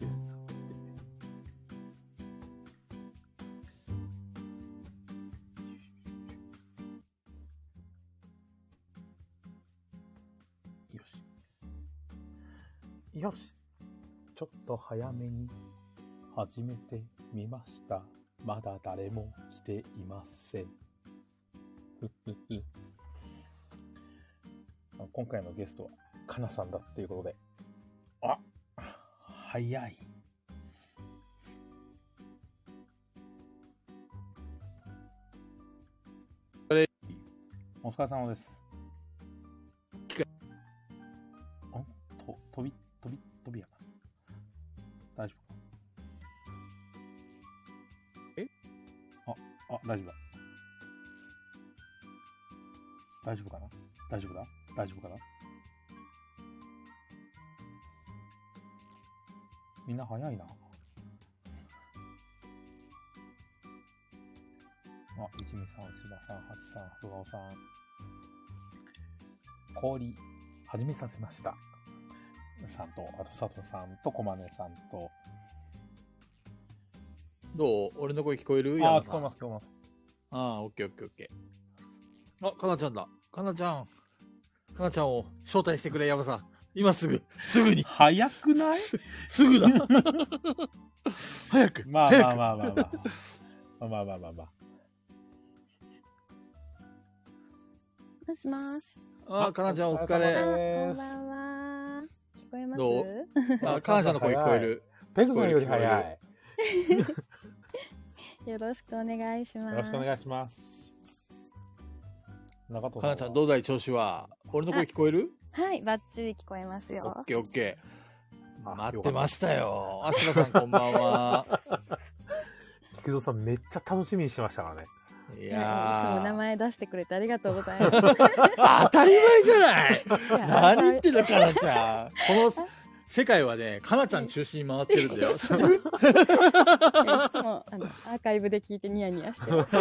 です。よし。よし。ちょっと早めに始めてみました。まだ誰も来ていません。今回のゲストはかなさんだっていうことで。あ、早い。お疲れ様です。飛びやな。大丈夫か。大丈夫だ。大丈夫かな。大丈夫だ。大丈夫かな。みんな早いな。123、柴さん、8さん、ふがおさん。氷、始めさせました。さんと、あと佐藤さんと、こまねさんと。 どう？俺の声聞こえる？ 聞こえます、聞こえます。 オッケーオッケーオッケー。かなちゃんだ。かなちゃんを招待してくれ、山さん。今すぐに。 早くない？ すぐだ。早く。 まあ。 もしもし。 かなちゃんお疲れ。 こんばんは。聞こえます？ どう？かなちゃんの声聞こえる。 ペグさんより早い。 よろしくお願いします。 よろしくお願いします。 かなちゃんどうだい調子は？俺の声聞こえる？ はい、バッチリ聞こえますよ。 オッケーオッケー。待ってましたよ。あしらさんこんばんは。 菊蔵さんめっちゃ楽しみにしてましたからね。 いつも名前出してくれてありがとうございます。 当たり前じゃない。何言ってんのかなちゃん。この世界はね、かなちゃん中心に回ってるんだよ。知ってる？いつもアーカイブで聞いてニヤニヤしてます。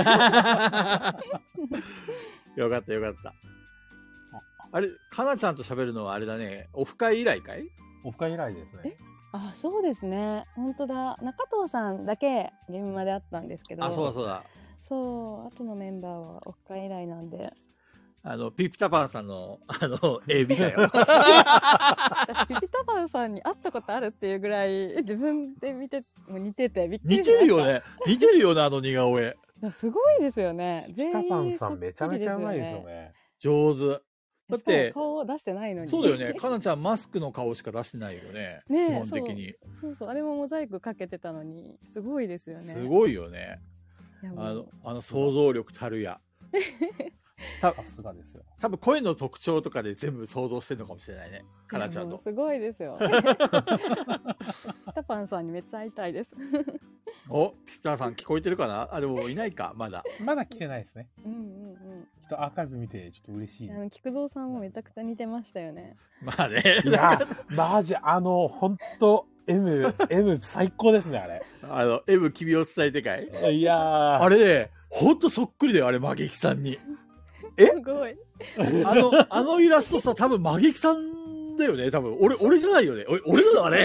よかったよかった。あれ、かなちゃんと喋るのはあれだね、オフ会以来かい？ オフ会以来ですね。 そうですね。本当だ。中藤さんだけ現場で会ったんですけど。 そうだ。 そう、あとのメンバーはオフ会以来なんで。 ピピタパンさんの、絵見たよ。 私、ピピタパンさんに会ったことあるっていうぐらい、自分で見て、似ててびっくりしました。 似てるよね。似てるよね、似顔絵。 すごいですよね。 ピピタパンさんめちゃめちゃうまいですよね。 上手。だって、 顔を出してないのに。 そうだよね。かなちゃんマスクの顔しか出してないよね。基本的に。 そう。あれもモザイクかけてたのに、すごいですよね。 すごいよね。想像力たるや。 さすがですよ。 多分声の特徴とかで全部想像してるのかもしれないね。かなちゃんの。 すごいですよ。ピタパンさんにめっちゃ会いたいです。 ピタさん聞こえてるかな？でもいないか、まだ。 まだ来てないですね。 ちょっとアーカイブ見てちょっと嬉しい。 菊蔵さんもめちゃくちゃ似てましたよね。 まあね。 いや、マジ本当M 最高ですね、あれ。 M 君を伝えてかい？ いやあれね、ほんとそっくりだよ、あれ、マゲキさんに。 すごい。 あのイラストさ、多分マゲキさんだよね、多分。俺じゃないよね。俺だあ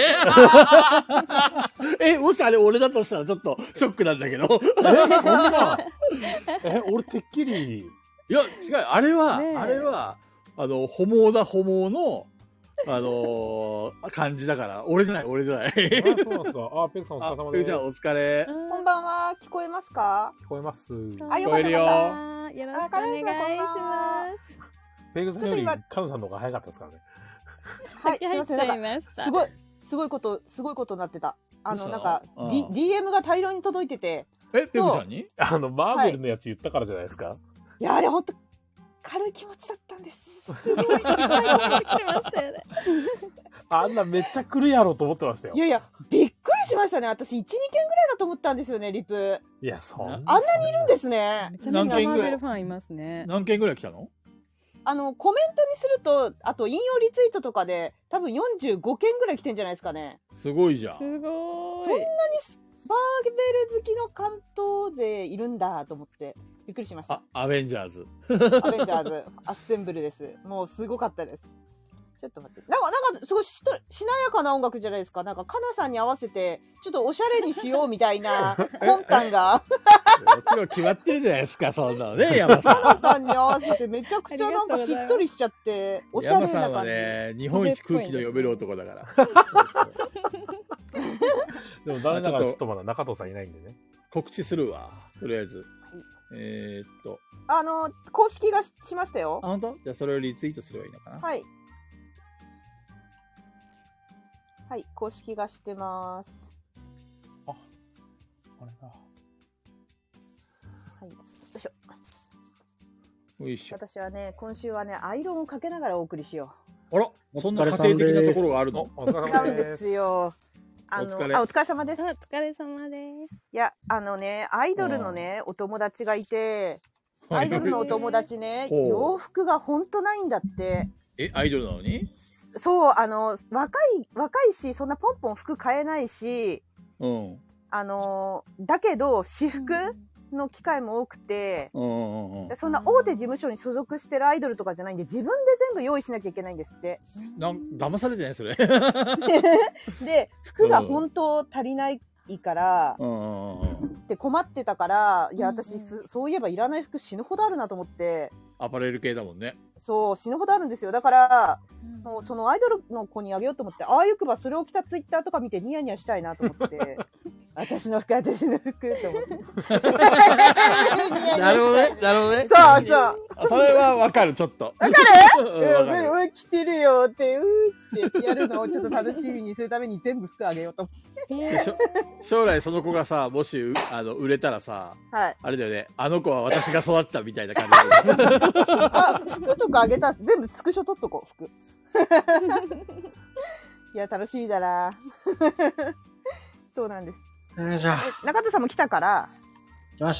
れもしあれ俺だとしたらちょっとショックなんだけど。そんな俺てっきり。 いや、違う、あれは、ホモの、感じだから、俺じゃない。 そうなんですか。ペグさんお疲れ様です。 ペグちゃんお疲れ。 こんばんは、聞こえますか？ 聞こえます。 聞こえるよ。 よろしくお願いします。 ペグさんよりカズさんの方が早かったですからね。 はい、すいません。すごいことになってた。DM が大量に届いてて。 ペグちゃんに？ マーベルのやつ言ったからじゃないですか？ いや、あれほんと、軽い気持ちだったんです。 すごい、いっぱい来ましたよね。 あんなめっちゃ来るやろと思ってましたよ。 いや、びっくりしましたね。私1、2件ぐらいだと思ったんですよね、リプ。 いや、あんなにいるんですね。 めちゃめちゃマーベルファンいますね。 何件ぐらい来たの？ コメントにすると、あと引用リツイートとかで、多分45件ぐらい来てんじゃないですかね。 すごいじゃん。 すごい。 そんなにマーベル好きの関東勢いるんだと思って、びっくりしました。 アベンジャーズ。 アベンジャーズ、アッセンブルです。もうすごかったです。 ちょっと待って。なんか、すごいしなやかな音楽じゃないですか。なんか、かなさんに合わせて、ちょっとおしゃれにしようみたいな魂胆が。 もちろん決まってるじゃないですか、そんなのね、山さん。 かなさんに合わせてめちゃくちゃなんかしっとりしちゃって、おしゃれな感じ。 山さんはね、日本一空気の読める男だから。 でも残念ながらちょっとまだ中藤さんいないんでね。 告知するわ、とりあえず。 公式がしましたよ。 あ、本当？じゃあそれをリツイートすればいいのかな。 はい。はい、公式がしてます。 あれだ。 はい、よいしょ。 よいしょ。 私はね、今週はね、アイロンをかけながらお送りしよう。あら、そんな家庭的なところがあるの？ 違うんですよ。お疲れ様です。 お疲れ様です。 いや、アイドルのね、お友達がいて、アイドルのお友達ね、洋服がほんとないんだって。 アイドルなのに？ そう、若いし、そんなポンポン服買えないし、 うん。 だけど、私服の機会も多くて、そんな大手事務所に所属してるアイドルとかじゃないんで、自分で全部用意しなきゃいけないんですって。 騙されてないそれ。 で、服が本当足りないから、で困ってたから、いや、私、そういえばいらない服死ぬほどあるなと思って。 アパレル系だもんね。 そう、死ぬほどあるんですよ。だから、そのアイドルの子にあげようと思って、ああいうくばそれを着たツイッターとか見てニヤニヤしたいなと思って、私の服と思って。 なるほどね、なるほどね。 そうそう。 それはわかる、ちょっと。 わかる着てるよって、ってやるのをちょっと楽しみにするために全部服あげようと思って。 将来その子がさ、もし売れたらさ、あれだよね、あの子は私が育てたみたいな感じで。 あ、服とかあげたら全部スクショ撮っとこう、服。いや、楽しみだな。そうなんです。中田さんも来たから。 来ました。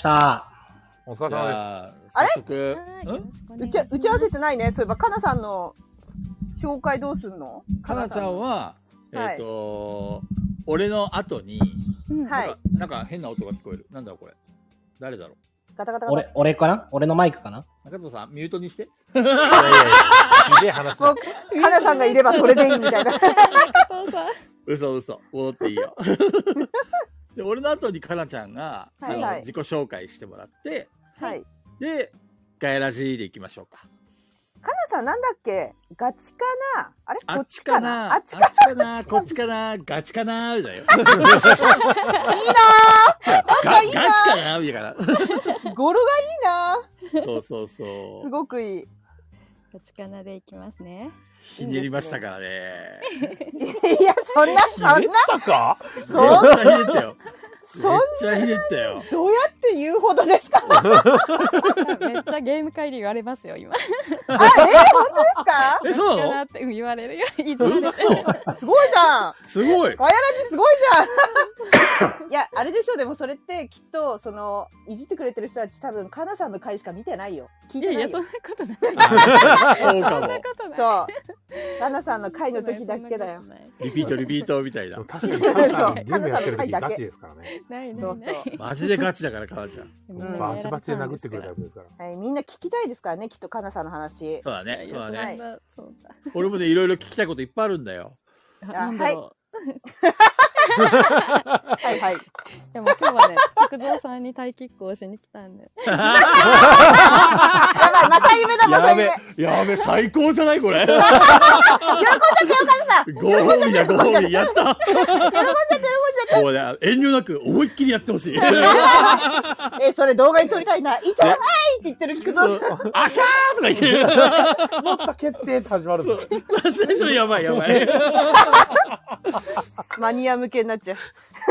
お疲れ様です。 あれ打ち合わせてないね。そういえば、かなさんの紹介どうすんの？ かなちゃんは、俺の後に、なんか変な音が聞こえる。なんだろうこれ。誰だろう。 ガタガタ。 俺かな？俺のマイクかな？ 中藤さん、ミュートにして。いやいや、ひでえ話。 もう、かなさんがいればそれでいいみたいな。 嘘、戻っていいよ。で、俺の後にかなちゃんが、自己紹介してもらって、で、ガヤラジーでいきましょうか。 かなさんなんだっけ？ガチかな？あれ？ あっちかな？あっちかな？こっちかな？ガチかな？だよ。いいなー！ ガチかな？みたいな。 語呂がいいな。 そう。すごくいい。 ガチかなでいきますね。 ひねりましたからね。 いや、そんな。 ひねったか？ めっちゃひねったよ。めっちゃひねったよ。 どうやって言うほどですか？ めっちゃゲーム会で言われますよ、今。 本当ですか？ そうなの？ って言われるよ。 すごいじゃん。 すごい。 ガヤラジすごいじゃん。いや、あれでしょ、でもそれってきっと、いじってくれてる人たち多分、かなさんの回しか見てないよ。聞いてないよ。 いや、そんなことない。 そうかも。 そう。かなさんの回の時だけだよ。 リピートみたいな。 確かに、かなさんゲームやってる時ガチですからね。 ない。 マジでガチだから、かなちゃん。 バチバチで殴ってくれたやつですから。 はい、みんな聞きたいですからね、きっとかなさんの話。 そうだね。 そうだ。 俺もね、いろいろ聞きたいこといっぱいあるんだよ。 はい。 はい。 でも今日はね、菊蔵さんにタイキックをしに来たんで。 やばい、また夢だ、また夢。 やべ、最高じゃないこれ。 喜んじゃってよ、かなさん。 ご褒美だ、ご褒美。やった。 喜んじゃって。 もうね、遠慮なく思いっきりやってほしい。 それ動画に撮りたいな。痛いって言ってる菊蔵さん。 あしゃーとか言って。 もっと決定って始まるぞ。 それやばい。 マニア向けになっちゃう。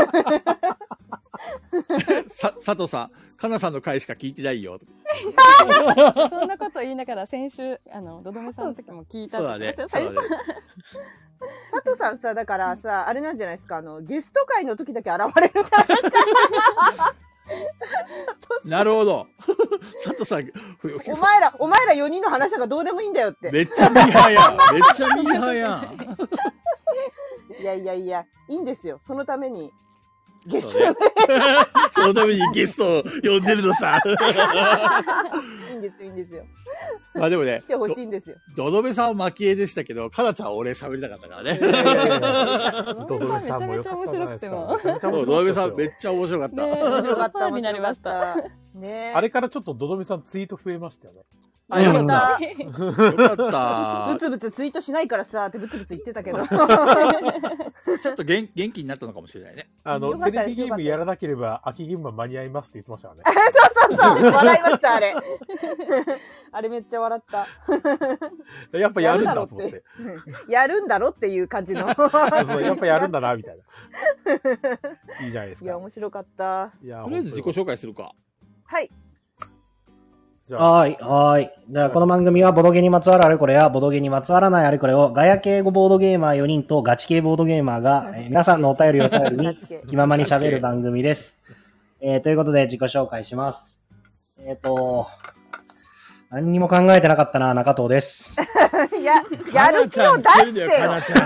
佐藤さん、かなさんの回しか聞いてないよ。 そんなこと言いながら先週どどめさんの時も聞いた。 そうだね。 佐藤さんさ、だからさ、あれなんじゃないですか、ゲスト会の時だけ現れるじゃないですか。 なるほど。佐藤さん、 お前ら4人の話がどうでもいいんだよって。 めっちゃミーハーやん。めっちゃミーハーやん。 いや、いいんですよ。そのために。ゲストね。そのためにゲストを呼んでるのさ。 いいんですよ。 まあでもね、 来てほしいんですよ。 ドドメさんは蒔絵でしたけど、かなちゃんは俺喋りたかったからね。 ドドメさんもめちゃめちゃ面白くても。 ドドメさんめっちゃ面白かった。 面白かった、 になりました。 ね。 あれからちょっとドドメさんツイート増えましたよね。 あ、よかった。よかった。 ブツブツツイートしないからさ、ってブツブツ言ってたけど。 ちょっと元気になったのかもしれないね。 テレビゲームやらなければ秋ゲームは間に合いますって言ってましたからね。 そうそうそう、笑いました、あれ。あれめっちゃ笑った。 やっぱやるんだと思って。 やるんだろっていう感じの。 そうやっぱやるんだな、みたいな。いいじゃないですか。 いや、面白かった。 とりあえず自己紹介するか。 はい。 はい。じゃあ、この番組はボドゲにまつわるあれこれやボドゲにまつわらないあれこれをガヤ系ボードゲーマー4人とガチ系ボードゲーマーが、皆さんのお便りを頼りに気ままに喋る番組です。ということで自己紹介します。何にも考えてなかったな、中藤です。 やる気を出してよ。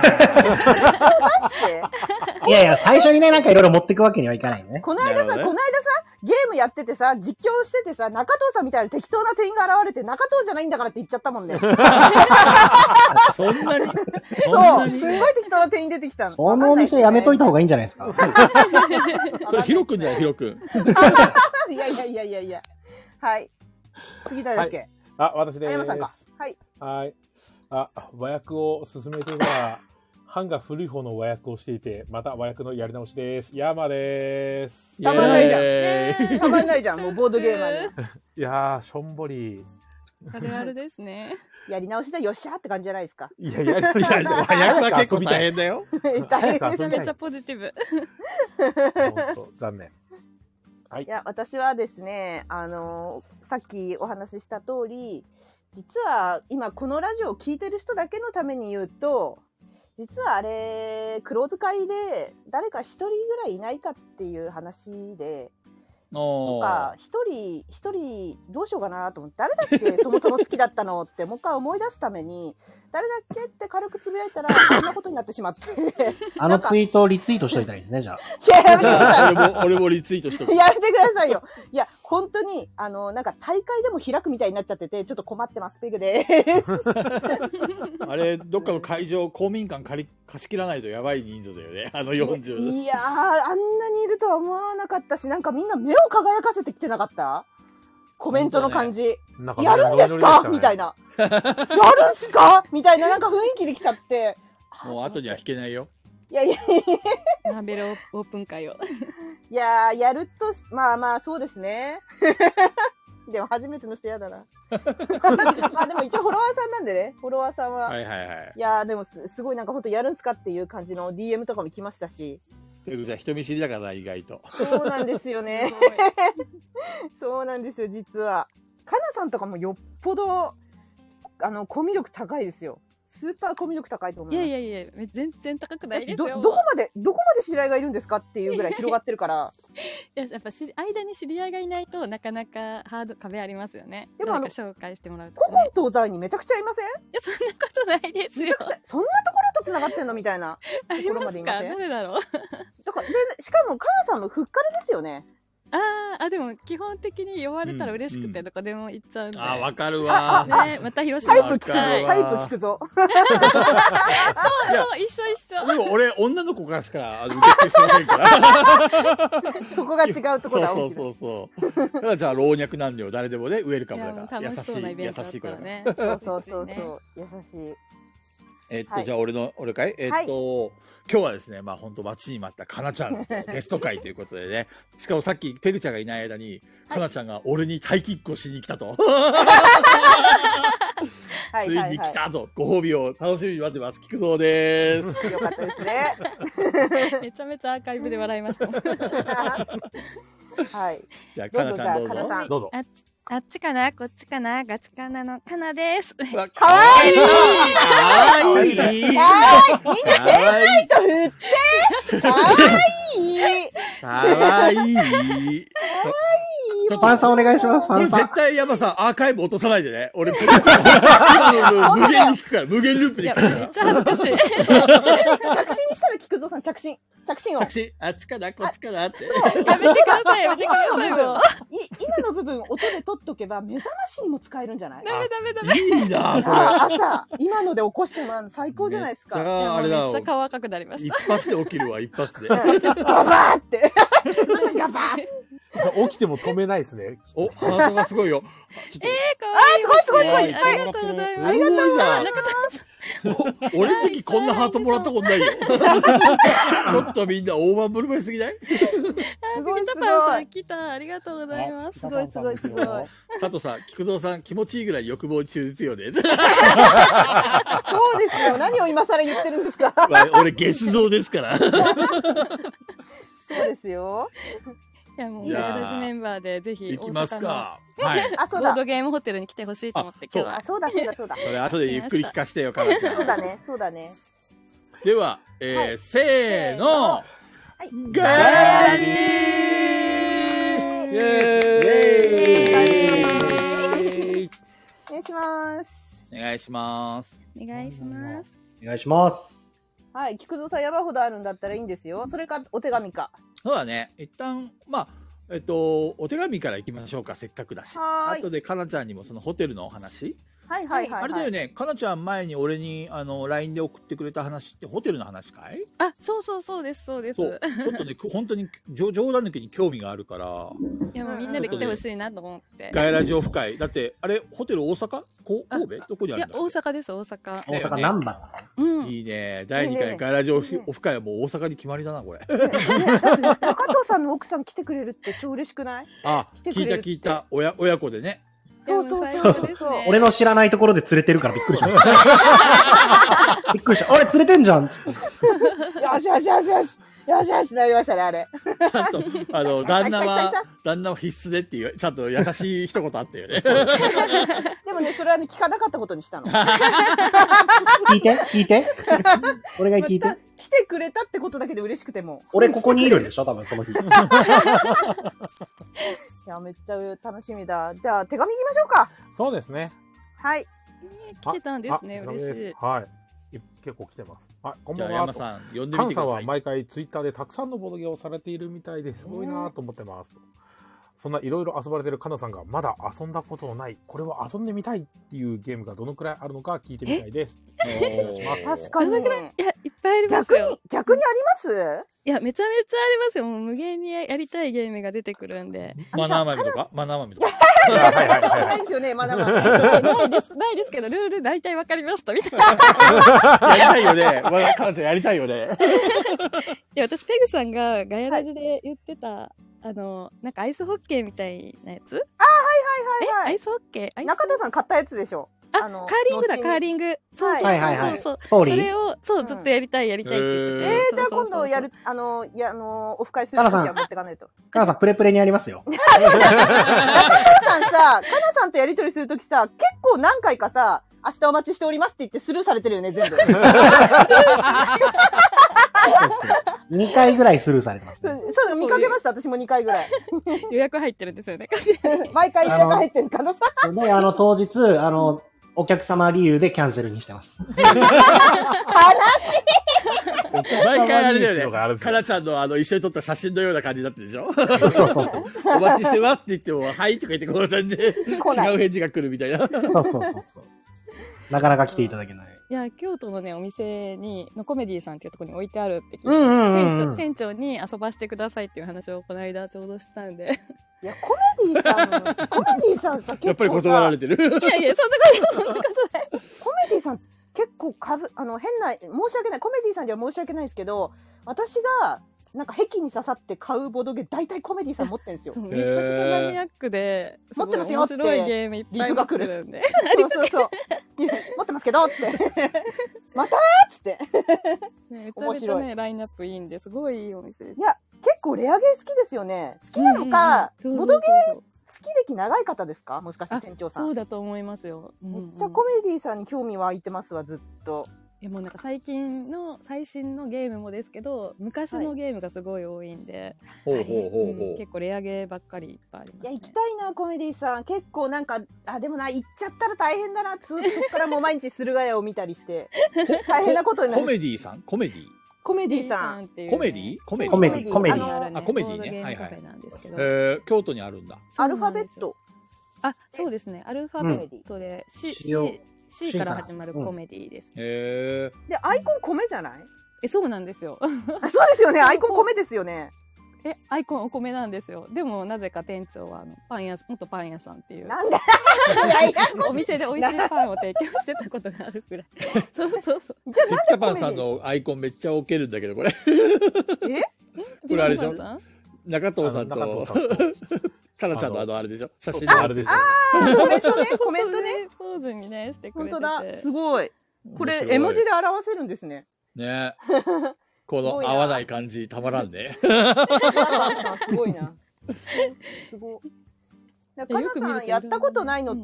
いやいや、最初にね、なんかいろいろ持っていくわけにはいかないね。 この間さ、ゲームやっててさ、実況しててさ、中藤さんみたいな適当な店員が現れて、中藤じゃないんだからって言っちゃったもんね。 そんなにそう、すごい適当な店員出てきたの。 そのお店やめといた方がいいんじゃないですか。 それ、ヒロくんじゃない、ヒロくん。 いや。はい。次誰だっけ？ 私です。 山さんか。はい。 はい。和訳を進めていたら、版が古い方の和訳をしていて、また和訳のやり直しです。山です。 たまんないじゃん。たまんないじゃん、もうボードゲーマーに。 いやー、しょんぼり。 あるあるですね。 やり直しだよっしゃーって感じじゃないですか。 いや、和訳は結構大変だよ。 大変めちゃめちゃポジティブ。 残念。はい。 いや、私はですね、さっきお話しした通り、実は今このラジオを聞いてる人だけのために言うと、実はあれ、クローズ会で誰か一人ぐらいいないかっていう話で、なんか一人どうしようかなと思って、誰だっけそもそも好きだったのってもう一回思い出すために、誰だっけって軽くつぶやいたらあんなことになってしまってあのツイートをリツイートしといたらいいですね、じゃあ。 やめてください。 俺もリツイートしとく。 やめてくださいよ。いや、本当に、なんか大会でも開くみたいになっちゃってて、ちょっと困ってます、ペグです。 あれ、どっかの会場、公民館貸し切らないとやばい人数だよね、40。 いやー、あんなにいるとは思わなかったし、なんかみんな目を輝かせてきてなかった？コメントの感じ。やるんですかみたいな。やるんすかみたいな、なんか雰囲気できちゃって。 もう後には引けないよ。 いや。 ナベルオープン会を。 いやー、やるとまあ、そうですね。でも初めての人嫌だな。まあでも一応フォロワーさんなんでね。フォロワーさんは。 はい。 いやー、でもすごいなんか本当やるんすかっていう感じの DM とかも来ましたし。 じゃ人見知りだから意外と。 そうなんですよね。そうなんですよ、実は。かなさんとかもよっぽど、コミュ力高いですよ。スーパーコミュ力高いと思います。 いや、全然高くないですよ。 どこまで知り合いがいるんですかっていうぐらい広がってるから。 いや、やっぱ間に知り合いがいないとなかなか壁ありますよね。でも紹介してもらうと、ね。 古今東西にめちゃくちゃいません？いや、そんなことないですよ。 そんなところと繋がってんのみたいなところまでいません？ 誰だろう。 だからでしかもかなさんもふっかるですよね。 でも基本的に呼ばれたら嬉しくてどこでも行っちゃうんで。 わかるわ。 ね、また広島タイプ聞くぞ。 そう一緒。 でも俺女の子からしか受け付けしませんから。 そこが違うところだ。 そう。だからじゃあ老若男女誰でもねウェルカムだから優しい子だね。 そう優しい。 じゃあ俺かい？今日はですね、まあ本当待ちに待ったかなちゃんのゲスト会ということでね、しかもさっきペグちゃんがいない間に、かなちゃんが俺にタイキックをしに来たと。ついに来たと、ご褒美を楽しみに待ってます。菊蔵です。 よかったですね。 めちゃめちゃアーカイブで笑いました。 はい。 じゃあかなちゃんどうぞ。 あっちかなこっちかなガチカナのかなです。 かわいい。みんな天才と振って。かわいい。 かわいいよ。 ファンさんお願いします、ファンさん。 絶対山さんアーカイブ落とさないでね。俺、今の無限に聞くから、無限ループで聞くから。 めっちゃ恥ずかしい。 着信したら菊蔵さん着信を。 着信、あっちかな、こっちかなって。 やめてください、やめてくださいよ。 今の部分音で取っとけば目覚ましにも使えるんじゃない？ ダメダメダメ。 いいなそれ。 朝、今ので起こしてもらうの最高じゃないですか。 あれだ。 めっちゃ顔赤くなりました。 一発で起きるわ、一発で。 ガバーって。ガバー起きても止めないですね。 お、ハートがすごいよ。 かわいい。 すごいありがとうございます。 ありがとうござい中田さん。 俺の時こんなハートもらったことないよ。ちょっとみんな大盤振る舞いすぎない？ ピピタパンさん来た。ありがとうございます。 すごいすごいすごい。 佐藤さん、菊蔵さん気持ちいいぐらい欲望中絶よね。 そうですよ。何を今更言ってるんですか。 俺ゲス像ですから。 そうですよ。 いやもうガヤラジメンバーでぜひ行きますか。 はい。ボードゲームホテルに来てほしいと思って今日は。 そうだそうだそうだ。 それ後でゆっくり聞かせてよ、かなちゃん。 そうだねそうだね。 では、せーの。ガヤラジイエーイ。お願いします。 お願いします。 お願いします。 お願いします。 はい、菊蔵さん山ほどあるんだったらいいんですよ。それかお手紙か。 そうだね。一旦、まあ、お手紙から行きましょうか、せっかくだし。あとでかなちゃんにもそのホテルのお話。 はいはいはい。 あれだよね、かなちゃん前に俺にLINE で送ってくれた話ってホテルの話かい？ あ、そうですそうです。 ちょっとね本当に冗談抜きに興味があるから。 いやもうみんなで来てほしいなと思って。 ガヤラジオフ会だってあれホテル大阪？神戸？どこにあるんだっけ？ いや大阪です大阪。 大阪難波。 うん。 いいね。第2回ガヤラジオオフ会はもう大阪に決まりだなこれ。 中藤さんの奥さん来てくれるって超嬉しくない？ あ、聞いた親子でね。 そう。 俺の知らないところで連れてるからびっくりしました。びっくりした。あれ連れてんじゃん。よしなりましたねあれ。 ちゃんと旦那は必須でっていうちゃんと優しい一言あったよね。 でもねそれはね聞かなかったことにしたの。 聞いて。俺が聞いて。 来てくれたってことだけで嬉しくても。 俺ここにいるんでしょ多分その日。いやめっちゃ楽しみだ。じゃあ手紙いきましょうか。 そうですね。 はい。 来てたんですね。嬉しい。 はい。結構来てます。あ、こんばんは。 山さん呼んでみてください。 カンさんは毎回ツイッターでたくさんのボードゲームをされているみたいですごいなと思ってます。そんないろいろ遊ばれているカナさんがまだ遊んだことのない、これは遊んでみたいっていうゲームがどのくらいあるのか聞いてみたいです。お願いします。 確かに。いや、 いっぱいありますよ。 逆にあります？ いや、めちゃめちゃありますよ。もう無限にやりたいゲームが出てくるんで。 マナー豆とかないですよね、マナー豆。ないですけど、ルール大体わかりますと、みたいな。 やりたいよね。かなちゃんやりたいよね。 いや、私、ペグさんがガヤラジで言ってた、なんかアイスホッケーみたいなやつ？ はい。 アイスホッケー中田さん買ったやつでしょ？ カーリングだ、カーリング。そう。それを、ずっとやりたいって言ってて。 じゃあ今度やる、オフ会するときは持ってかないと。 かなさん、プレプレにありますよ。 かなさんとやりとりするときさ、結構何回かさ、明日お待ちしておりますって言ってスルーされてるよね、全部。 2回ぐらいスルーされてます、ね。 そう、見かけました、私も2回ぐらい。 予約入ってるんですよね。 毎回予約入ってるかなさ。 で、当日、お客様理由でキャンセルにしてます。 悲しい。 毎回あれだよね。かなちゃんの一緒に撮った写真のような感じになってるでしょ？ そう。 お待ちしてますって言っても、はいとか言ってこの感じで違う返事が来るみたいな。 そう。なかなか来ていただけない。 いや、京都のね、お店のコメディさんっていうところに置いてあるって聞いて、店長に遊ばしてくださいっていう話をこの間ちょうどしたんで。 いや、コメディさんさ、結構やっぱり断られてる。 いや、そんなことない。 コメディさん結構変な、申し訳ない。コメディさんには申し訳ないですけど、私が、なんか壁に刺さって買うボドゲ大体コメディさん持ってるんですよ。 めちゃくちゃマニアックで、 持ってますよって面白いゲームいっぱい持ってるんで。 そう。持ってますけどって。またーっつって。 めちゃめちゃね、ラインナップいいんで、すごいいいお店です。 いや、結構レアゲー好きですよね。好きなのか、ボドゲ好き歴長い方ですか？もしかして店長さん。 そうだと思いますよ。 めっちゃコメディさんに興味湧いてますわ、ずっと。 もうなんか最新のゲームもですけど、昔のゲームがすごい多いんで、結構レアゲーばっかりいっぱいありますね。 いや、行きたいな、コメディさん。結構なんか、でもな、行っちゃったら大変だな。そこからもう毎日駿河屋を見たりして、大変なことになる。 コメディさんコメディコメディさん。 コメディコメディコメディ。あ、コメディね。はいはい。京都にあるんだ。 アルファベット。 あ、そうですね。アルファベットで C から始まるコメディです。 で、アイコン米じゃない？ そうなんですよ。 そうですよね。アイコン米ですよね。 アイコンお米なんですよ。でもなぜか店長は元パン屋さんっていう。 なんでお店で美味しいパンを提供してたことがあるくらい。そうそうそう。 じゃあなんでピッカパンさんのアイコンめっちゃ置けるんだけど、これ。これあれでしょ？中藤さんとかなちゃんのあれでしょ？写真のあれでしょ？ コメントね、コメントね。 ポーズにね、してくれてて。 本当だ、すごい。これ、絵文字で表せるんですね。 ね。この合わない感じ、たまらんね。 すごいな。すごい。かなさん、やったことないのって、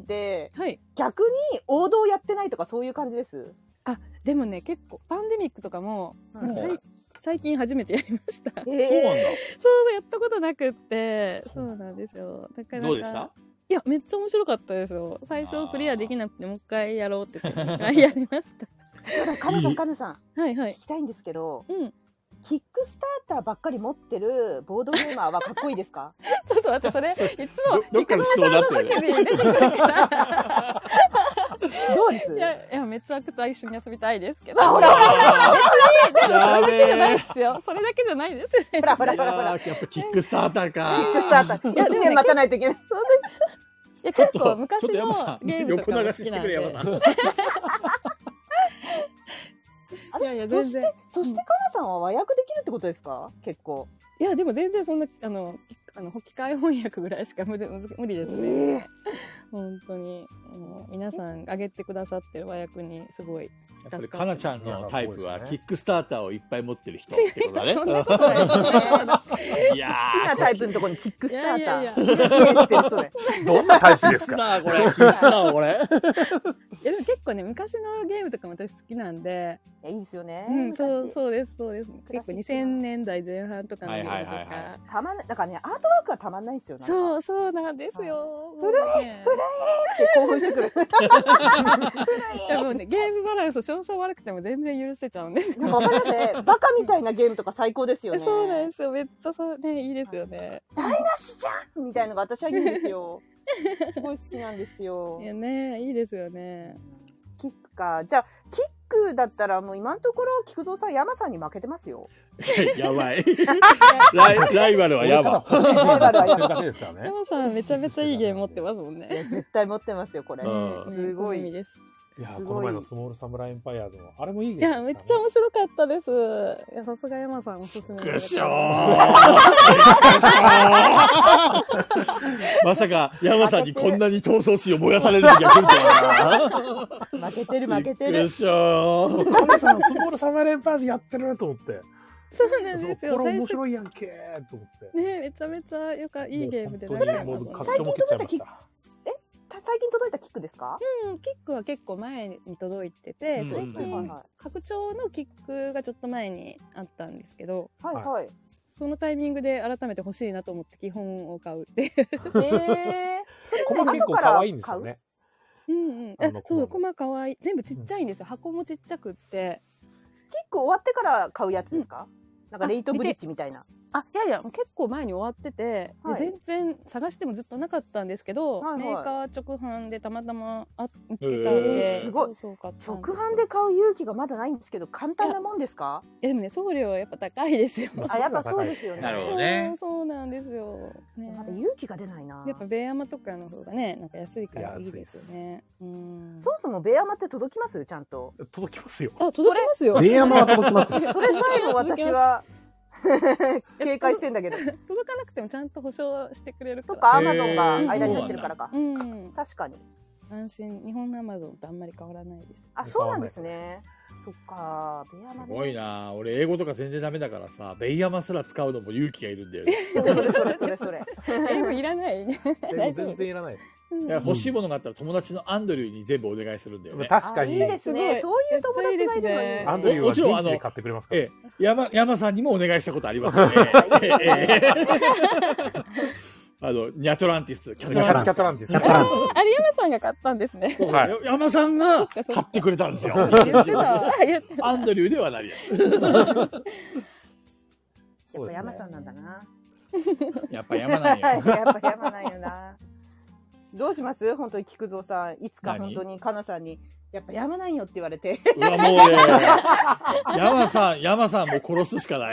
逆に王道やってないとかそういう感じです？ あ、でもね、結構、パンデミックとかも、最近初めてやりました。 そうなんだ。 そう、やったことなくって、そうなんですよ。だからどうでした？ いや、めっちゃ面白かったですよ。最初クリアできなくて、もう一回やろうって言って、やりました。 かなさん。聞きたいんですけど、キックスターターばっかり持ってるボードゲーマーはかっこいいですか？ ちょっと待って、それ、いつも、 どっかの質問だってる。 出てくるから。 どうです？ いや、めちゃくちゃ一緒に遊びたいですけど。ほらそれだけじゃないですよ。それだけじゃないです。 ほら。 やっぱキックスターターか。 キックスターター。1年待たないといけない。 いや、結構昔のゲームとかも好きなんで。いやいや、全然。 そしてかなさんは和訳できるってことですか？結構。 いや、でも全然そんな、機械翻訳ぐらいしか無理ですね。本当に。皆さん挙げてくださってる和訳にすごい助かって。かなちゃんのタイプはキックスターターをいっぱい持ってる人ってことだね。 いや好きなタイプのところにキックスターター。 どんなタイプですか？ これ。キックスターこれ。 でも結構ね、昔のゲームとかも私好きなんで。 いいですよね。 そうです。結構2000年代前半とかのゲームとか。 だからね、アートワークはたまんないんですよね。 そうなんですよ。 古いって興奮してくる。 でもね、ゲームバランス少々悪くても全然許せちゃうんですよ。 わかりますね。バカみたいなゲームとか最高ですよね。 そうなんですよ。めっちゃいいですよね。 台無しじゃんみたいなのが私はいいんですよ。すごい好きなんですよ。 いやね、いいですよね。 キックか。じゃあ、キックだったらもう今のところ、菊蔵さん、山さんに負けてますよ。 やばい。ライバルは山。 山さんめちゃめちゃいいゲーム持ってますもんね。 絶対持ってますよ、これ。すごいです。 いや、この前のスモールサムライエンパイアでも、あれもいいゲーム。いや、めっちゃ面白かったです。いや、さすが山さんおすすめ。 くしょーまさか、山さんにこんなに闘争心を燃やされる時が来るとはな。負けてる。 くしょー。 山さん、スモールサムライエンパイアでやってると思って。 そうなんですよ。 これ面白いやんけーと思って。 ね、めちゃめちゃいいゲームで。 最近届いたキックですか？ キックは結構前に届いてて、最近拡張のキックがちょっと前にあったんですけど、そのタイミングで改めて欲しいなと思って基本を買うっていう。 ここ結構可愛いんですよね。 そう、コマ可愛い。全部ちっちゃいんですよ。箱もちっちゃくって。 キック終わってから買うやつですか？なんかレイトブリッジみたいな。 いや、結構前に終わってて、全然探してもずっとなかったんですけど、メーカー直販でたまたま見つけたんで、 すごい。直販で買う勇気がまだないんですけど、簡単なもんですか？ でもね、送料はやっぱ高いですよ。 やっぱそうですよね。 なるほどね。 そうなんですよ。 まだ勇気が出ないな。 やっぱベイアマとかの方がね、なんか安いからいいですよね。 そもそもベイアマって届きます？ちゃんと。 届きますよ。 届きますよ。 ベイアマは届きますよ。 それさえも私は警戒してんだけど。 届かなくてもちゃんと保証してくれるから。 そっか、アマゾンが間に入ってるからか。確かに。 安心。日本のアマゾンとあんまり変わらないです。 そうなんですね。そっか、ベイアマ。 すごいな。俺英語とか全然ダメだからさ、ベイアマすら使うのも勇気がいるんだよね。 それ。 英語いらないね。 全然いらない。 欲しいものがあったら友達のアンドリューに全部お願いするんだよね。 確かに。 いいですね。そういう友達がいるのに。 アンドリューは現地で買ってくれますから。 山さんにもお願いしたことありますよね。ニャトランティス。 キャトランティス。 あれ、山さんが買ったんですね。 山さんが買ってくれたんですよ。アンドリューではないや。 やっぱ山さんなんだな。 やっぱ山なんよ。 やっぱ山なんよな。どうします本当に菊蔵さん。いつか本当にかなさんに、やっぱ山なんよって言われて。 うわ、もうね、山さんもう殺すしかない。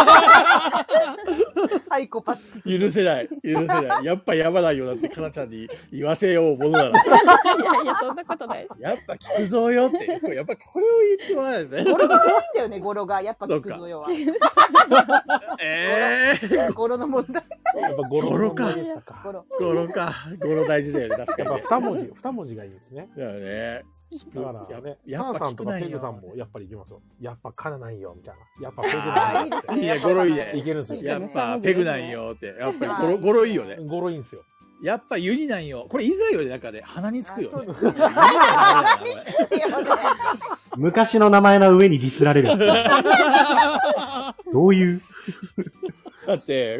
サイコパス。 許せない。やっぱ山なんよだってかなちゃんに言わせようものなら。 いや、そんなことない。 やっぱ菊蔵よって。やっぱこれを言ってもらえないですね。 語呂が悪いんだよね、語呂が。やっぱ菊蔵よは。語呂の問題。 やっぱ語呂か。 語呂大事だよね、確かに。 二文字がいいですね。 だよね。 だからね、カナさんとかペグさんもやっぱりいけますよ。やっぱカナないよみたいな。やっぱペグないよ。 いや、語呂いいね。 いけるんですよ。 やっぱペグないよって。やっぱり語呂いいよね。 語呂いいんですよ。 やっぱユニなんよ。これ言いづらいよね、中で。鼻につくよね。 昔の名前の上にディスられる。どういうだって、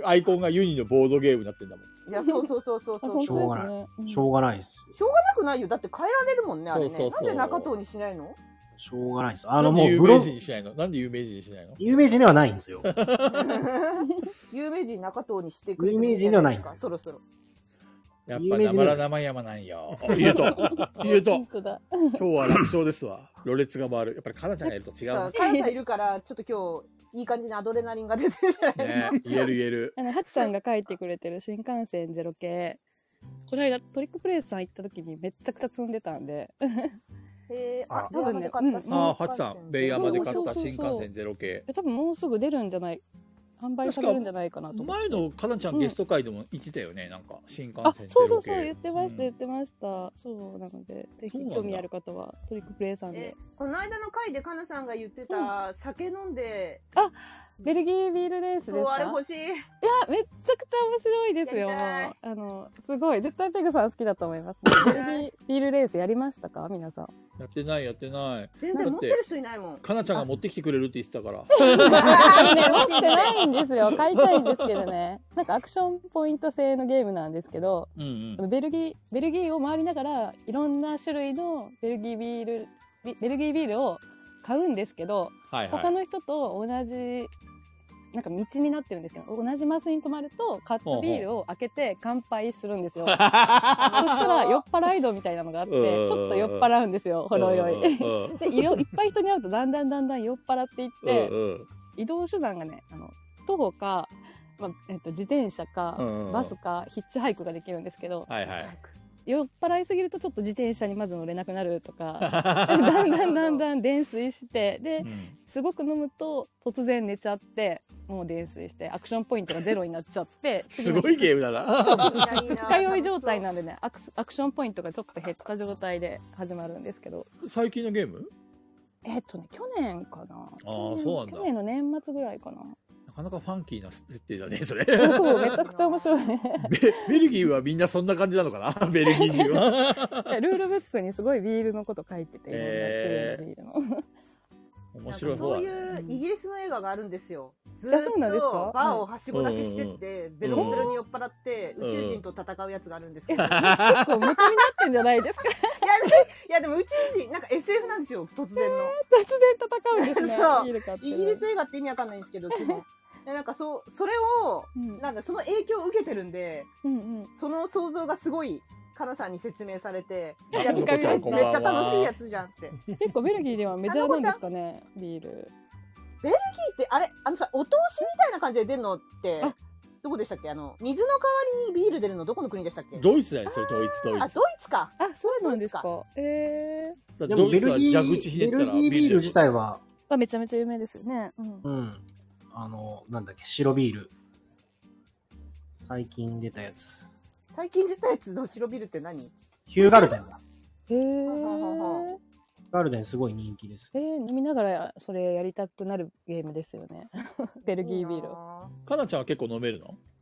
アイコンがユニのボードゲームになってんだもん。 いや、そう。 しょうがない。しょうがないです。 しょうがなくないよ。だって変えられるもんね、あれね。なんで中藤にしないの？ しょうがないです。 もう有名人にしないの？なんで有名人にしないの？ 有名人ではないんですよ。 有名人中藤にしてくれる。 有名人ではないんです。 そろそろ。 やっぱ生ら生山なんよ。言うと。今日は楽勝ですわ。ろれつが回る。やっぱりかなちゃんがいると違う。 かなさんいるから、ちょっと今日、いい感じにアドレナリンが出てるじゃないの？ 言える。 ハチさんが書いてくれてる新幹線ゼロ系、この間トリックプレイさん行った時にめっちゃくちゃ積んでたんで。 多分ね、 ハチさん、ベイヤマで買った新幹線ゼロ系。 多分もうすぐ出るんじゃない、販売されるんじゃないかなと。 前のかなちゃんゲスト会でも言ってたよね、なんか新幹線ゼロ系。 そう言ってました。そうなのでぜひ興味ある方はトリックプレイさんで。 この間の回でかなさんが言ってた酒飲んで、 ベルギービールレースですか？ あれ欲しい。いや、 めっちゃくちゃ面白いですよ。すごい絶対ペグさん好きだと思います。ベルギービールレースやりましたか皆さん？ やってない。 全然持ってる人いないもん。 かなちゃんが持ってきてくれるって言ってたから。 持ってないんですよ。買いたいんですけどね。なんかアクションポイント制のゲームなんですけど、ベルギーを回りながらいろんな種類のベルギービールを買うんですけど、他の人と同じなんか道になってるんですけど、同じマスに止まると買ったビールを開けて乾杯するんですよ。そしたら酔っ払い度みたいなのがあって、ちょっと酔っ払うんですよ、ほろ酔い。で、いっぱい人に会うとだんだん酔っ払っていって、移動手段がね、徒歩か、自転車か、バスか、ヒッチハイクができるんですけど、酔っ払いすぎるとちょっと自転車にまず乗れなくなるとか、だんだん泥酔して、で、すごく飲むと突然寝ちゃって、もう泥酔してアクションポイントがゼロになっちゃって、 すごいゲームだな。 二日酔い状態なんでね、アクションポイントがちょっと減った状態で始まるんですけど。 最近のゲーム？ 去年かな。 そうなんだ。 去年の年末ぐらいかな。 なかなかファンキーな設定だね、それ。 そう、めちゃくちゃ面白い。 ベルギーはみんなそんな感じなのかなベルギー人は。 ルールブックにすごいビールのこと書いてて、いろんな種類のビールの。 面白そういうイギリスの映画があるんですよ。ずっとバーをはしごだけしてって、ベロベロに酔っ払って宇宙人と戦うやつがあるんですけど。結構元になってんじゃないですか。いやでも宇宙人なんか SF なんですよ、突然の。 突然戦うんですね。 そう。イギリス映画って意味わかんないんですけど、基本。なんかそれを、なんかその影響を受けてるんで、その想像がすごいかなさんに説明されて、いやめっちゃ楽しいやつじゃんって。 結構ベルギーではメジャーなんですかね、ビール。 ベルギーってあれさ、お通しみたいな感じで出るのってどこでしたっけ？水の代わりにビール出るのどこの国でしたっけ？ ドイツだよ、それドイツ。 ドイツか。 そうなんですか。 でもベルギービール自体はめちゃめちゃ有名ですよね。 なんだっけ、白ビール。最近出たやつ。 最近出たやつの白ビールって何？ ヒューガルデンだ。 ヒューガルデンすごい人気です。 飲みながらそれやりたくなるゲームですよね。ベルギービール。 かなちゃんは結構飲めるの？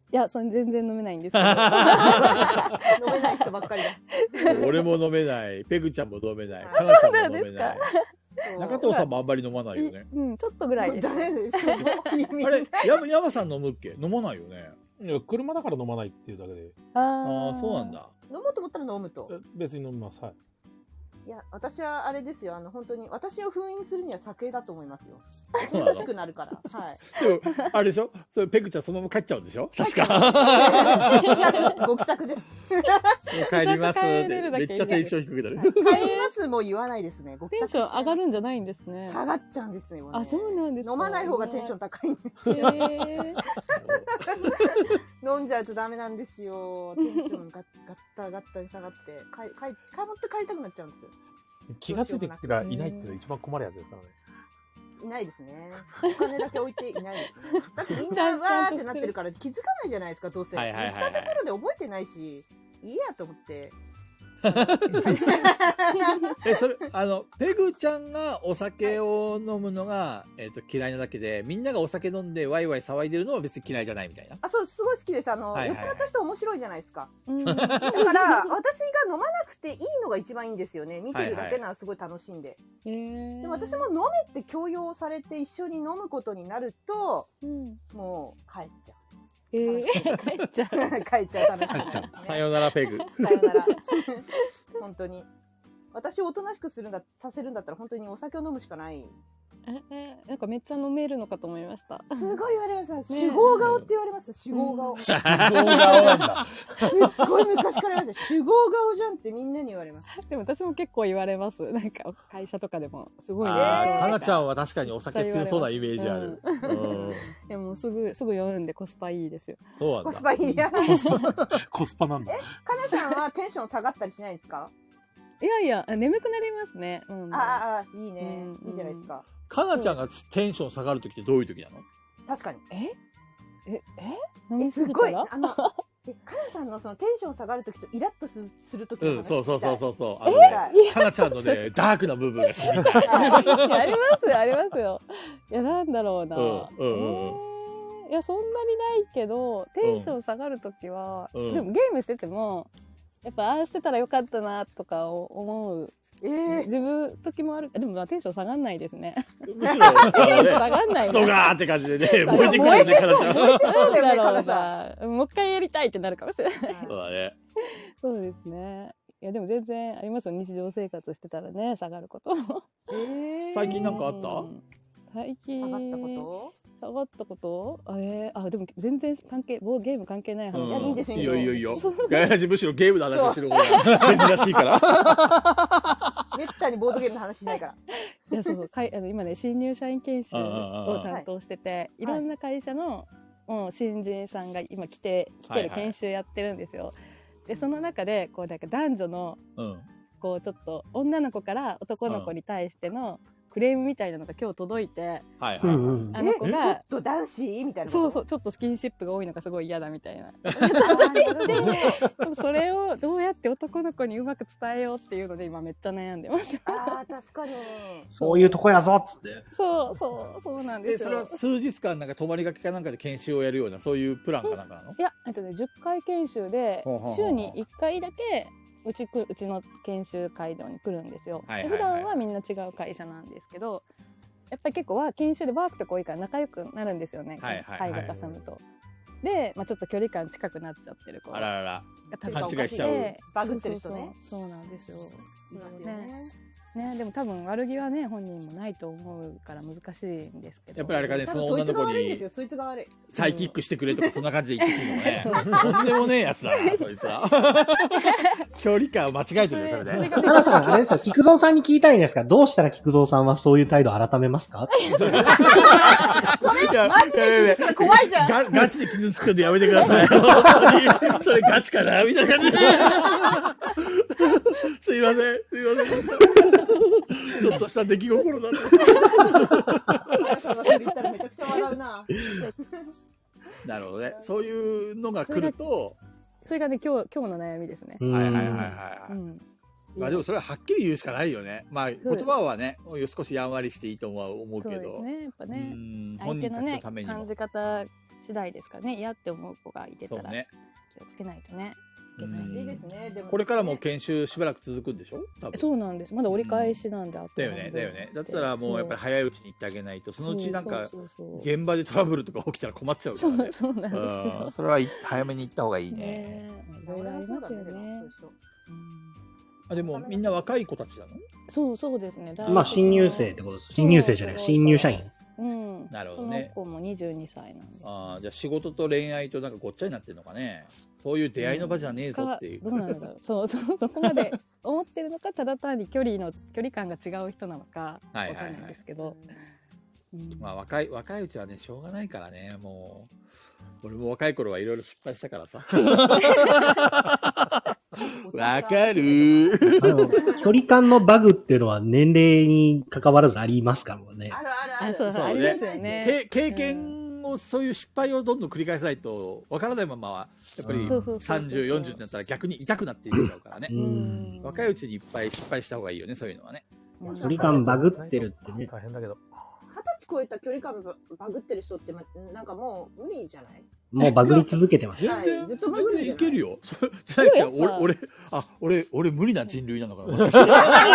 いや、それ全然飲めないんですけど。 飲めない人ばっかりだ。 俺も飲めない。ペグちゃんも飲めない。 あかなちゃんもそうなんですか飲めない。中藤さんもあんまり飲まないよね。 うん、ちょっとぐらいです。 誰でしょう。 あれ、山さん飲むっけ？飲まないよね。 いや、車だから飲まないっていうだけで。 ああ、そうなんだ。 飲もうと思ったら飲むと。 別に飲みます。はい。 いや、私はあれですよ。本当に、私を封印するには酒だと思いますよ。 そうなの楽しくなるから。はい。 でも、あれでしょ？それペグちゃんそのまま帰っちゃうんでしょ？確か。 ご帰宅です。 もう帰りますってめっちゃテンション低くなる。 帰りますも言わないですね。ご帰宅テンション上がるんじゃないんですね。 下がっちゃうんですよね。 あ、そうなんですか。 飲まない方がテンション高いんですよ。飲んじゃうとダメなんですよ。テンションガッタガッタに下がって、持って帰りたくなっちゃうんですよ。 気がついてきたらいないっていうのが一番困るやつですからね。 いないですね。お金だけ置いていないですね。だってみんなわーってなってるから気づかないじゃないですか、どうせ。言ったところで覚えてないし、いいやと思って。 それ、ペグちゃんがお酒を飲むのが、嫌いなだけで、みんながお酒飲んでワイワイ騒いでるのは別に嫌いじゃないみたいな。 あ、そう、すごい好きです。酔っはい払った人面白いじゃないですか。だから、私が飲まなくていいのが一番いいんですよね。見てるだけならすごい楽しんで。でも私も飲めって強要されて一緒に飲むことになると、もう帰っちゃう。 帰っちゃう。 帰っちゃう。楽しみですね。 さよならペグ。 さよなら。本当に。私をおとなしくさせるんだったら本当にお酒を飲むしかない。 なんかめっちゃ飲めるのかと思いました。 すごい言われます。酒豪顔って言われます。酒豪顔。 酒豪顔なんだ。 すっごい昔から言われます。酒豪顔じゃんってみんなに言われます。 でも私も結構言われます。なんか会社とかでもすごいね。 かなちゃんは確かにお酒強そうなイメージある。 でもすぐ読んでコスパいいですよ。 そうなんだ。 コスパいいや。 コスパなんだ。 かなさんはテンション下がったりしないですか？ いや眠くなりますね。 いいね。いいじゃないですか。 かなちゃんがテンション下がるときってどういうときなの？ 確かに。 飲みすぎごい。 たら？ かなさんのそのテンション下がるときとイラッとするときの話。 そう。かなちゃんのね、ダークな部分が知りたい。 ありますよ。いや、なんだろうな。いや、そんなにないけど、テンション下がるときは、でもゲームしてても、やっぱああしてたらよかったなとか思う。自分時もある。でもテンション下がんないですね。 むしろ、 下がんない。 クソがーって感じでね、燃えてくるよね、かなちゃん。 なんだろうさ、もう一回やりたいってなるかもしれない。 そうだね。 そうですね。いや、でも全然ありますよ。日常生活してたらね、下がること。 最近なんかあった？ 最近下がったことでも全然ゲーム関係ない話。 いいんですよ。 いいよ。ガヤラジむしろゲームの話をしてる方が珍しいから。 めったにボードゲームの話しないから。 いや、そう今ね、新入社員研修を担当してて、いろんな会社の新人さんが今来てる研修やってるんですよ。で、その中でこうなんか男女のこうちょっと女の子から男の子に対してのクレームみたいなのが今日届いて、あの子がちょっと男子みたいな。 そうちょっとスキンシップが多いのがすごい嫌だみたいな。それをどうやって男の子にうまく伝えようっていうので今めっちゃ悩んでます。 確かに。 そういうとこやぞっつって。 そうなんですよ。 それは数日間なんか泊まりがけかなんかで研修をやるようなそういうプランかなんかなの？ いや、10回研修で週に1回だけうちの研修会場に来るんですよ。普段はみんな違う会社なんですけど、やっぱり結構研修でワークとか多いから仲良くなるんですよね、海外さんと。で、ちょっと距離感近くなっちゃってる子あら勘違いしちゃう。 バグってる人ね。 そうなんですよ。ね、でも多分悪気はね本人もないと思うから難しいんですけど、 やっぱりあれかね、その女の子にサイキックしてくれとかそんな感じで言ってくるのね。とんでもねえやつだな、そいつは。距離感を間違えてるよ、それね。 かなさん、あれですよ、菊蔵さんに聞いたいんですか？どうしたら菊蔵さんはそういう態度を改めますか？ それマジで怖いじゃん。 ガチで傷つくんでやめてください。本当にそれガチかなみたいな感じで。すいません。ちょっとした出来心だった。 めちゃくちゃ笑うな。 なるほどね。そういうのが来ると、 それがね今日の悩みですね。 まあでもそれははっきり言うしかないよね。まあ言葉はね、少しやんわりしていいと思うけど。 そうですね。やっぱね。 本人たちのためにも。 感じ方次第ですかね。嫌って思う子がいてたら、 ね、 気をつけないとね。 いいですね。でもこれからも研修しばらく続くんでしょ？多分そうなんです。まだ折り返しなんで、 だよね。だったらもうやっぱり早いうちに行ってあげないと、そのうちなんか現場でトラブルとか起きたら困っちゃうからね。 そうなんですよ。 それは早めに行った方がいいね。 いろいろありますよね。 でもみんな若い子たちなの？そうですね。 まあ新入生ってことです。新入生じゃない、新入社員。 なるほどね。 その子も22歳なんで。 じゃあ仕事と恋愛となんかごっちゃになってるのかね。そういう出会いの場じゃねえぞっていう。 どうなんだろう。そこまで思ってるのか、ただ単に距離感が違う人なのかわかんないんですけど。 まあ若いうちはねしょうがないからね。もう俺も若い頃はいろいろ失敗したからさ。わかる。 距離感のバグっていうのは年齢に関わらずありますからね。 あそうありますよね。 経験をそういう失敗をどんどん繰り返さないとわからないままはやっぱり30、40になったら逆に痛くなっていっちゃうからね。若いうちにいっぱい失敗した方がいいよね、そういうのはね。 距離感バグってるってね。 大変だけど。 20歳超えた距離感バグってる人ってなんかもう無理じゃない？ もうバグり続けてます。 全然いけるよ。俺無理な人類なのかな、もしかして。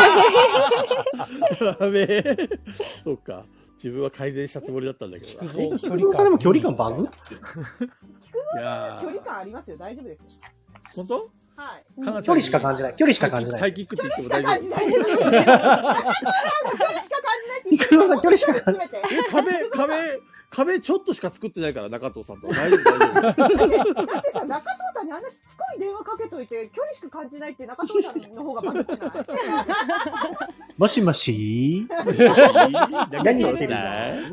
やべえ。そうか。自分は改善したつもりだったんだけどな。 菊蔵さんでも距離感バグってる？ いや距離感ありますよ。大丈夫です。 本当？ はい。 距離しか感じない。距離しか感じない。 サイキックって言っても大丈夫。 菊蔵さん距離しか感じない。 壁ちょっとしか作ってないから中藤さんと大丈夫。 だってさ、中藤さんにあんなしつこい電話かけといて距離しか感じないって中藤さんの方がバグってない？ もしもし何言ってるの？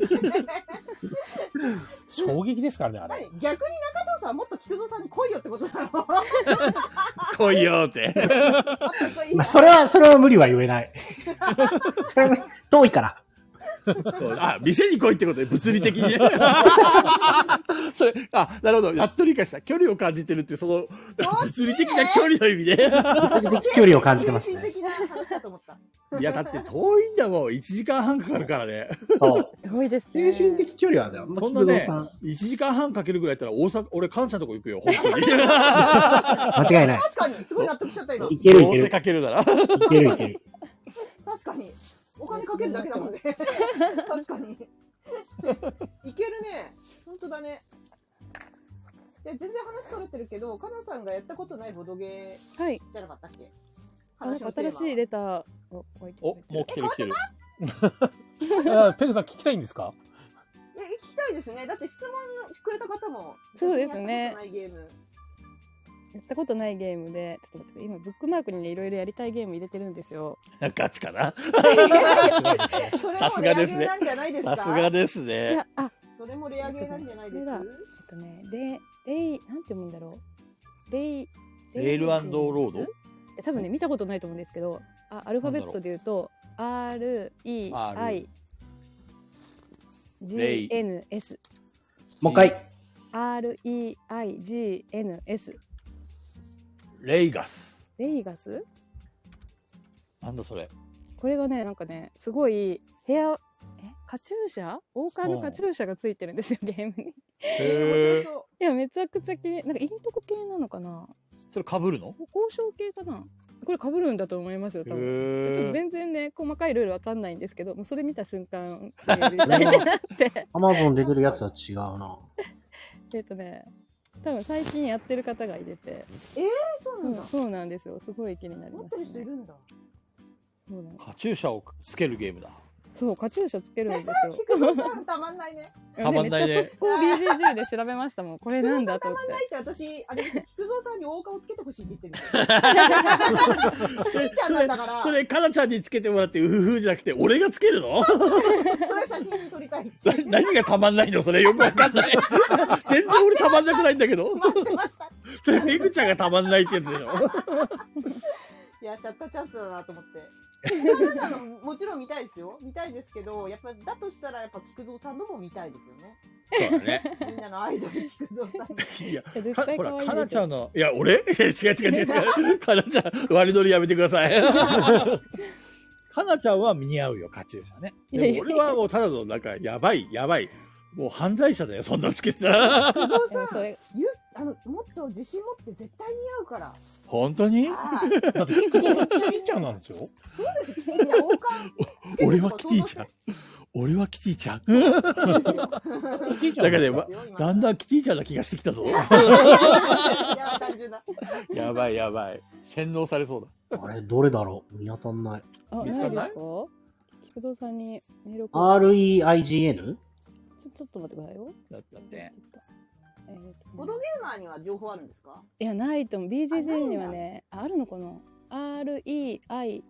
衝撃ですからね、あれ。 逆に中藤さんはもっと菊蔵さんに来いよってことだろ。 来いよって。 まあそれは無理は言えない。それは遠いから。 店に来いってことで物理的にね。それ、なるほど。やっと理解した。距離を感じてるって、その、物理的な距離の意味で。 距離を感じてますね。 いや、だって遠いんだもん。1時間半かかるからね。 そう。 遠いですね。 精神的距離はね、 そんなね、1時間半かけるぐらいだったら、俺、感謝のとこ行くよ、本当に。 間違いない。 確かに、すごい納得しちゃった今。 いける。 どうせかけるなら。 いける。 確かに。お金かけるだけだもんね。確かに。いけるね。本当だね。全然話それてるけど、かなさんがやったことないボドゲーじゃなかったっけ？ 新しいレターもう来てる。 ペグさん聞きたいんですか？ 聞きたいですね。だって質問くれた方も。 そうですね。 やっったことないゲームで、ちょっと待って、今ブックマークにね、いろいろやりたいゲーム入れてるんですよ。 ガチかな？ さすがですね。 さすがですね。 いや、 それもレアゲーなんじゃないですか？ なんて読むんだろう。レール&ロード？ 多分ね、見たことないと思うんですけど、アルファベットで言うと、REIGNS。 もう一回。 REIGNS。 レイガスなんだそれ。 これがね、なんかね、すごいカチューシャ、王冠のカチューシャがついてるんですよ、ゲームに。いや、めちゃくちゃなんかイントコ系なのかな。 それ被るの？ 交渉系かな。これ被るんだと思いますよ、多分。ちょっと全然ね、細かいルールわかんないんですけど、もうそれ見た瞬間、やりたいってなって。 Amazon 出てるやつは違うな。 多分最近やってる方がいてて。 そうなんだ。 そうなんですよ。すごい気になります、ね。 持ってる人いるんだ。 カチューシャをつけるゲームだ。 そう、カチューシャつけるんですよ。 たまんないね。 たまんないね。 速攻 BGG で調べましたもん。これなんだと思って。 たまんないって私、菊蔵さんに王冠をつけてほしいって言ってる。ちゃんなんだから。 それ、かなちゃんにつけてもらって、うふふじゃなくて、俺がつけるの？ それ写真に撮りたい。 何がたまんないの？それよくわかんない。全然俺たまんなくないんだけど。 待ってました。 それ、めぐちゃんがたまんないってやつでしょ。 いや、シャッターチャンスだなと思って。もちろん見たいですよ。見たいですけど、やっぱだとしたらやっぱ菊蔵さんのも見たいですよね。 そうだね。 みんなのアイドル菊蔵さん。 いや、ほら、かなちゃんの、いや、俺？違う。かなちゃん、割り取りやめてください。かなちゃんは見に合うよ、カチューシャね。でも俺はもうただのなんか、やばい。 もう犯罪者だよ、そんなつけてたら。 不動産もっと自信持って絶対似合うから。 本当に？ だって菊蔵さんキティちゃんなんですよ。 そうです。いや、王冠。 俺はキティちゃん。俺はキティちゃん。だからね、だんだんキティちゃんな気がしてきたぞ。やばいやばい。洗脳されそうだ。あれ、どれだろう？見当たんない。 見つかんない？菊蔵さんにメール。 REIGN？ ちょっと待ってくださいよ。 だったね。 ボドゲーマーには情報あるんですか？ いや、ないと思う。BGG にはね、あるのかな？ REIGNS。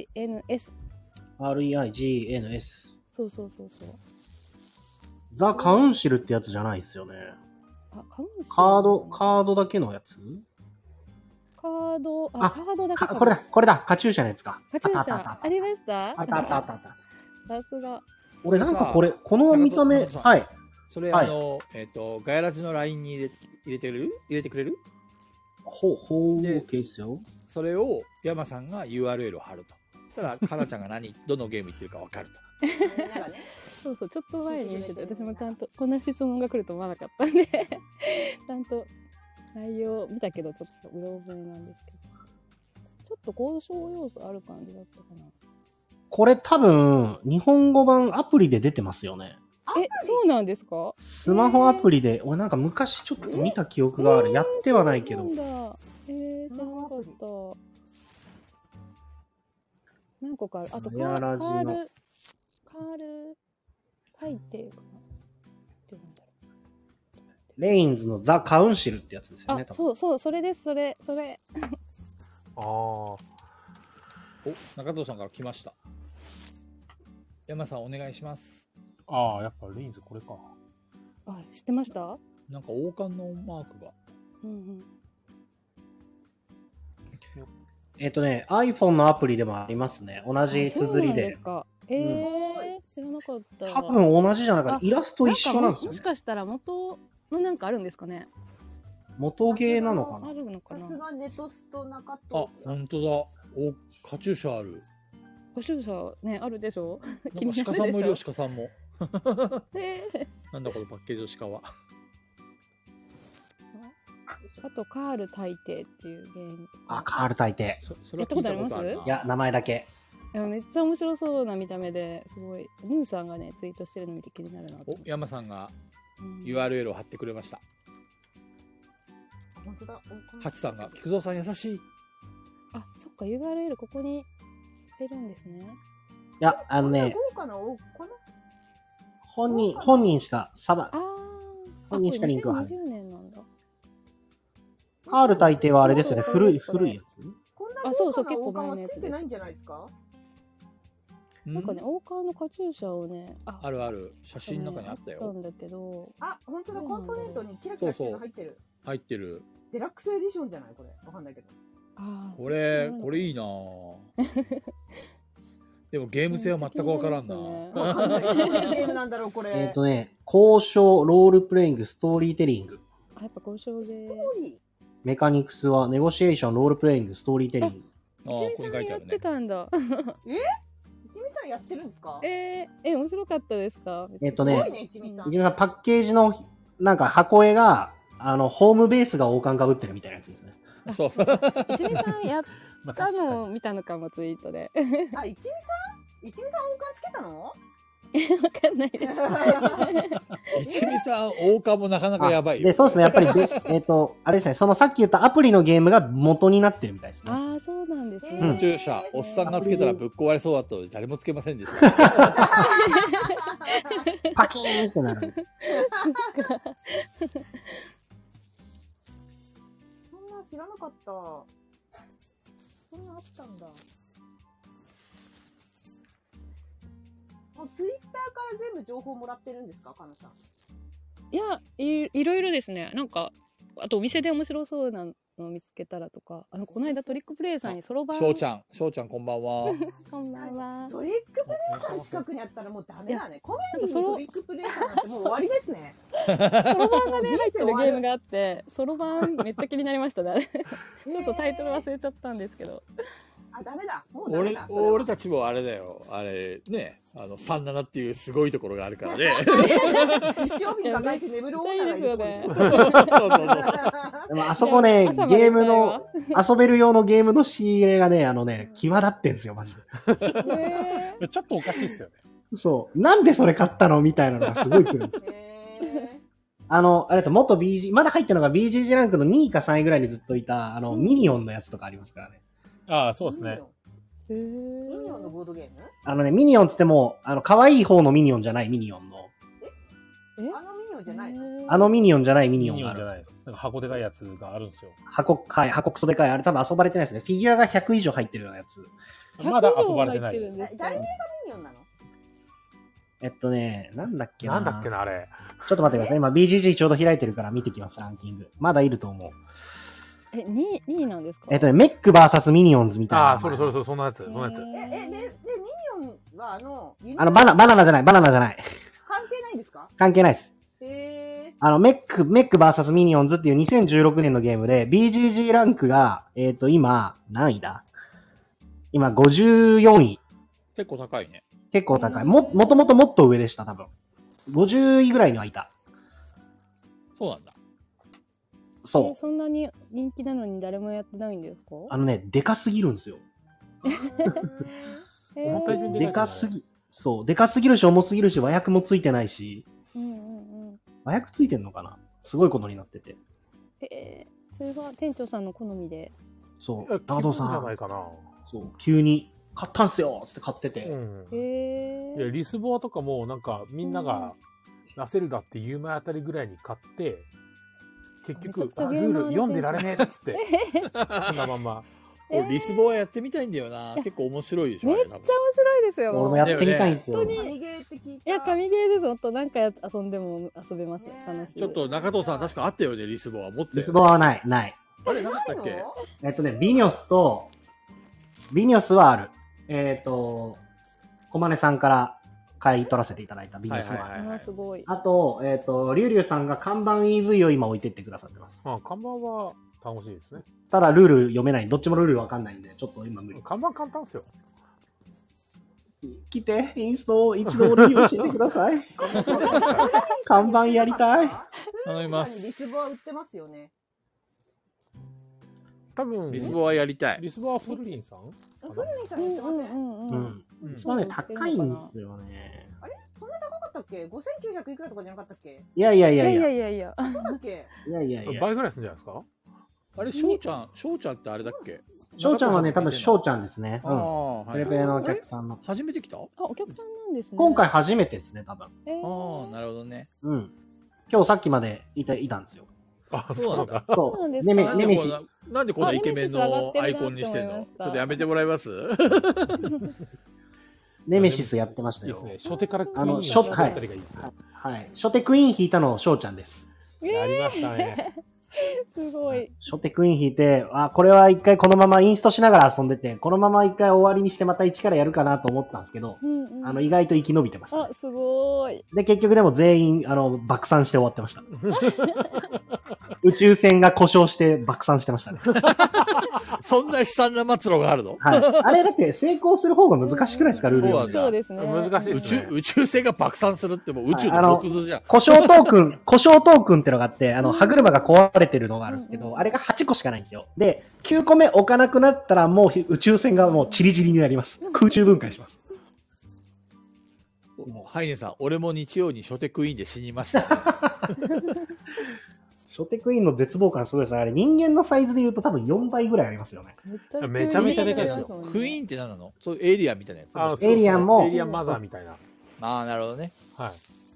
REIGNS。 そうそうそうそう。 ザ・カウンシルってやつじゃないですよね。 あ、カウンシル？ カードだけのやつ？ カードだけ。 これだ、カチューシャのやつか。 カチューシャ、ありました？ あった。 さすが。 俺なんかこの見た目、はい。 それガヤラジの LINE に入れてくれる？ ほう、OK ですよ。 それを山さんが URL を貼ると。そしたら、かなちゃんがどのゲーム行ってるか分かると。 そうそう、ちょっと前に見てて、私もちゃんと、こんな質問が来ると思わなかったんで、ちゃんと内容見たけど、ちょっとうろ覚えなんですけど、ちょっと交渉要素ある感じだったかな。 これ多分、日本語版アプリで出てますよね。 そうなんですか？ スマホアプリで、俺なんか昔ちょっと見た記憶がある。やってはないけど。 知らなかった。何個かある。あとカール大抵かな。 レインズのザ・カウンシルってやつですよね。 そう、それです、それ。 お、中藤さんから来ました。山さんお願いします。 やっぱレインズこれか。 知ってました？ なんか王冠のマークが。 iPhone のアプリでもありますね。同じ綴りで。 そうなんですか。知らなかった。 多分同じじゃなかった。イラスト一緒なんですよ。 もしかしたら元のなんかあるんですかね。 元ゲーなのかな。 あるのかな。 さすがネトスト中藤。 本当だ。カチューシャある。 カチューシャね、あるでしょ。 なんか鹿さんもいるよ、鹿さんも。なんだこのパッケージの鹿は。 あとカール大帝っていうゲーム。 カール大帝。 やったことあります？ いや、名前だけ。 めっちゃ面白そうな見た目ですごい。ルンさんがねツイートしてるの見て気になるなと。 山さんが URL を貼ってくれました。ハチさんが菊蔵さん優しい。 そっか URL ここに出るんですね。 いや本人しか本人しかリンクは貼る。カール大帝はあれですよね。古いやつ。 そう結構前のやつです。 ないんじゃないですか？ なんかね、王冠のカチューシャをね、 ある写真の中にあったよ。 あったんだけど、 本当だ、コンポーネントにキラキラしてるの入ってる。 入ってる。 デラックスエディションじゃないこれ。わかんないけど。 これいいなぁ。でもゲーム性は全くわからんな。 わかんない。どういうゲームなんだろうこれ。 交渉、ロールプレイング、ストーリーテリング。 やっぱ交渉で。 メカニクスはネゴシエーション、ロールプレイング、ストーリーテリング。 一味さんやってたんだ。 一味さんやってるんですか？ 面白かったですか？ 一味さんパッケージのなんか箱絵がホームベースが王冠かぶってるみたいなやつですね。 そう。 一味さんやったのを見たのかもツイートで。 一味さん王冠つけたの？ わかんないです。 一味さん王冠もなかなかやばいよ。 で、そうですね。やっぱりあれですね。そのさっき言ったアプリのゲームが元になってるみたいですね。 そうなんですね。 カチューシャ、おっさんがつけたらぶっ壊れそうだったので誰もつけませんでした。 パキーンってなる。 そんな知らなかった。そんなあったんだ。ツイッターから全部情報もらってるんですか、かなさん。 いや、いろいろですね。なんかあとお店で面白そうなのを見つけたらとか、この間トリックプレイさんにそろばん。 翔ちゃんこんばんは。 こんばんは。 トリックプレイさん近くにあったらもうダメだね。コメディにトリックプレイさんなんてもう終わりですね。 そろばんがね入ってるゲームがあって、そろばんめっちゃ気になりましたね。ちょっとタイトル忘れちゃったんですけど。 あ、ダメだ。もうダメだ。 俺たちもあれだよ。あれ、ね、37っていうすごいところがあるからね。 一生日抱えて眠る女がいるとこでしょ。 でもあそこね、ゲームの、遊べる用のゲームの仕入れがね、際立ってんすよ、マジで。ちょっとおかしいっすよね。 そう。なんでそれ買ったのみたいなのがすごい来る。あれです、元 BG、まだ入ってるのが BGG ランクの2位か3位ぐらいにずっといた、ミニオンのやつとかありますからね。 ああ、そうですね。 ミニオンのボードゲーム？ ミニオンつっても、可愛い方のミニオンじゃないミニオンの。 あのミニオンじゃないの？ あのミニオンじゃないミニオンがある。 ミニオンじゃないです。なんか箱でかいやつがあるんですよ。 はい、箱クソでかい。あれ多分遊ばれてないですね。フィギュアが100以上入ってるようなやつ。 まだ遊ばれてないです。 題名がミニオンなの？ なんだっけな。 なんだっけな、あれ。 ちょっと待ってください。今 BGG ちょうど開いてるから見てきます、ランキング。まだいると思う。 2位なんですか？ メック VS ミニオンズみたいな。 ああ、それ、そんなやつ、そんなやつ。 で、ミニオンはバナナじゃない。 関係ないんですか？ 関係ないです。 メック VS ミニオンズっていう2016年のゲームで、BGG ランクが、今、何位だ？今、54位。 結構高いね。 結構高い。もともともっと上でした、多分。50位ぐらいにはいた。 そうなんだ。 そう。 そんなに人気なのに誰もやってないんですか？ でかすぎるんですよ。でかすぎるし、重すぎるし、和訳もついてないし。和訳ついてんのかな？すごいことになってて。 それは店長さんの好みで。 そう。長藤さん。 じゃないかな。 そう。急に、買ったんすよつって買ってて。 いや、リスボアとかもなんかみんながナセルダって有名あたりぐらいに買って、結局ルール読んでられねえっつって、そんなまま。 俺リスボアやってみたいんだよな。結構面白いでしょ。 めっちゃ面白いですよ。 俺もやってみたいんですよ。 神ゲーって聞いた。 いや、神ゲーです。本当なんか遊んでも遊べます。楽しい。 ちょっと中藤さん確かあったよね、リスボア持って。 リスボアはない。 あれなかったっけ？ ビニョスはある。小金さんから買い取らせていただいたビニョスは。 すごい。 あと、リュウリュウさんが看板 EV を今置いてってくださってます。 看板は楽しいですね。 ただルール読めない。どっちもルールわかんないんで、ちょっと今無理。 看板簡単ですよ。 来て、インストを一度俺に教えてください。看板やりたい。 頼みます。 リスボア売ってますよね。 多分リスボアやりたい。 リスボアフルリンさん？ フルリンさんやってますね。 リスボアね、高いんですよね。 あれそんな高かったっけ？ 5,900 いくらとかじゃなかったっけ？ いや。 そうだっけ？ いや。 倍ぐらいするんじゃないですか？ あれ、翔ちゃんってあれだっけ？ 翔ちゃんはね、多分翔ちゃんですね。ペレペレのお客さんの。 初めて来た？ お客さんなんですね。 今回初めてですね、多分。 なるほどね。 今日さっきまでいたんですよ。 あ、そうなんだ。 そう。 ネメシ。 なんでこんなイケメンのアイコンにしてんの？ちょっとやめてもらえます？ ネメシスやってましたよ。 初手からクイーン引いたあたりがいいですね。 はい。初手クイーン引いたの翔ちゃんです。 やりましたね。 すごい。 初手クイーン引いて、これは一回このままインストしながら遊んでて、このまま一回終わりにしてまた一からやるかなと思ったんですけど、意外と生き延びてました、ね。 あ、すごい。 で、結局でも全員、爆散して終わってました。宇宙船が故障して爆散してましたね。 そんな悲惨な末路があるの？ はい。あれだって成功する方が難しくないですか、ルール。 そうですね。 難しいですね。 宇宙船が爆散するってもう宇宙の極図じゃん。 故障トークンってのがあって、歯車が壊れてるのがあるんですけど、あれが8個しかないんですよ。で、9個目置かなくなったらもう宇宙船がもうチリチリになります。空中分解します。 ハイネさん、俺も日曜に初手クイーンで死にました、ね。 初手クイーンの絶望感すごいですね。あれ人間のサイズで言うと多分4倍ぐらいありますよね。 めちゃめちゃでかいですよ。 クイーンって何なの？そうエイリアンみたいなやつ。 エイリアンも。 エイリアンマザーみたいな。 ああ、なるほどね。 はい。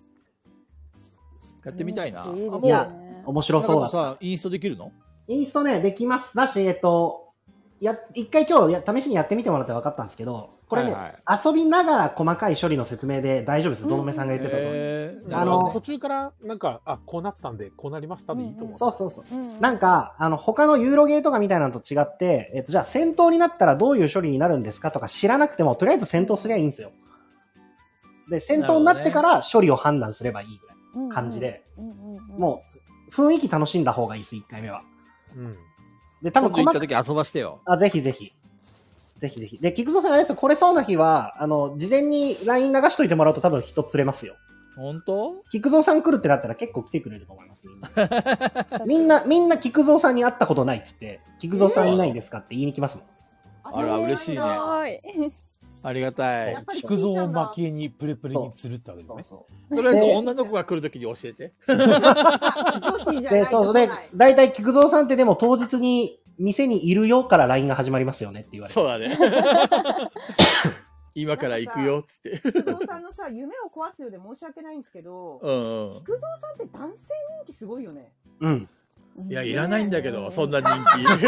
やってみたいな。 いや、面白そうだ。 さ、インストできるの？ インストね、できます。だし、一回今日試しにやってみてもらって分かったんですけど、これね、遊びながら細かい処理の説明で大丈夫です。どのめさんが言ってた通り。 途中からなんか、こうなってたんで、こうなりましたでいいと思う。 そう。なんか、他のユーロゲーとかみたいなのと違って、じゃあ戦闘になったらどういう処理になるんですかとか知らなくても、とりあえず戦闘すりゃいいんですよ。で、戦闘になってから処理を判断すればいいぐらい感じで、もう、雰囲気楽しんだ方がいいです、1回目は。で、多分今度行った時遊ばしてよ。 ぜひぜひ。 ぜひぜひ。で、菊蔵さんあれですよ、来れそうな日は、事前に LINE 流しといてもらうと多分人釣れますよ。 本当？ 菊蔵さん来るってなったら結構来てくれると思います、みんな菊蔵さんに会ったことないっつって、菊蔵さんいないんですかって言いに来ますもん。 あら、嬉しいね。ありがたい。 菊蔵負けにプレプレに釣るってわけですね。 とりあえず女の子が来るときに教えて。 で、そうで、だいたい菊蔵さんってでも当日に店にいるよから LINE が始まりますよねって言われて。 そうだね。今から行くよっつって。 菊蔵さんのさ、夢を壊すようで申し訳ないんですけど、菊蔵さんって男性人気すごいよね。 うん。 いや、いらないんだけど、そんな人気。いや、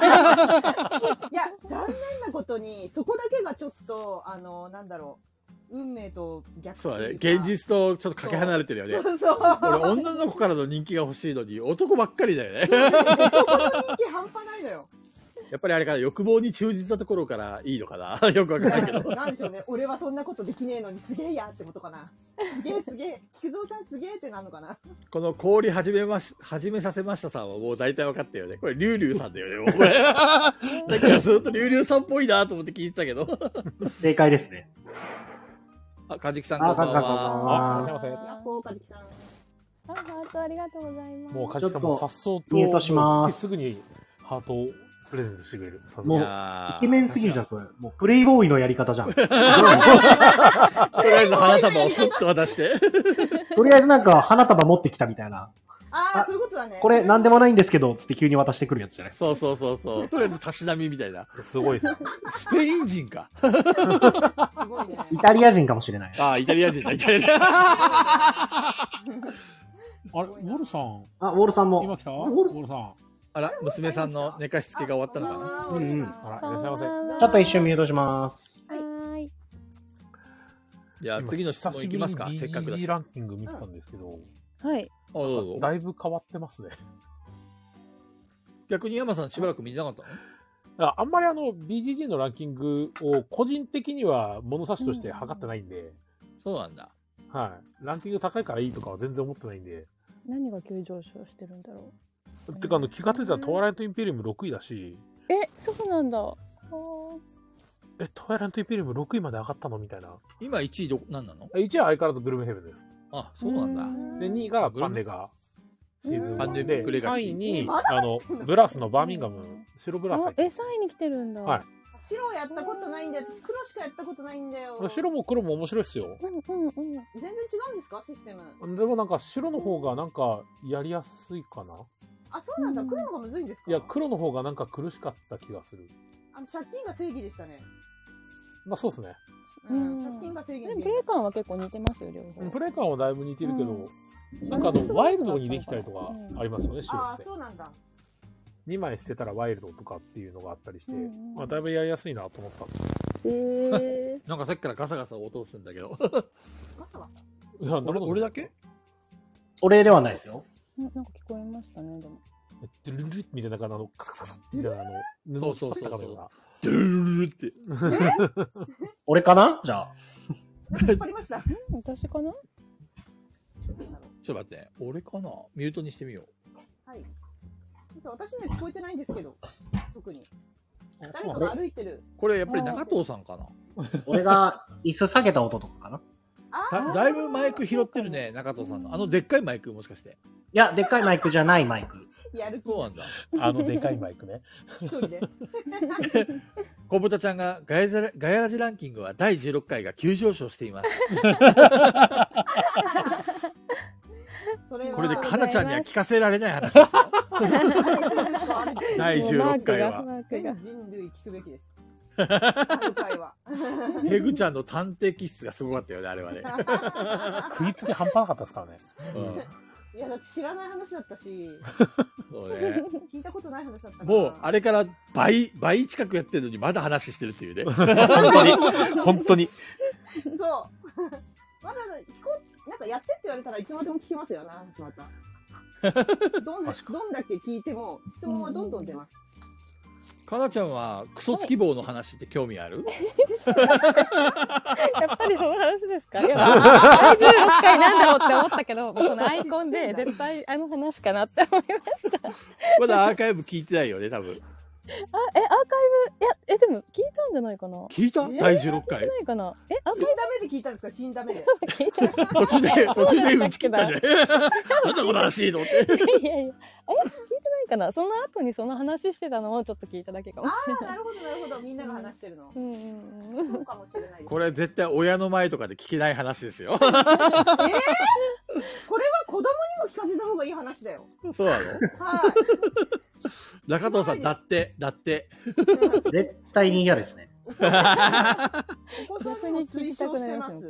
残念なことに、そこだけがちょっと、なんだろう、運命と逆。 そうだね。現実とちょっとかけ離れてるよね。俺、女の子からの人気が欲しいのに、男ばっかりだよね。 男の人気半端ないのよ。 やっぱりあれかな、欲望に忠実なところからいいのかな。よくわかんないけど。 なんでしょうね。俺はそんなことできねえのにすげえやってことかな。すげえすげえ。菊蔵さんすげえってなんのかな。 この氷始めさせましたさんはもう大体分かったよね。これ、リュウリュウさんだよね、もうこれ。だからずっとリュウリュウさんっぽいなと思って聞いてたけど。 正解ですね。 あ、かじきさんこんばんは。 あ、すいません。 かじきさん。 ハートありがとうございます。 もうかじきさんもさっそうと、 ミュートします。 すぐにハートをプレゼントしてくれる。 もう、イケメンすぎるじゃん、それ。もう、プレイボーイのやり方じゃん。とりあえず花束をスッと渡して。 とりあえずなんか、花束持ってきたみたいな。 ああ、そういうことだね。 これ、なんでもないんですけど、つって急に渡してくるやつじゃない？ そう。とりあえず、たしなみみたいな。 すごいです。 スペイン人か。 すごいね。 イタリア人かもしれない。 ああ、イタリア人だ、イタリア人。 あれ、ウォルさん。 あ、ウォルさんも。 今来た？ウォルさん。 あら、娘さんの寝かしつけが終わったのかな。 うん。 あら、いらっしゃいませ。 ちょっと一瞬ミュートします。 はい。 じゃあ、次の質問いきますか。せっかくだし。 ランキング見てたんですけど。 はい。 だいぶ変わってますね。 逆に山さんしばらく見てなかったの？あんまりBGG のランキングを個人的には物差しとして測ってないんで。 そうなんだ。 はい。ランキング高いからいいとかは全然思ってないんで。 何が急上昇してるんだろう。てか気がついたらトワイライトインペリウム6位だし。 そうなんだ。 トワイライトインペリウム6位まで上がったのみたいな。 今1位何なの？ 1位は相変わらずグルメヘブンです。 あ、そうなんだ。 で、2位がパンレガシーズン1で、 3 位に、ブラスのバーミンガム、白ブラス。 3位に来てるんだ。 はい。 白やったことないんだよ。私黒しかやったことないんだよ。 白も黒も面白いっすよ。 全然違うんですかシステム。 でもなんか白の方がなんかやりやすいかな。 あ、そうなんだ。黒の方がむずいんですか？ いや、黒の方がなんか苦しかった気がする。 借金が正義でしたね。 まあそうですね。 借金が正義。 でもプレイ感は結構似てますよ、両方。 プレイ感はだいぶ似てるけど、なんかワイルドにできたりとかありますよね、白って。 あ、そうなんだ。 2枚捨てたらワイルドとかっていうのがあったりして、まあだいぶやりやすいなと思ったんです。なんかさっきからガサガサ音するんだけど。ガサガサ？ いや、俺だけ？ 俺ではないですよ。 なんか聞こえましたね、でも。 ドゥルルルみたいなカサカサみたいなそう。 ドゥルルルって。 俺かな？じゃあ。 引っ張りました。 私かな？ ちょっと待って、俺かな？ミュートにしてみよう。はい。私には聞こえてないんですけど、特に。誰かが歩いてる。 これやっぱり中藤さんかな？ 俺が椅子下げた音とかかな？ だいぶマイク拾ってるね、中藤さんの。でっかいマイクもしかして。 いや、でっかいマイクじゃないマイク。 そうなんだ。 でかいマイクね。 一人で。 小豚ちゃんがガヤラジランキングは第16回が急上昇しています。これでかなちゃんには聞かせられない話ですよ。第16回は。 全人類聞くべきです。 ヘグちゃんの探偵気質がすごかったよね、あれはね。 食いつき半端なかったですからね。 いや、だって知らない話だったし。 そうね。 聞いたことない話だったから。 もう、あれから倍近くやってるのにまだ話してるっていうね。 本当に。 そう。まだ、なんかやってって言われたらいつまでも聞きますよな、また。どんだけ聞いても、質問はどんどん出ます。 かなちゃんはクソつき棒の話って興味ある？ やっぱりその話ですか？いや、第16回なんだろうって思ったけど、このアイコンで絶対あの話かなって思いました。 まだアーカイブ聞いてないよね、多分。 ーカイブ、でも聞いたんじゃないかな。 聞いた第16回。 聞いてないかな。 死んだ目で聞いたんですか？死んだ目で。 途中で打ち切ったんじゃないなんだこの話と思って。 いや、聞いてないかな。その後にその話してたのをちょっと聞いただけかもしれない。 なるほど、なるほど。みんなが話してるの。そうかもしれない。 これ絶対親の前とかで聞けない話ですよ。 これは子供にも聞かせた方がいい話だよ。 そうなの？はい。中藤さん、だって。 絶対に嫌ですね。 逆に推奨してます。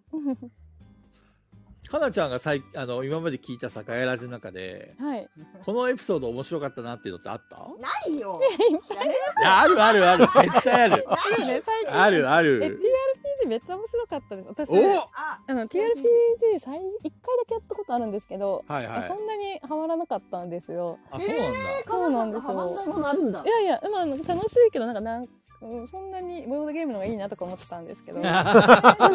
かなちゃんが今まで聞いたさ、ガヤラジの中で、このエピソード面白かったなっていうのってあった？ ないよ。 いや、ある。絶対ある。ある。 TRPG めっちゃ面白かったです。私、TRPG 1回だけやったことあるんですけど、そんなにハマらなかったんですよ。 あ、そうなんだ。 そうなんですよ。いや、楽しいけど、そんなにボードゲームの方がいいなとか思ってたんですけど、この間の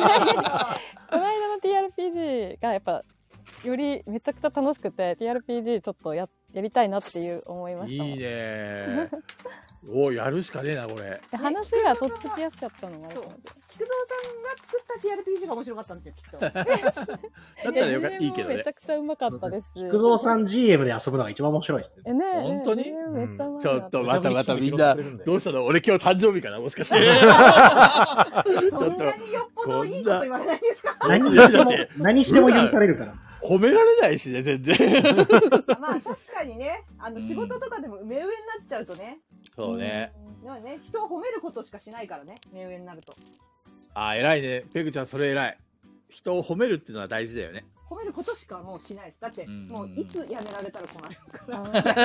TRPG がやっぱよりめちゃくちゃ楽しくて、 TRPG ちょっとやりたいなっていう思いました。 いいねやるしかねえなこれ。 話がとっつきやすかったのもあるかもしれない。 菊蔵さんが作った TRPG が面白かったんですよ、きっと。だったらよかった、いいけどね。 めちゃくちゃうまかったです。 菊蔵さん GM で遊ぶのが一番面白いですよ。 本当に？ めっちゃうまい。 ちょっとまたみんなどうしたの？俺今日誕生日かなもしかして。 そんなによっぽどいいこと言われないですか？ 何しても許されるから。 褒められないしね、全然。 まあ確かにね、仕事とかでも目上になっちゃうとね。 そうね。 人を褒めることしかしないからね、目上になると。 偉いね。ペグちゃん、それ偉い。人を褒めるっていうのは大事だよね。 褒めることしかもうしないです。だって、もういつ辞められたら困るから。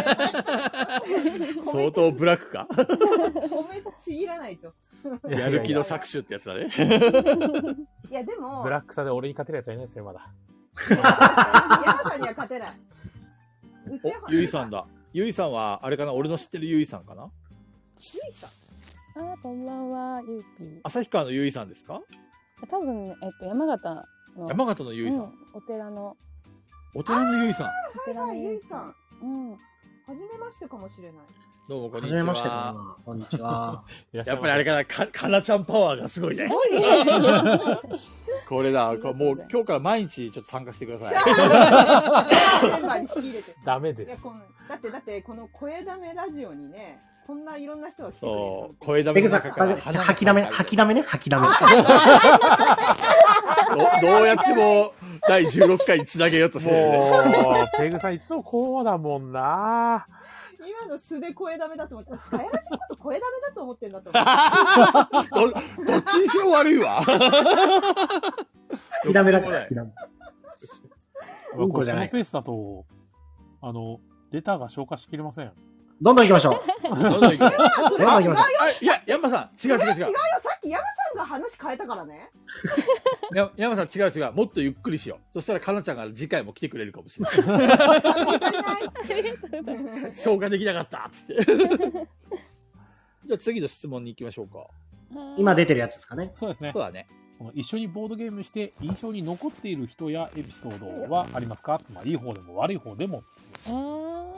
相当ブラックか？ 褒めちぎらないと。 やる気の搾取ってやつだね。 いや、でも。 ブラックさで俺に勝てるやつはいないですよ、まだ。 山さんには勝てない。 ゆいさんだ。ゆいさんは、あれかな？俺の知ってるゆいさんかな？ ゆいさん？ こんばんは、ゆいぴー。 旭川のゆいさんですか？ 多分、山形の。 山形のゆいさん。 お寺のゆいさん。 はい、ゆいさん。はじめましてかもしれない。 どうも、こんにちは。 こんにちは。 やっぱりあれかな、かなちゃんパワーがすごいね。これだ、もう今日から毎日ちょっと参加してください。 メンバーに仕入れて。 ダメです。 だって、この声だめラジオにね、こんないろんな人が来てくれる。 そう、声だめの中から吐きだめ。 どうやっても第16回につなげようとしてる。 ペグさんいつもこうだもんな。 今の素で声ダメだと思って、ガヤラジのこと声ダメだと思ってんだと思って。どっちにしろ悪いわ。 吐きだめだから、吐きだめ。 このペースだと、レターが消化しきれません。 どんどん行きましょう。 いや、山さん、違う。 違うよ、さっき山さんが話変えたからね。 山さん、違う。もっとゆっくりしよう。そしたら、かなちゃんが次回も来てくれるかもしれない。消化できなかったっつって。じゃあ次の質問に行きましょうか。 今出てるやつですかね。 そうですね。 そうだね。 一緒にボードゲームして印象に残っている人やエピソードはありますか？いい方でも悪い方でも。 印象に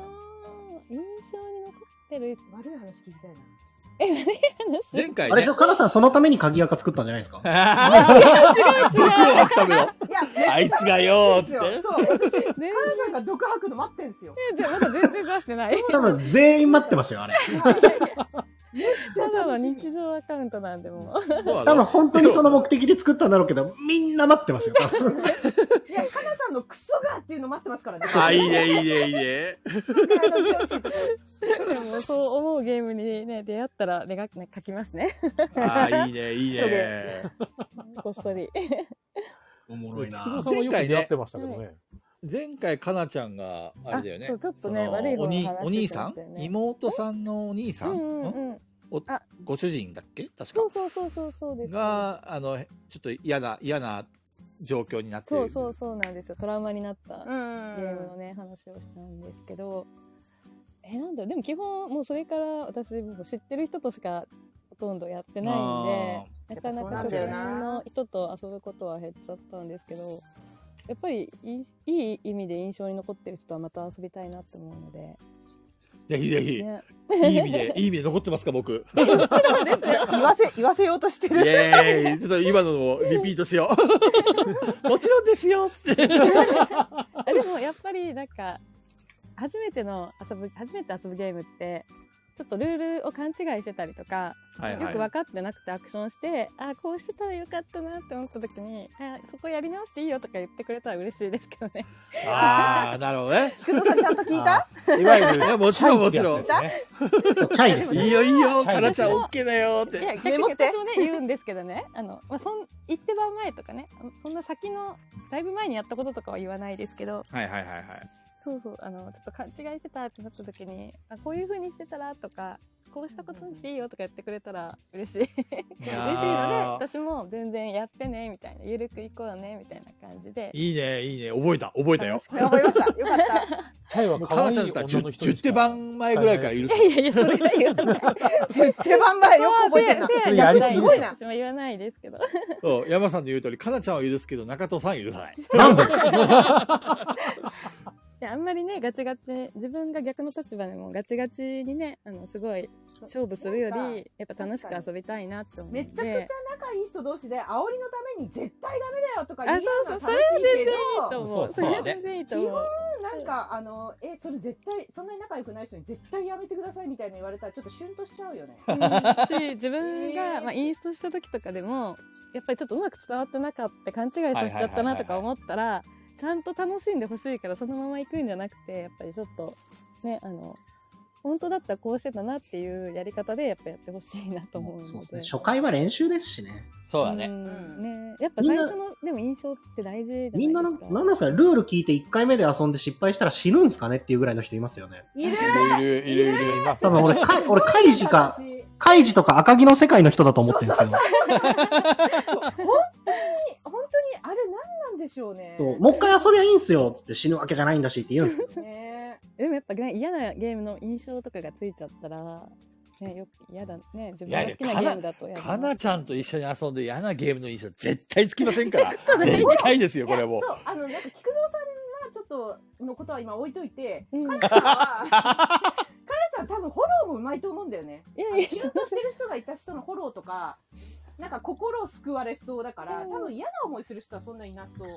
残ってる悪い話聞きたいな。 悪い話。 前回ね。 あれでしょ、かなさんそのために鍵垢作ったんじゃないですか？ 毒を吐くための。あいつがよーって。 そう、私、かなさんが毒吐くの待ってんすよ。 まだ全然出してない。 多分全員待ってますよ、あれ。 ただの日常アカウントなんでも。 多分本当にその目的で作ったんだろうけど、みんな待ってますよ。 いや、かなさんのクソがっていうの待ってますからね。 いいね。 でもそう思うゲームにね出会ったら書きますね。 いいね。 こっそり。 おもろいな。 前回出会ってましたけどね。 前回かなちゃんがあれだよね。 ちょっとね悪い方の話お兄さん、妹さんのお兄さん、ご主人だっけ確か。 そうです。 がちょっと嫌な状況になってる。 そうなんですよ。トラウマになったゲームのね話をしたんですけど、なんだろう、でも基本もうそれから私も知ってる人としかほとんどやってないんで、なかなか初見の人と遊ぶことは減っちゃったんですけど、やっぱりいい意味で印象に残ってる人はまた遊びたいなって思うので。 ぜひぜひ。 ね、 いい意味で残ってますか、僕。 もちろんですよ。言わせようとしてる。 イエーイ。ちょっと今のをリピートしよう。もちろんですよって。 でもやっぱりなんか初めて遊ぶゲームってちょっとルールを勘違いしてたりとか、よく分かってなくてアクションして、こうしてたらよかったなって思った時に、そこやり直していいよとか言ってくれたら嬉しいですけどね。 なるほどね。 工藤さんちゃんと聞いた？ いわゆるもちろんもちろん。 チャイですね。 いいよいいよ、かなちゃん OK だよって。 いや、逆に私もね言うんですけどね、一手番前とかね、そんな先のだいぶ前にやったこととかは言わないですけど。 はいはいはいはい。 そうそう、ちょっと勘違いしてたってなった時に、こういう風にしてたらとか、こうしたことにしていいよとか言ってくれたら嬉しい。嬉しいので、私も全然やってね、みたいな、ゆるくいこうね、みたいな感じで。 いいね、いいね、覚えたよ。 覚えました。よかった。 チャイは可愛い女の人 10手番前ぐらいからいる。 いや、それは言わない。 10手番前よく覚えてるな。 それやりすごいな。私も言わないですけど。 そう、山さんの言う通り、かなちゃんは許すけど、中藤さんは許さない。 なんであんまりね、ガチガチ、自分が逆の立場でもガチガチにね、すごい勝負するより、やっぱ楽しく遊びたいなって思って。 めちゃくちゃ仲いい人同士で、煽りのために絶対ダメだよとか言うのは楽しいけど、 それは全然いいと思う。それは全然いいと思う。 基本、なんか、それ絶対、そんなに仲良くない人に絶対やめてくださいみたいな言われたら、ちょっとシュンとしちゃうよね。 自分が、インストした時とかでも、やっぱりちょっとうまく伝わってなかった、勘違いさせちゃったなとか思ったら、ちゃんと楽しんでほしいからそのまま行くんじゃなくて、やっぱりちょっとね、本当だったらこうしてたなっていうやり方でやっぱやってほしいなと思うので。 そうですね。初回は練習ですしね。 そうだね。 ね、やっぱ最初のでも印象って大事じゃないですか。 みんななんですかね、ルール聞いて1回目で遊んで失敗したら死ぬんすかねっていうぐらいの人いますよね。 いるいます。 多分俺カイジとか赤城の世界の人だと思ってるんですけど。 本当にあれ何なんでしょうね。 そう、もう一回遊びゃいいんすよっつって死ぬわけじゃないんだしって言うんですよ。 でもやっぱね、嫌なゲームの印象とかがついちゃったら、ね、よく嫌だね。自分が好きなゲームだと嫌だ。 かなちゃんと一緒に遊んで嫌なゲームの印象絶対つきませんから。絶対ですよ、これも。 そう、なんか菊蔵さんはちょっとのことは今置いといて、かなさん多分フォローもうまいと思うんだよね。仕事してる人がいた人のフォローとか、なんか心を救われそうだから、多分嫌な思いする人はそんなにいなそう。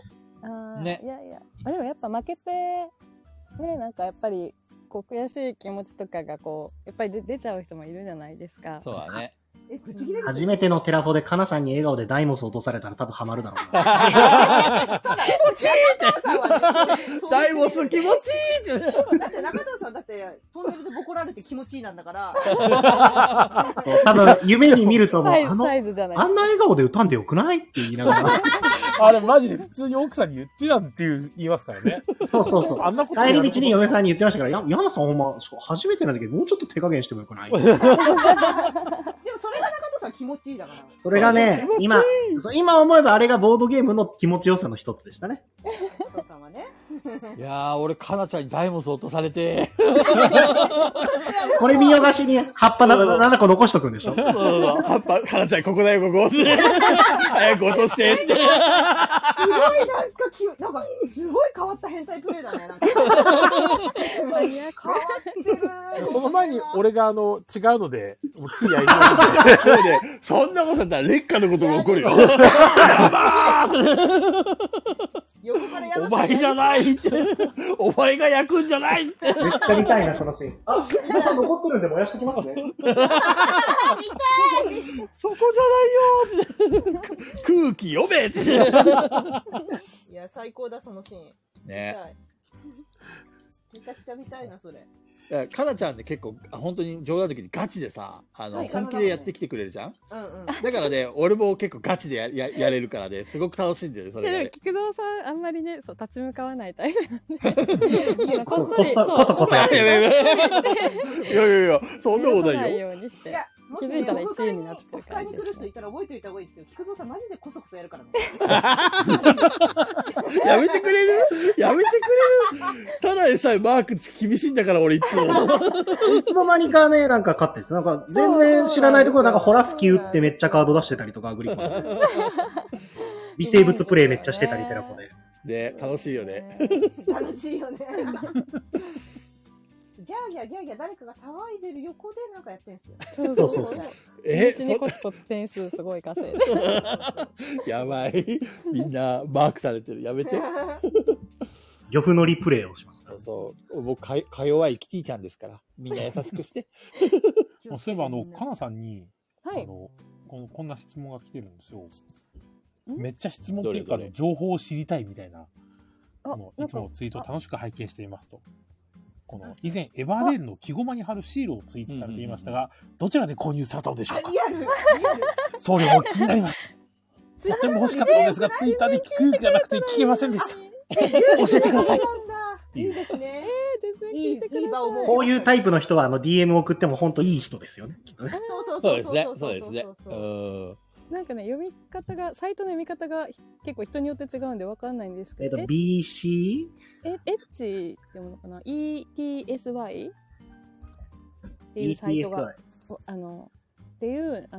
ね。いや。でもやっぱ負けて、ね、なんかやっぱり、悔しい気持ちとかがやっぱり出ちゃう人もいるじゃないですか。 そうだね。 初めてのテラフォでカナさんに笑顔でダイモス落とされたら多分ハマるだろうな。 気持ちいいってダイモス気持ちいいってだって中藤さんだってトンネルでボコられて気持ちいいなんだから多分夢に見るともうあんな笑顔で歌んでよくないって言いながらでもマジで普通に奥さんに言ってたって言いますからね。 そうあんなこと帰り道に嫁さんに言ってましたから、山さんほんま初めてなんだけどもうちょっと手加減してもよくないでもそれが中藤さん気持ちいいだから。 それがね、今思えばあれがボードゲームの気持ちよさの一つでしたね。 お父さんはね。 いやー、俺かなちゃんにダイモス落とされてこれ見よがしに葉っぱ7個残しとくんでしょ。 そう葉っぱかなちゃんここだよここ早く落としてってすごいなんかすごい変わった変態プレイだね。なんか変わってる。 その前に俺が違うのでキリやりそんなことだったら劣化のことが起こるよ。お前じゃないってお前が焼くんじゃないって。 めっちゃ見たいなそのシーン。皆さん残ってるんで燃やしてきますね。 そこじゃないよって空気読めっていや最高だそのシーンね。めちゃくちゃ見たいなそれ。 かなちゃんね結構本当に冗談の時にガチでさ本気でやってきてくれるじゃん。だからね俺も結構ガチでやれるからねすごく楽しんでるそれがね。 菊蔵さんあんまりね立ち向かわないタイプなんでこそやってる。 いやそんなことないよ。 気づいたら1位になってるから。 他に来る人いたら覚えておいた方がいいですよ。菊蔵さんマジでこそこそやるからね。 やめてくれるただでさえマーク厳しいんだから俺いつもいつの間にかねなんか勝ってですなんか全然知らないところなんかホラ吹き打ってめっちゃカード出してたりとかアグリコで微生物プレイめっちゃしてたりテラコで楽しいよね。 楽しいよね。 ギャーギャーギャーギャー誰かが騒いでる横でなんかやってるんですよ。 そうそうそう。うちにコツコツ点数すごい稼いで。 やばい。みんなマークされてる。やめて。 漁夫のリプレイをします。 そう。僕か弱いキティちゃんですから。みんな優しくして。 そういえばかなさんに、 はい、 こんな質問が来てるんですよ。めっちゃ質問っていうか情報を知りたいみたいな。いつもツイートを楽しく拝見していますと。以前エバーデールの木駒に貼るシールをツイートされていましたが、どちらで購入されたのでしょうか。 リアル送料も気になります。とても欲しかったのですが、ツイッターで聞く勇気がなくて聞けませんでした。教えてください。 いいですね。 いい場をこういうタイプの人はDM 送っても本当いい人ですよね。 そうですね。そうですね。 なんかね、読み方が、サイトの読み方が結構人によって違うんで分かんないんですけど。 BC？ エッチって読むのかな？ ETSY？ っていうサイトが、っていう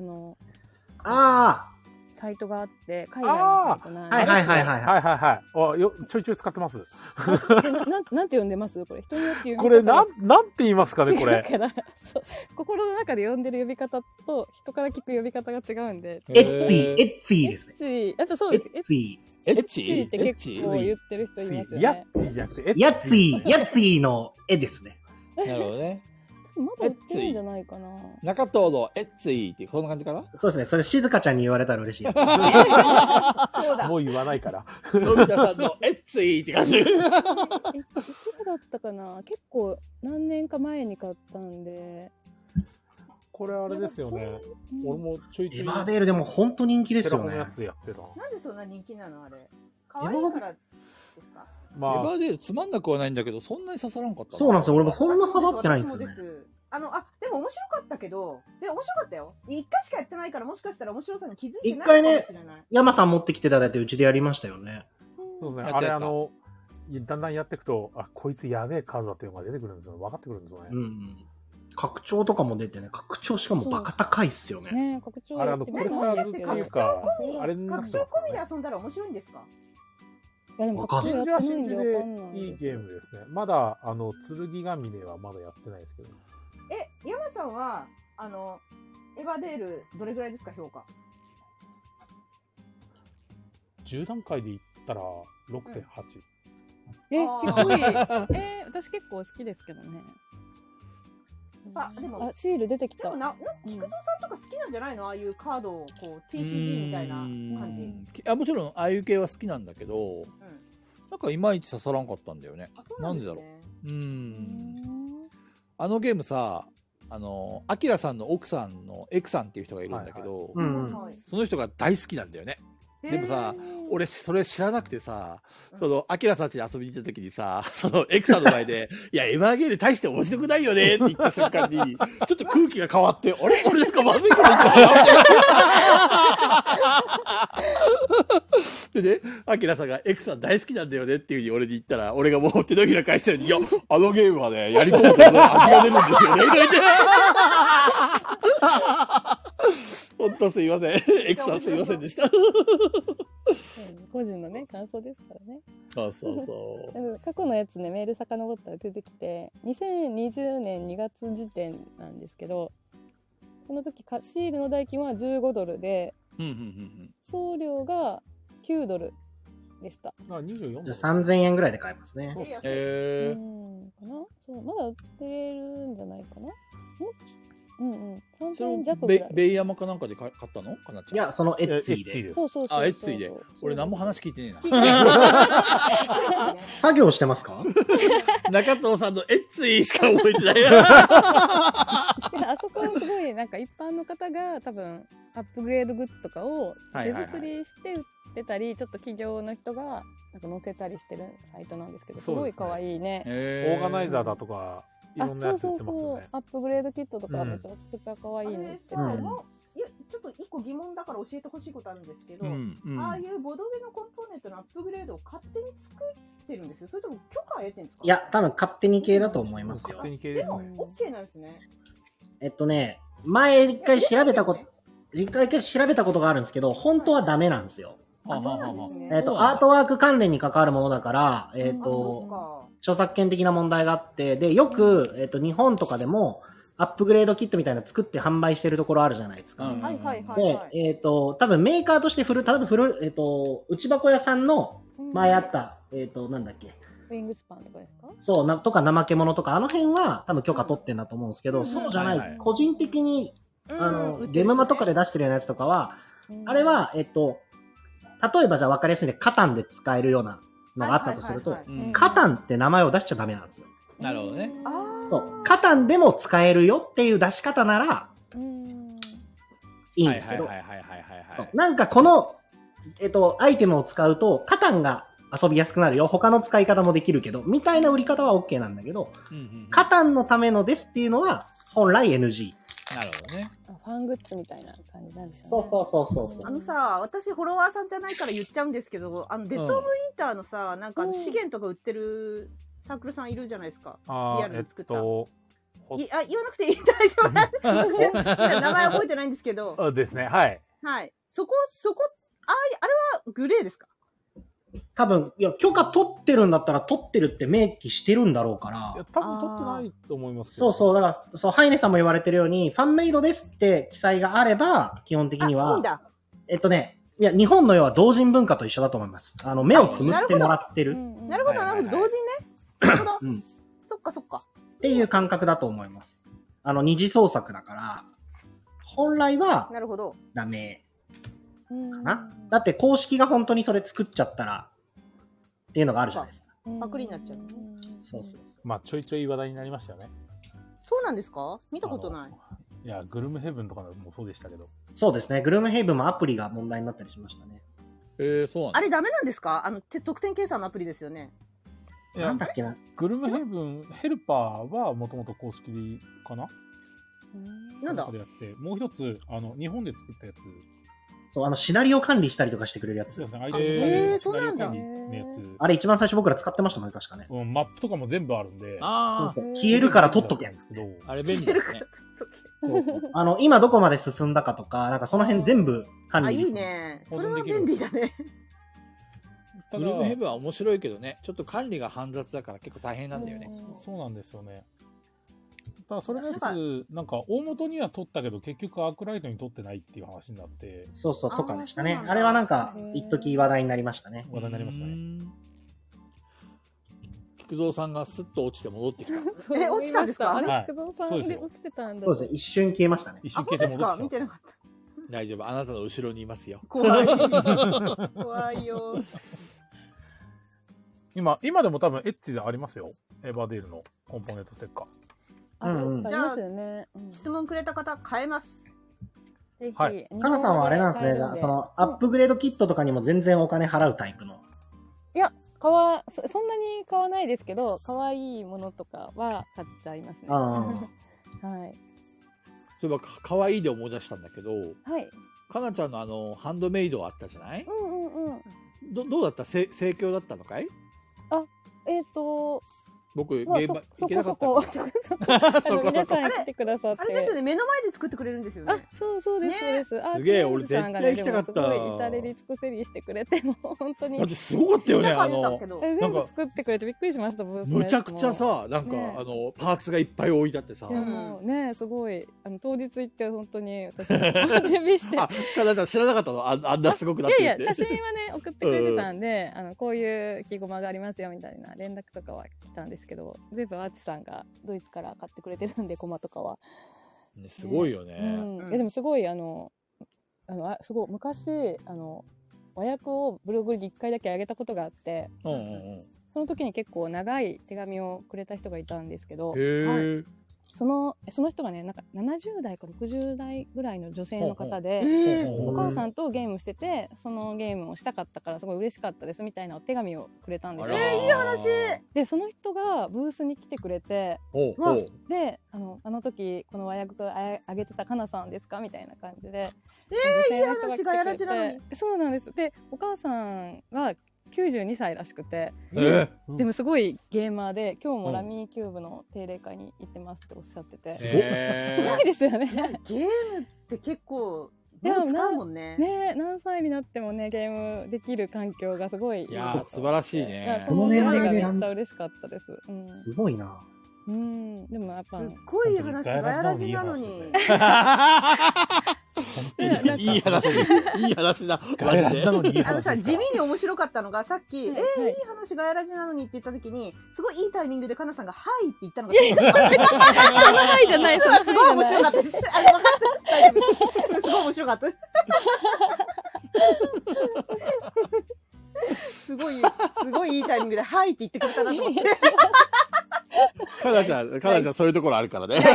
サイトがあって、海外のサイトなんで。 はい。ちょいちょい使ってます。 なんて読んでますこれ。人によって読み方。 これなんて言いますかね、これ。 心の中で読んでる呼び方と、人から聞く呼び方が違うんで。 エッツィですね。 やっぱそうです。 エッチって結構言ってる人いますよね。 ヤッツィじゃなくて、 ヤッツィの絵ですね。 なるほどね。 まだ売ってるんじゃないかな。 中東のエッツィってこんな感じかな。 そうですね。それ静香ちゃんに言われたら嬉しいです。 もう言わないから。 のび太さんのエッツィって感じ。いくらだったかな。結構何年か前に買ったんで。 これあれですよね。俺もちょいちょい。 エバーデールでも本当人気ですよね。 なんでそんな人気なのあれ。可愛いからですか。 エバーデールつまんなくはないんだけど、そんなに刺さらんかった。 そうなんですよ。俺もそんな刺さってないんですよね。 でも面白かったけど、面白かったよ。一回しかやってないから、もしかしたら面白さに気づいてないかもしれない。一回ね、 山さん持ってきていただいて、うちでやりましたよね。 そうですね。あれだんだんやっていくと、こいつやべえカードだっていうのが出てくるんですよ。分かってくるんですよね。 拡張とかも出てね、拡張しかもバカ高いっすよね。 ね、拡張あれこれからずっていうか、あれ拡張込みで遊んだら面白いんですか？ いやでも拡張やってないんで分かんない。 いいゲームですね。まだ剣神ではまだやってないですけど。 山さんはエヴァデールどれぐらいですか評価 ？10段階で言ったら 6.8。 低い。私結構好きですけどね。 でもシール出てきた。 でも菊蔵さんとか好きなんじゃないの？ああいうカードをこう TCG みたいな感じ。 もちろんああいう系は好きなんだけど、なんかいまいち刺さらんかったんだよね。なんでだろう。あのゲームさ、アキラさんの奥さんのエクさんっていう人がいるんだけど、その人が大好きなんだよね。でもさ、俺それ知らなくてさ、アキラさんちに遊びに行った時にさ、エクさんの前で、いや、エヴァーゲール大して面白くないよねって言った瞬間に、ちょっと空気が変わって、あれ俺なんかまずいこと言ったかなでね、アキラさんがエクさん大好きなんだよねっていう風に俺に言ったら、俺がもう手のひら返したように、いや、あのゲームはね、やり込むと味が出るんですよね。本当すいません。エクさんすいませんでした。 個人のね、感想ですからね。 そう過去のやつね、メール遡ったら出てきて、2020年2月時点なんですけど、この時シールの代金は$15で、送料が$9でした。 24 じゃあ3000円ぐらいで買えますね。 かな？そう、まだ売ってるんじゃないかな。3000円弱ぐらい。 ベイヤマかなんかで買ったのかなっちゃん。 いや、そのエッツィで。 そう。 エッツィで。俺何も話聞いてねえな。作業してますか？ 中藤さんのエッツィしか覚えてない。 あそこはすごい、なんか一般の方が多分、アップグレードグッズとかを手作りして売ってたり、ちょっと企業の人がなんか載せたりしてるサイトなんですけど、すごい可愛いね。 オーガナイザーだとか、いろんなやつ売ってますよね。 アップグレードキットとかめちゃくちゃ可愛いの売ってて。 ちょっと一個疑問だから教えてほしいことあるんですけど、ああいうボドゲのコンポーネントのアップグレードを勝手に作ってるんですよ。それとも許可を得てるんですか？ いや、多分勝手に系だと思いますよ。 でも OK なんですね。 前一回調べたことがあるんですけど、本当はダメなんですよ。アートワーク関連に関わるものだから、 著作権的な問題があって、で、よく、日本とかでも、アップグレードキットみたいなの作って販売してるところあるじゃないですか。はいはいはい。で、多分メーカーとして内箱屋さんの前あった、なんだっけ。 ウィングスパンとかですか？ そう、とか怠け者とか、あの辺は多分許可取ってんだと思うんですけど、そうじゃない、個人的に、ゲームマとかで出してるようなやつとかは、あれは、例えばじゃあ分かりやすいんで、カタンで使えるようなのがあったとすると、カタンって名前を出しちゃダメなんですよ。 なるほどね。 そう。カタンでも使えるよっていう出し方なら、いいんですけど、なんかこの、アイテムを使うと、カタンが遊びやすくなるよ。他の使い方もできるけど、みたいな売り方は OK なんだけど、カタンのためのですっていうのは、本来 NG。 なるほどね。 ファングッズみたいな感じなんですよね。 そう。 私フォロワーさんじゃないから言っちゃうんですけど、デッドオブインターのさ、なんか資源とか売ってるサークルさんいるじゃないですか。リアルに作った。言わなくていい、大丈夫なんで。名前覚えてないんですけど。 そうですね、はい。 はい。そこ、あれはグレーですか？ 多分、いや、許可取ってるんだったら取ってるって明記してるんだろうから。いや、 多分取ってないと思いますけど。そう、だから、ハイネさんも言われてるように、ファンメイドですって記載があれば、基本的には。 いいんだ。 いや、日本の要は同人文化と一緒だと思います。目をつむってもらってる。 なるほど、同人ね。なるほど。そっか。 っていう感覚だと思います。二次創作だから、本来は、 なるほど。 ダメ。かな？だって公式が本当にそれ作っちゃったら、っていうのがあるじゃないですか。 パクリになっちゃう。 そう。 まあ、ちょいちょい話題になりましたよね。 そうなんですか？見たことない。 いや、グルムヘブンとかもそうでしたけど。 そうですね。グルムヘブンもアプリが問題になったりしましたね。 そうなんあれダメなんですか？得点計算のアプリですよね。 なんだっけな。 グルムヘブン、ヘルパーはもともと公式かな？ なんだ？ でやって、もう一つ、日本で作ったやつ。 そう、シナリオ管理したりとかしてくれるやつ。 そうですね。 そうなんだ。 あれ一番最初僕ら使ってましたもんね、確かね。 マップとかも全部あるんで。 消えるから取っとけんですけど。 あれ便利だね。 そう。今どこまで進んだかとか、なんかその辺全部管理できる。 いいね。それは便利だね。 グルムヘブンは面白いけどね、ちょっと管理が煩雑だから結構大変なんだよね。 そうなんですよね。ただそれのやつ、なんか大元には取ったけど結局アークライトに取ってないっていう話になって。 そう、とかでしたね。あれはなんか、一時話題になりましたね。 話題になりましたね。 菊蔵さんがスッと落ちて戻ってきた。 落ちたんですか？ あれ、菊蔵さんで落ちてたんだ。 そうですね。一瞬消えましたね。 一瞬消えて戻ってきた。 見てなかった。 大丈夫。あなたの後ろにいますよ。 怖い。怖いよ。 今でも多分エッジでありますよ。エヴァデールのコンポーネントステッカー。 じゃあ、 質問くれた方、変えます。 はい。 かなさんはあれなんですね。じゃあ、アップグレードキットとかにも全然お金払うタイプの。 いや、そんなに買わないですけど、可愛いものとかは買っちゃいますね。はい。 そういえば、可愛いで思い出したんだけど、 はい。 かなちゃんのハンドメイドあったじゃない？どうだった？盛況だったのかい？僕、ゲーム行けなかった皆さん来てくださって。 あれですよね、目の前で作ってくれるんですよね。 そうです、そうです。 すげえ、俺絶対行きたかった。すごい至れり尽くせりしてくれて、もう本当に。 だってすごかったよね、 全部作ってくれてびっくりしました、 むちゃくちゃさ、なんか、パーツがいっぱい置いてあってさ。 もうね、すごい、当日行って本当に私、準備して。 知らなかったの？あんなすごくなって。 いやいや、写真はね、送ってくれてたんで、こういう木駒がありますよみたいな連絡とかは来たんですけど、全部アーチさんがドイツから買ってくれてるんで、コマとかは。 すごいよね。 いやでもすごいすごい昔和訳をブログに1回だけ上げたことがあって、その時に結構長い手紙をくれた人がいたんですけど、その人がね、なんか70代か60代ぐらいの女性の方で、お母さんとゲームしてて、そのゲームをしたかったからすごい嬉しかったですみたいなお手紙をくれたんですよ。 いい話で、その人がブースに来てくれて、で、あの時この和訳あげてたかなさんですかみたいな感じで、 いい話がやられてなのに。 そうなんです。で、お母さんが92歳らしくて、でもすごいゲーマーで、今日もラミーキューブの定例会に行ってますっておっしゃってて、すごいですよね。 ゲームって結構もう使うもんね。 ね、何歳になってもね、ゲームできる環境がすごい。 いやー、素晴らしいね。 その年齢がめっちゃ嬉しかったです。 すごいな。 でもやっぱ。 すっごい話、ガヤラジなのに。 いい話、いい話だ。 ガヤラジなのにいい話。 さ、地味に面白かったのが、さっき、いい話ガヤラジなのにって言った時に、すごいいいタイミングでかなさんが、はいって言ったのが、 はいじゃない、 すごい面白かったです。分かった。すごい面白かった。すごいいいタイミングで、はいって言ってくれたなと思って。 かなちゃんそういうところあるからね。違う。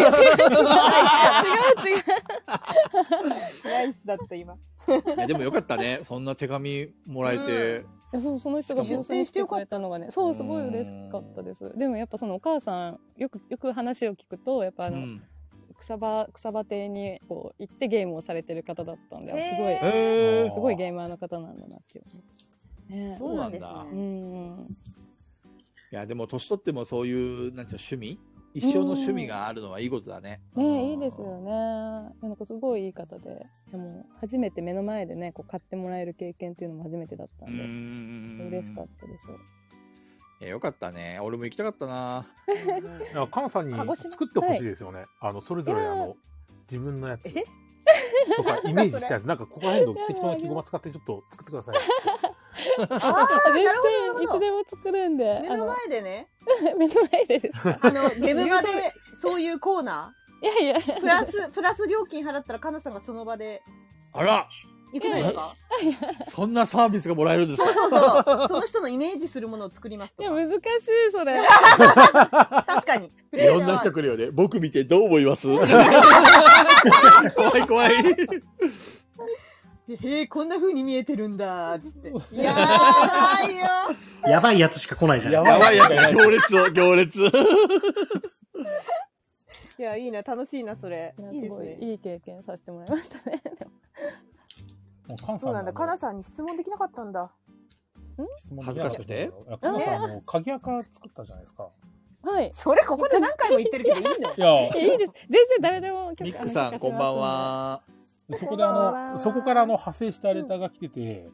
ナイスだった今。 でもよかったね。そんな手紙もらえて。 その人がブースにしてくれたのがね、すごい嬉しかったです。でもやっぱそのお母さん、よく話を聞くと、やっぱ草場亭にこう行ってゲームをされてる方だったんで、すごいゲーマーの方なんだなっていう。 そうなんだ。いや、でも年取ってもそういう、なんていうの、趣味一生の趣味があるのはいいことだね。 いいですよね。なんかすごいいい方で。でも、初めて目の前でね、こう買ってもらえる経験っていうのも初めてだったんで、嬉しかったです。 よかったね。俺も行きたかったな。 かなさんに作ってほしいですよね。それぞれ自分のやつ。とかイメージしたやつ、なんかここら辺の適当な記号を使ってちょっと作ってください。 全然いつでも作るんで。 目の前でね。 目の前でですか。 ゲムマでそういうコーナー。いやいや。プラス料金払ったらかなさんがその場で。 あら。 いくらですか？ そんなサービスがもらえるんですか？ そう。その人のイメージするものを作りますと。 いや難しいそれ。 確かに。 いろんな人来るよね。僕見てどう思います？怖い。 こんな風に見えてるんだつって。やばいよ。 やばいやつしか来ないじゃん。 やばいやつ。行列。 いや、いいな、楽しいな、それ。 いいですね。いい経験させてもらいましたね。 そうなんだ、かなさんに質問できなかったんだ。 恥ずかしくて？ かなさん鍵垢作ったじゃないですか。 はい。 それここで何回も言ってるけどいいの？ いや、 いいです。全然誰でも。 ミックさん、こんばんは。 そこでそこから派生したレターが来てて、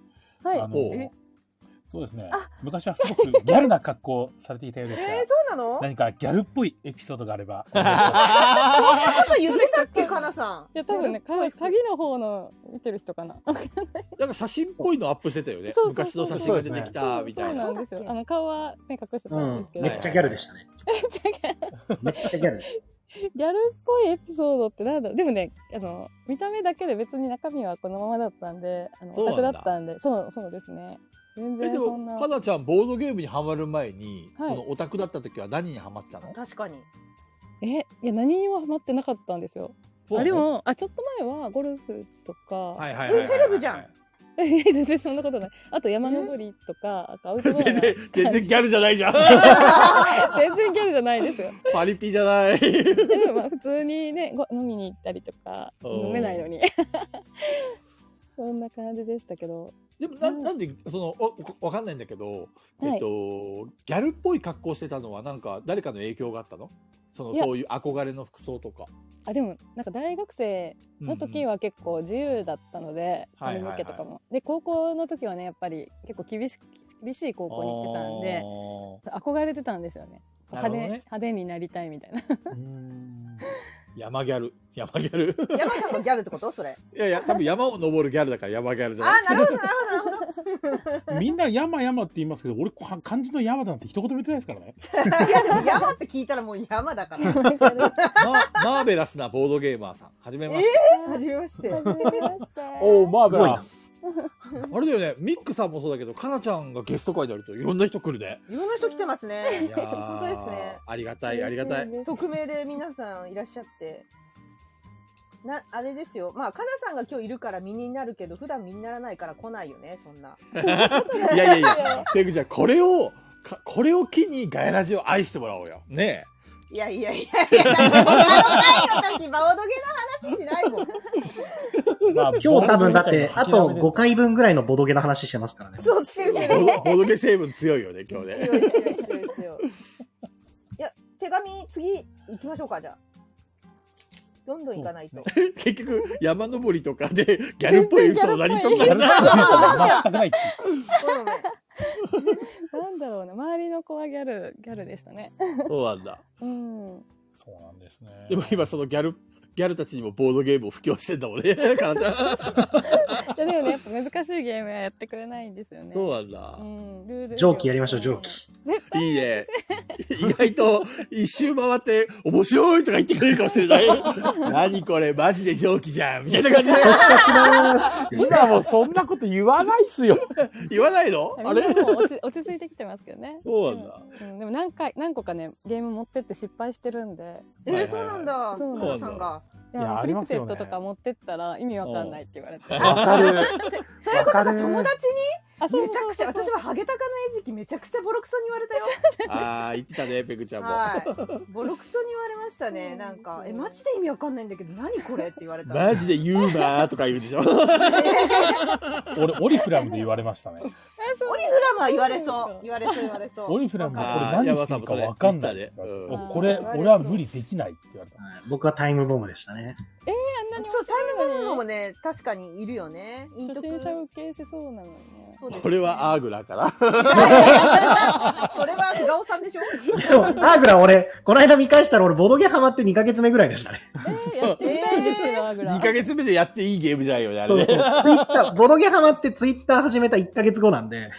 そうですね。昔はすごくギャルな格好されていたようですが、 そうなの？ 何かギャルっぽいエピソードがあれば。 そんなこと言ってたっけ、かなさん。 いや、多分ね、鍵の方の見てる人かな。 なんか写真っぽいのアップしてたよね。昔の写真が出てきたみたいな。 そうなんですよ。顔はね、隠してたんですけど。 めっちゃギャルでしたね。めっちゃギャルでした。 ギャルっぽいエピソードってなんだろう。でもね、見た目だけで別に中身はこのままだったんで、オタクだったんで、そうですね。全然そんな。 でも、かなちゃん、ボードゲームにハマる前に、そのオタクだった時は何にハマってたの？ 確かに。 いや、何にもハマってなかったんですよ。でも、ちょっと前はゴルフとか。 セレブじゃん。 全然そんなことない。あと山登りとか、アウトドア。 全然ギャルじゃないじゃん。 全然ギャルじゃないですよ。 パリピじゃない。 でも普通にね、飲みに行ったりとか、飲めないのに。そんな感じでしたけど。 でもなんで、わかんないんだけど、ギャルっぽい格好してたのはなんか誰かの影響があったの？そういう憧れの服装とか。 でもなんか大学生の時は結構自由だったので、髪の毛とかも。で高校の時はねやっぱり結構厳しい高校に行ってたんで憧れてたんですよね。派手になりたいみたいな。 山ギャル。 山さんがギャルってこと？それ。 いや、多分山を登るギャルだから山ギャルじゃない。 なるほど。 みんな山って言いますけど、俺漢字の山だなんて一言も言ってないですからね。 いやでも山って聞いたらもう山だから。 マーベラスなボードゲーマーさん。はじめまして。 はじめまして。 おー、マーベラス。 あれだよね、ミックさんもそうだけど、かなちゃんがゲスト会になるといろんな人来るね。 いろんな人来てますね。 いや本当ですね。 ありがたい。 匿名で皆さんいらっしゃって。あれですよ。まあ、かなさんが今日いるから身になるけど、普段身にならないから来ないよね、そんな。 いや。ペグちゃん、これを機にガヤラジを愛してもらおうよ。ねえ。いや。バオドゲの話しないもん。 今日多分だって、あと5回分ぐらいのボドゲの話してますからね。 そう、してる。 ボドゲ成分強いよね、今日ね。 強い。いや、手紙、次、行きましょうか、じゃあ。 どんどん行かないと。 結局、山登りとかでギャルっぽいエピソード何しとったんだ。 全くないってなんだろうな、周りの子はギャルでしたね。 そうなんだ。 うん。 そうなんですね。 でも今そのギャルたちにもボードゲームを布教してんだもんね、かなちゃん。 いやでもね、やっぱ難しいゲームはやってくれないんですよね。 そうなんだ。 うん、ルール。 蒸気やりましょう、蒸気。 いいね。意外と一周回って面白いとか言ってくれるかもしれない。何これマジで蒸気じゃんみたいな感じで。 今もうそんなこと言わないっすよ。 言わないの？あれ？ 落ち着いてきてますけどね。 そうなんだ。 でも何個かねゲーム持ってって失敗してるんで。 そうなんだ。 そうなんだ。さんが。 いや、クリプテッドとか持ってったら意味わかんないって言われて。 わかる。 そういうことか、友達にめちゃくちゃ、 そう私はハゲタカの餌食めちゃくちゃボロクソに言われたよ。 ああ、言ってたね、ペグちゃんも。 はい。ボロクソに言われましたね。なんか、マジで意味わかんないんだけど、何これって言われた。 マジでユーマーとか言うでしょ。 俺、オリフラムで言われましたね。 オリフラムは言われそう。言われそう。 オリフラムはこれ何してるかわかんない。これ、俺は無理できないって言われた。 僕はタイムボムでしたね。 あんなにそう、タイムボムもね、確かにいるよね。 初心者受けせそうなのね。 これはアーグラから。 それはフガオさんでしょ？ でも、アーグラ俺、この間見返したら俺ボドゲハマって2ヶ月目ぐらいでしたね。 やってみたいんですけど、アーグラ。 2ヶ月目でやっていいゲームじゃんよね、あれね。 そうそう。ツイッター、ボドゲハマってツイッター始めた1ヶ月後なんで。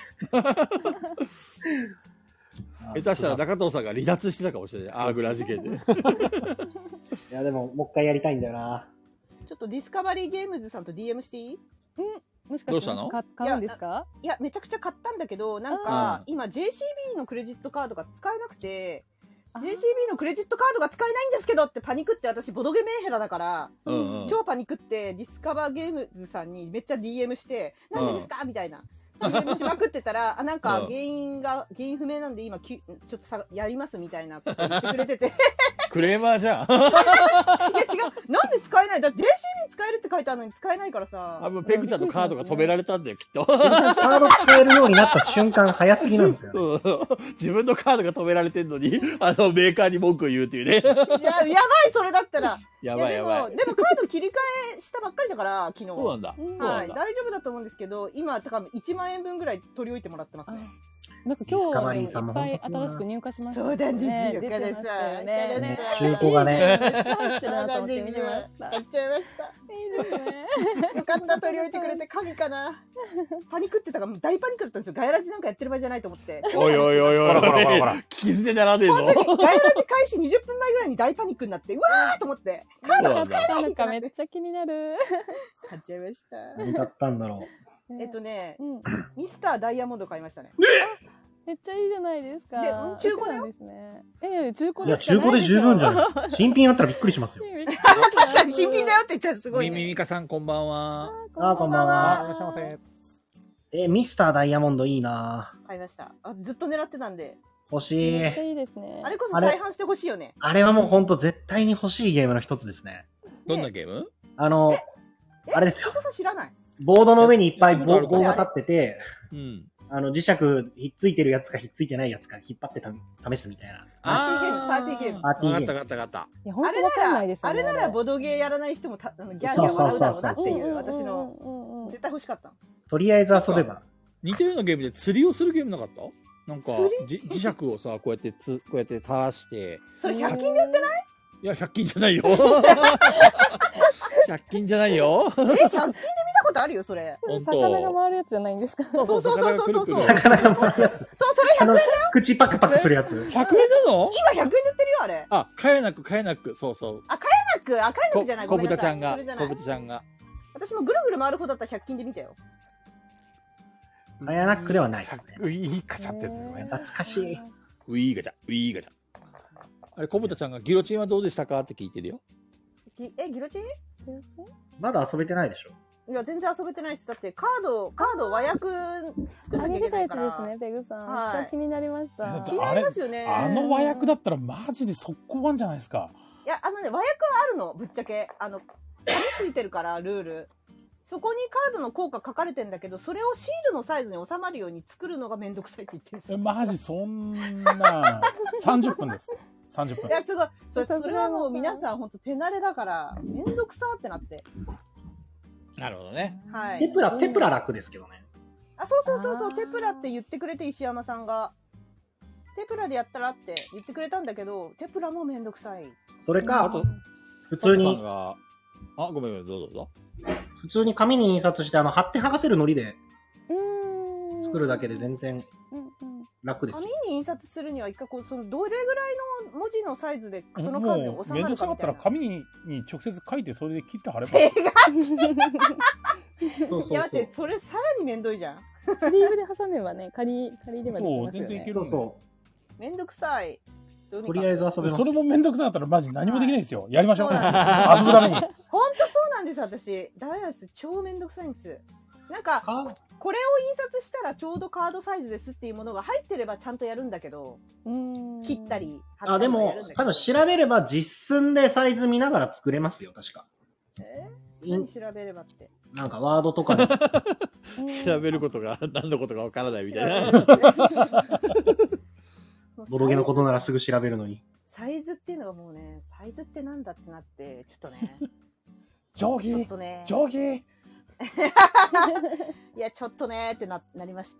下手したら中藤さんが離脱してたかもしれない。アーグラ事件で。 いや、でも、もう一回やりたいんだよな。 ちょっとディスカバリーゲームズさんと DM していい？ もしかして買うんですか？ いや、めちゃくちゃ買ったんだけど、なんか、今 JCB のクレジットカードが使えなくて、JCB のクレジットカードが使えないんですけどってパニクって、私ボドゲメンヘラだから、超パニクってディスカバーゲームズさんにめっちゃ DM して、なんでですかみたいな。DM しまくってたら、なんか原因不明なんで今ちょっとやりますみたいなこと言ってくれてて。 クレーマーじゃん。 いや違う。なんで使えない？だって JCB 使えるって書いてあるのに使えないからさ。 ペグちゃんのカードが止められたんだよ、きっと。 カード使えるようになった瞬間早すぎなんですよね。 自分のカードが止められてんのに、メーカーに文句を言うっていうね。 やばい、それだったら。 やばい。 でもカード切り替えしたばっかりだから、昨日。 そうなんだ。 はい、大丈夫だと思うんですけど、今、多分1万円分ぐらい取り置いてもらってますね。 なんか今日いっぱい新しく入荷しましたね。 そうなんですよ。出てましたよね。 中古がね。 買っちゃいました。いいですね。よかった、取り置いてくれて神かな。パニクってたから、大パニクだったんですよ。ガヤラジなんかやってる場合じゃないと思って。 おい。ほら。傷でならねえぞ。 ガヤラジ開始20分前ぐらいに大パニックになって、うわーと思って。カードが使えないなんかめっちゃ気になる。 買っちゃいました。 何買ったんだろう。 ミスターダイヤモンド買いましたね。 めっちゃいいじゃないですか。 で、中古だよ。 中古ですか？ いや、中古で十分じゃない。新品あったらびっくりしますよ。 確かに新品だよって言ったらすごい。 ミミカさんこんばんは。 こんばんは。 いらっしゃいませ。 ミスターダイヤモンドいいな。 買いました。ずっと狙ってたんで。 欲しい。 めっちゃいいですね。 あれこそ再販してほしいよね。 あれはもうほんと絶対に欲しいゲームの一つですね。 どんなゲーム？ あれですよ。 知らない。 ボードの上にいっぱい棒が立ってて、磁石ひっついてるやつかひっついてないやつか引っ張って試すみたいな。 パーティーゲーム。 パーティーゲーム。 わかった。 あれならボドゲーやらない人もギャーギャー笑うだろうなっていう私の絶対欲しかった。 とりあえず遊べば。 似たようなゲームで釣りをするゲームなかった？なんか磁石をさこうやって垂して。 それ100均で売ってない？ いや100均じゃないよ。100均じゃないよ。 100均で見たことあるよそれ。 魚が回るやつじゃないんですか？ そう魚がくるくる。 魚が回るやつ。 そうそれ100円だよ。 口パクパクするやつ。 100円なの？ 今100円で売ってるよあれ。 買えなくそう。 買えなくじゃない。 小豚ちゃんが。 私もぐるぐる回る方だったら100均で見たよ。 買えなくではないですね。 ウィーガチャってやつですね。 懐かしい。 ウィーガチャ。あれ小豚ちゃんがギロチンはどうでしたかって聞いてるよ。 ギロチン？ まだ遊べてないでしょ？ いや全然遊べてないです。だってカード和訳作んなきゃいけないから。 あげてたやつですね、ペグさん。めっちゃ気になりました。 気になりますよね。 あの和訳だったらマジで速攻版じゃないですか。 いや和訳はあるのぶっちゃけ紙ついてるからルール。そこにカードの効果書かれてんだけど、それをシールのサイズに収まるように作るのがめんどくさいって言ってるんですよ。 マジそんな30分です。 30分。 いや、すごい。それはもう皆さん本当手慣れだから、めんどくさってなって。 なるほどね。 はい。 テプラ楽ですけどね。 あ、そう、テプラって言ってくれて、石山さんが。テプラでやったらって言ってくれたんだけど、テプラもめんどくさい。 それか、普通に。 あ、ごめん、どうぞ。 普通に紙に印刷して、貼って剥がせる糊で作るだけで全然楽ですよ。 紙に印刷するには一回どれぐらいの文字のサイズでその紙を収まるかみたいな。 めんどくさかったら紙に直接書いてそれで切って貼れば。 いや、待って、それさらにめんどいじゃん。 スリーブで挟めばね、仮ではできますよね。 そう、全然いける。 そう。 めんどくさい。 とりあえず遊べます。 それもめんどくさかったらマジ何もできないですよ。やりましょう。遊ぶために。 ほんとそうなんです、私。ダメなんです。超めんどくさいんです。なんか、これを印刷したらちょうどカードサイズですっていうものが入ってればちゃんとやるんだけど、切ったり貼ったりでも、多分調べれば実寸でサイズ見ながら作れますよ、確か。 何調べればって。 なんかワードとかで。 調べることが何のことかわからないみたいな。 ボドゲのことならすぐ調べるのに。 サイズっていうのがもうね、サイズってなんだってなって、ちょっとね。 定規定規いや、ちょっとねってなりまして。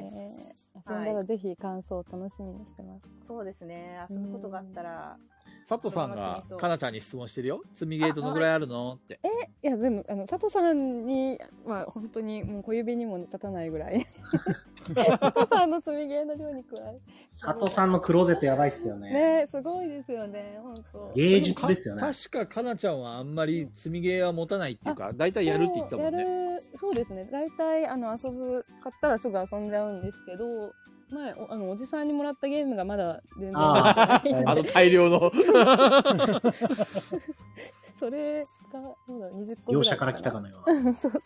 遊んだらぜひ感想を楽しみにしてます。 そうですね。遊ぶことがあったら。 佐藤さんがかなちゃんに質問してるよ。積みゲーどのぐらいあるのって。 いや、全部、佐藤さんには本当にもう小指にも立たないぐらい。佐藤さんの積みゲーの量に加え。 佐藤さんのクローゼットやばいっすよね。 ね、すごいですよね、本当。 芸術ですよね。 確かかなちゃんはあんまり積みゲーは持たないっていうか、だいたいやるって言ったもんね。 そうですね。だいたい買ったらすぐ遊んじゃうんですけど、前おじさんにもらったゲームがまだ全然大量のそれがどうだろう、20個ぐらい業者から来たかのような。 そう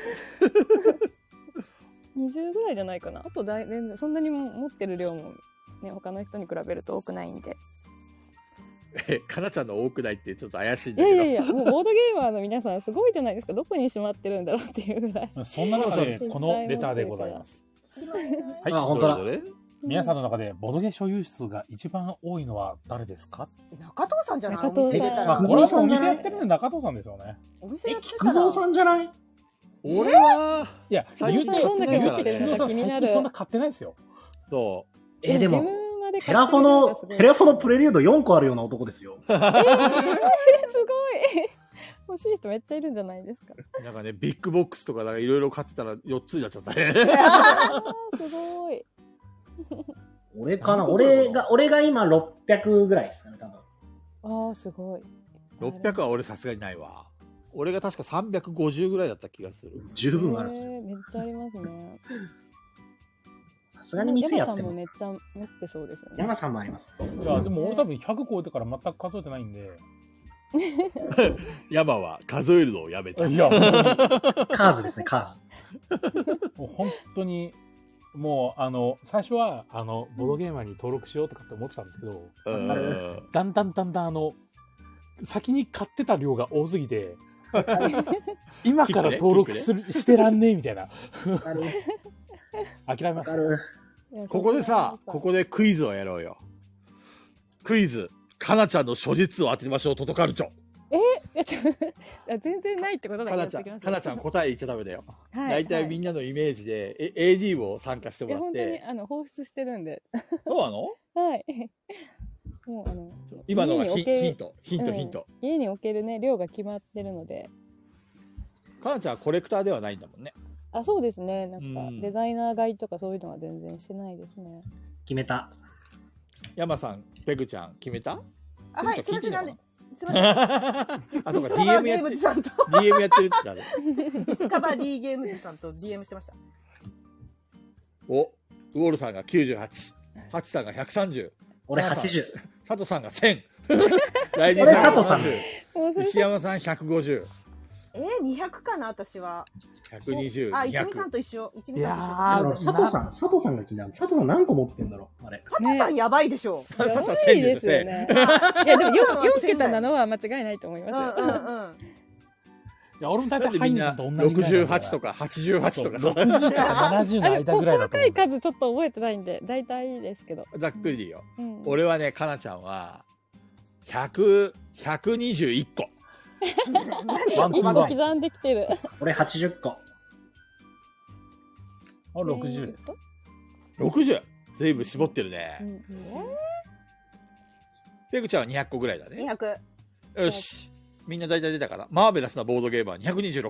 20ぐらいじゃないかな。あと全然そんなに持ってる量もね、他の人に比べると多くないんで。 かなちゃんの多くないってちょっと怪しいんだけど。 いや、もうボードゲーマーの皆さんすごいじゃないですか。どこにしまってるんだろうっていうぐらい。 そんな中でこのレターでございます。 はい、本当だ。 皆さんの中でボドゲ所有数が一番多いのは誰ですか？ 中藤さんじゃない？ これはお店やってるの中藤さんですよね。 お店やって菊蔵さんじゃない？ 俺は、 いや、言うて菊蔵さん最近そんな買ってないですよ。 そう。 でも、テラフォのプレリュード4個あるような男ですよ。 すごい。欲しい人めっちゃいるんじゃないですか。 なんかね、ビッグボックスとかいろいろ買ってたら4つになっちゃったね。 すごい。 俺かな、俺が今600ぐらいですかね、多分。すごい。 600は俺さすがにないわ。俺が確か350ぐらいだった気がする。 十分あるんですよ。 めっちゃありますね。 さすがに店やってます。山さんもめっちゃ持ってそうですよね。 山さんもあります。 いや、でも俺多分100超えてから全く数えてないんで。 山は数えるのをやめた。 いや、 カーズですね、カーズ。 もう本当に、もう、最初は、ボードゲーマーに登録しようとかって思ってたんですけど、だんだん、先に買ってた量が多すぎて、今から登録してらんねえみたいな。諦めました。 ここでクイズをやろうよ。クイズ。かなちゃんの所実を当てましょう、トトカルチョ。 全然ないってことだけど。 かなちゃん答え言っちゃダメだよ。大体みんなのイメージで、AD を参加してもらって。 本当に放出してるんで。 そうなの？ はい。もう今のがヒント。 家に置けるね、量が決まってるので。 かなちゃんはコレクターではないんだもんね。 そうですね。なんか、デザイナー買いとかそういうのは全然してないですね。 決めた。 山さん、ペグちゃん、決めた？ はい、すいません、なんで。すいません。 あ、そうか、DM やってるってなる。 ディスカバリーゲームズさんと DM してました。 ウォールさんが98、ハチさんが130。 俺80。 佐藤さんが1000。ライジンさんが 50。石山さん150。 200かな、私は。 120。 一味さんと一緒。 いやー、佐藤さんが気になる。佐藤さん何個持ってんだろう、あれ。 佐藤さんやばいでしょ。 佐藤さん1000ですよね。 いや、でも4桁なのは間違いないと思いますよ。 いや、俺も大体ハインさんと同じぐらい。 68とか88とかさ。 60から70の間ぐらいだと思う。 細かい数ちょっと覚えてないんで、大体ですけど。 ざっくりでいいよ。俺はね、かなちゃんは、 121個。 1個刻んできてる。 俺80個。 あ、60です。 60! ずいぶん絞ってるね。ペグちゃんは200個ぐらいだね。 200。 よし。みんな大体出たかな。マーベラスなボードゲーマー226。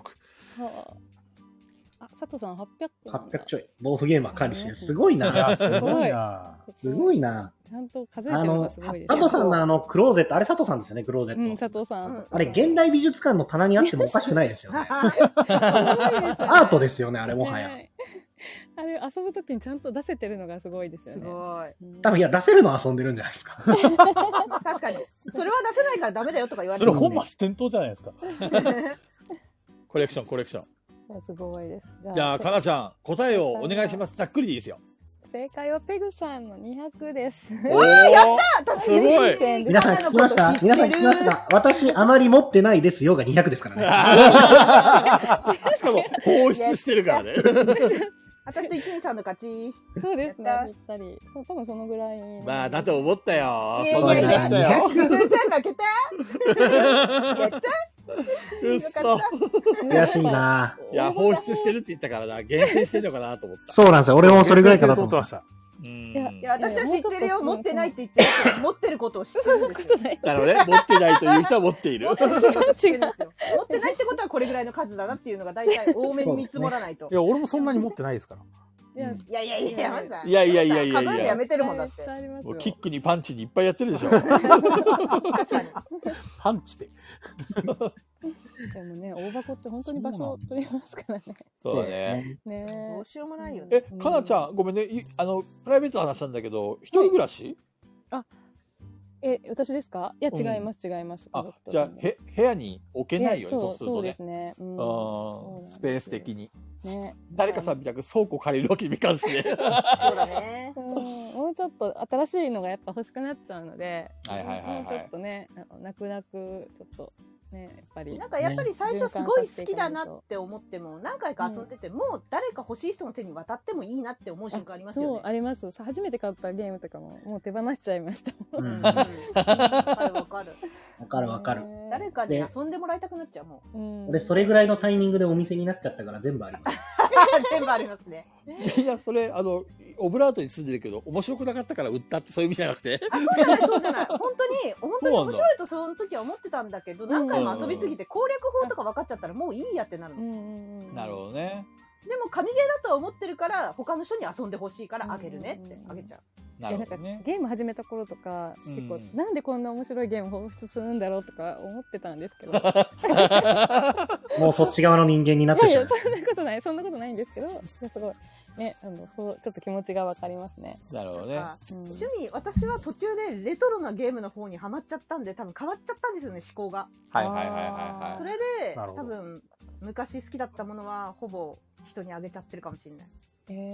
あ、佐藤さん800個。 800ちょい。ボードゲーマー管理してる。すごいな。 すごいな。 すごいな。 ちゃんと数えてるのがすごいです。 佐藤さんのクローゼット、あれ佐藤さんですよね、クローゼット。 佐藤さん。 あれ、現代美術館の棚にあってもおかしくないですよね。アートですよね、あれもはや。 あれ遊ぶときにちゃんと出せてるのがすごいですよね。 すごい。 多分いや、出せるの遊んでるんじゃないですか。 確かに。それは出せないからダメだよとか言われる。 それ本末転倒じゃないですか。 コレクション、コレクション。 すごいです。 じゃあ、かなちゃん、答えをお願いします。ざっくりでいいですよ。 正解はペグさんの200です。 おー、やったすごい。 皆さん聞きました？皆さん聞きました？私、あまり持ってないですよが200ですからね。 しかも、放出してるからね。 私と一味さんの勝ち。 そうですね、ぴったり。そう、多分そのぐらい。 まあ、だと思ったよ。 そんな気がしたよ。負けたやったうっそ。 悔しいな。 いや、放出してるって言ったからな、厳選してんのかなと思った。 そうなんですよ。俺もそれぐらいかなと思った。 いや、私は知ってるよ。持ってないって言ってる。持ってることを知ってるんですよ。 なので、持ってないという人は持っている。 違う。持ってないってことはこれぐらいの数だなっていうのが大体多めに見積もらないと。 いや、俺もそんなに持ってないですから。 いやいやいや、まずいやいやいやいやいや。 数えてやめてるもんだって。 もうキックにパンチにいっぱいやってるでしょ。 確かに。 パンチで。 でもね、大箱って本当に場所を取りますからね。 そうだね。 ねどうしようもないよね。 かなちゃん、ごめんね。プライベートの話なんだけど、一人暮らし？ あ、私ですか？いや、違います、違います。 あ、じゃあ、部屋に置けないよね、そうするとね。 そうですね。 スペース的に。 ね。 誰かさんみたく倉庫借りるわけにもいかんしね。 そうだね。 もうちょっと新しいのがやっぱ欲しくなっちゃうので、 はいはいはい。 もうちょっとね、泣く泣く、ちょっと、ね、やっぱり。 なんかやっぱり最初すごい好きだなって思っても、何回か遊んでて、もう誰か欲しい人の手に渡ってもいいなって思う瞬間ありますよね。 そう、あります。初めて買ったゲームとかも、もう手放しちゃいました。 わかるわかる。 わかるわかる。 誰かに遊んでもらいたくなっちゃう、もう。俺、それぐらいのタイミングでお店になっちゃったから全部あります。 全部ありますね。 いや、それ、オブラートに住んでるけど、面白くなかったから売ったってそういう意味じゃなくて。 あ、そうじゃない、そうじゃない。本当に面白いとその時は思ってたんだけど、何回も遊びすぎて攻略法とか分かっちゃったらもういいやってなるの。 なるほどね。 でも神ゲーだとは思ってるから、他の人に遊んでほしいからあげるねってあげちゃう。 なんかゲーム始めた頃とか、結構なんでこんな面白いゲーム放出するんだろうとか思ってたんですけどもうそっち側の人間になってしまう。 いやいや、そんなことない、そんなことないんですけど、すごいね、そうちょっと気持ちがわかりますね。 なるほどね。 趣味、私は途中でレトロなゲームの方にハマっちゃったんで、多分変わっちゃったんですよね、思考が。 はいはいはいはい。 それで多分昔好きだったものはほぼ人にあげちゃってるかもしれない。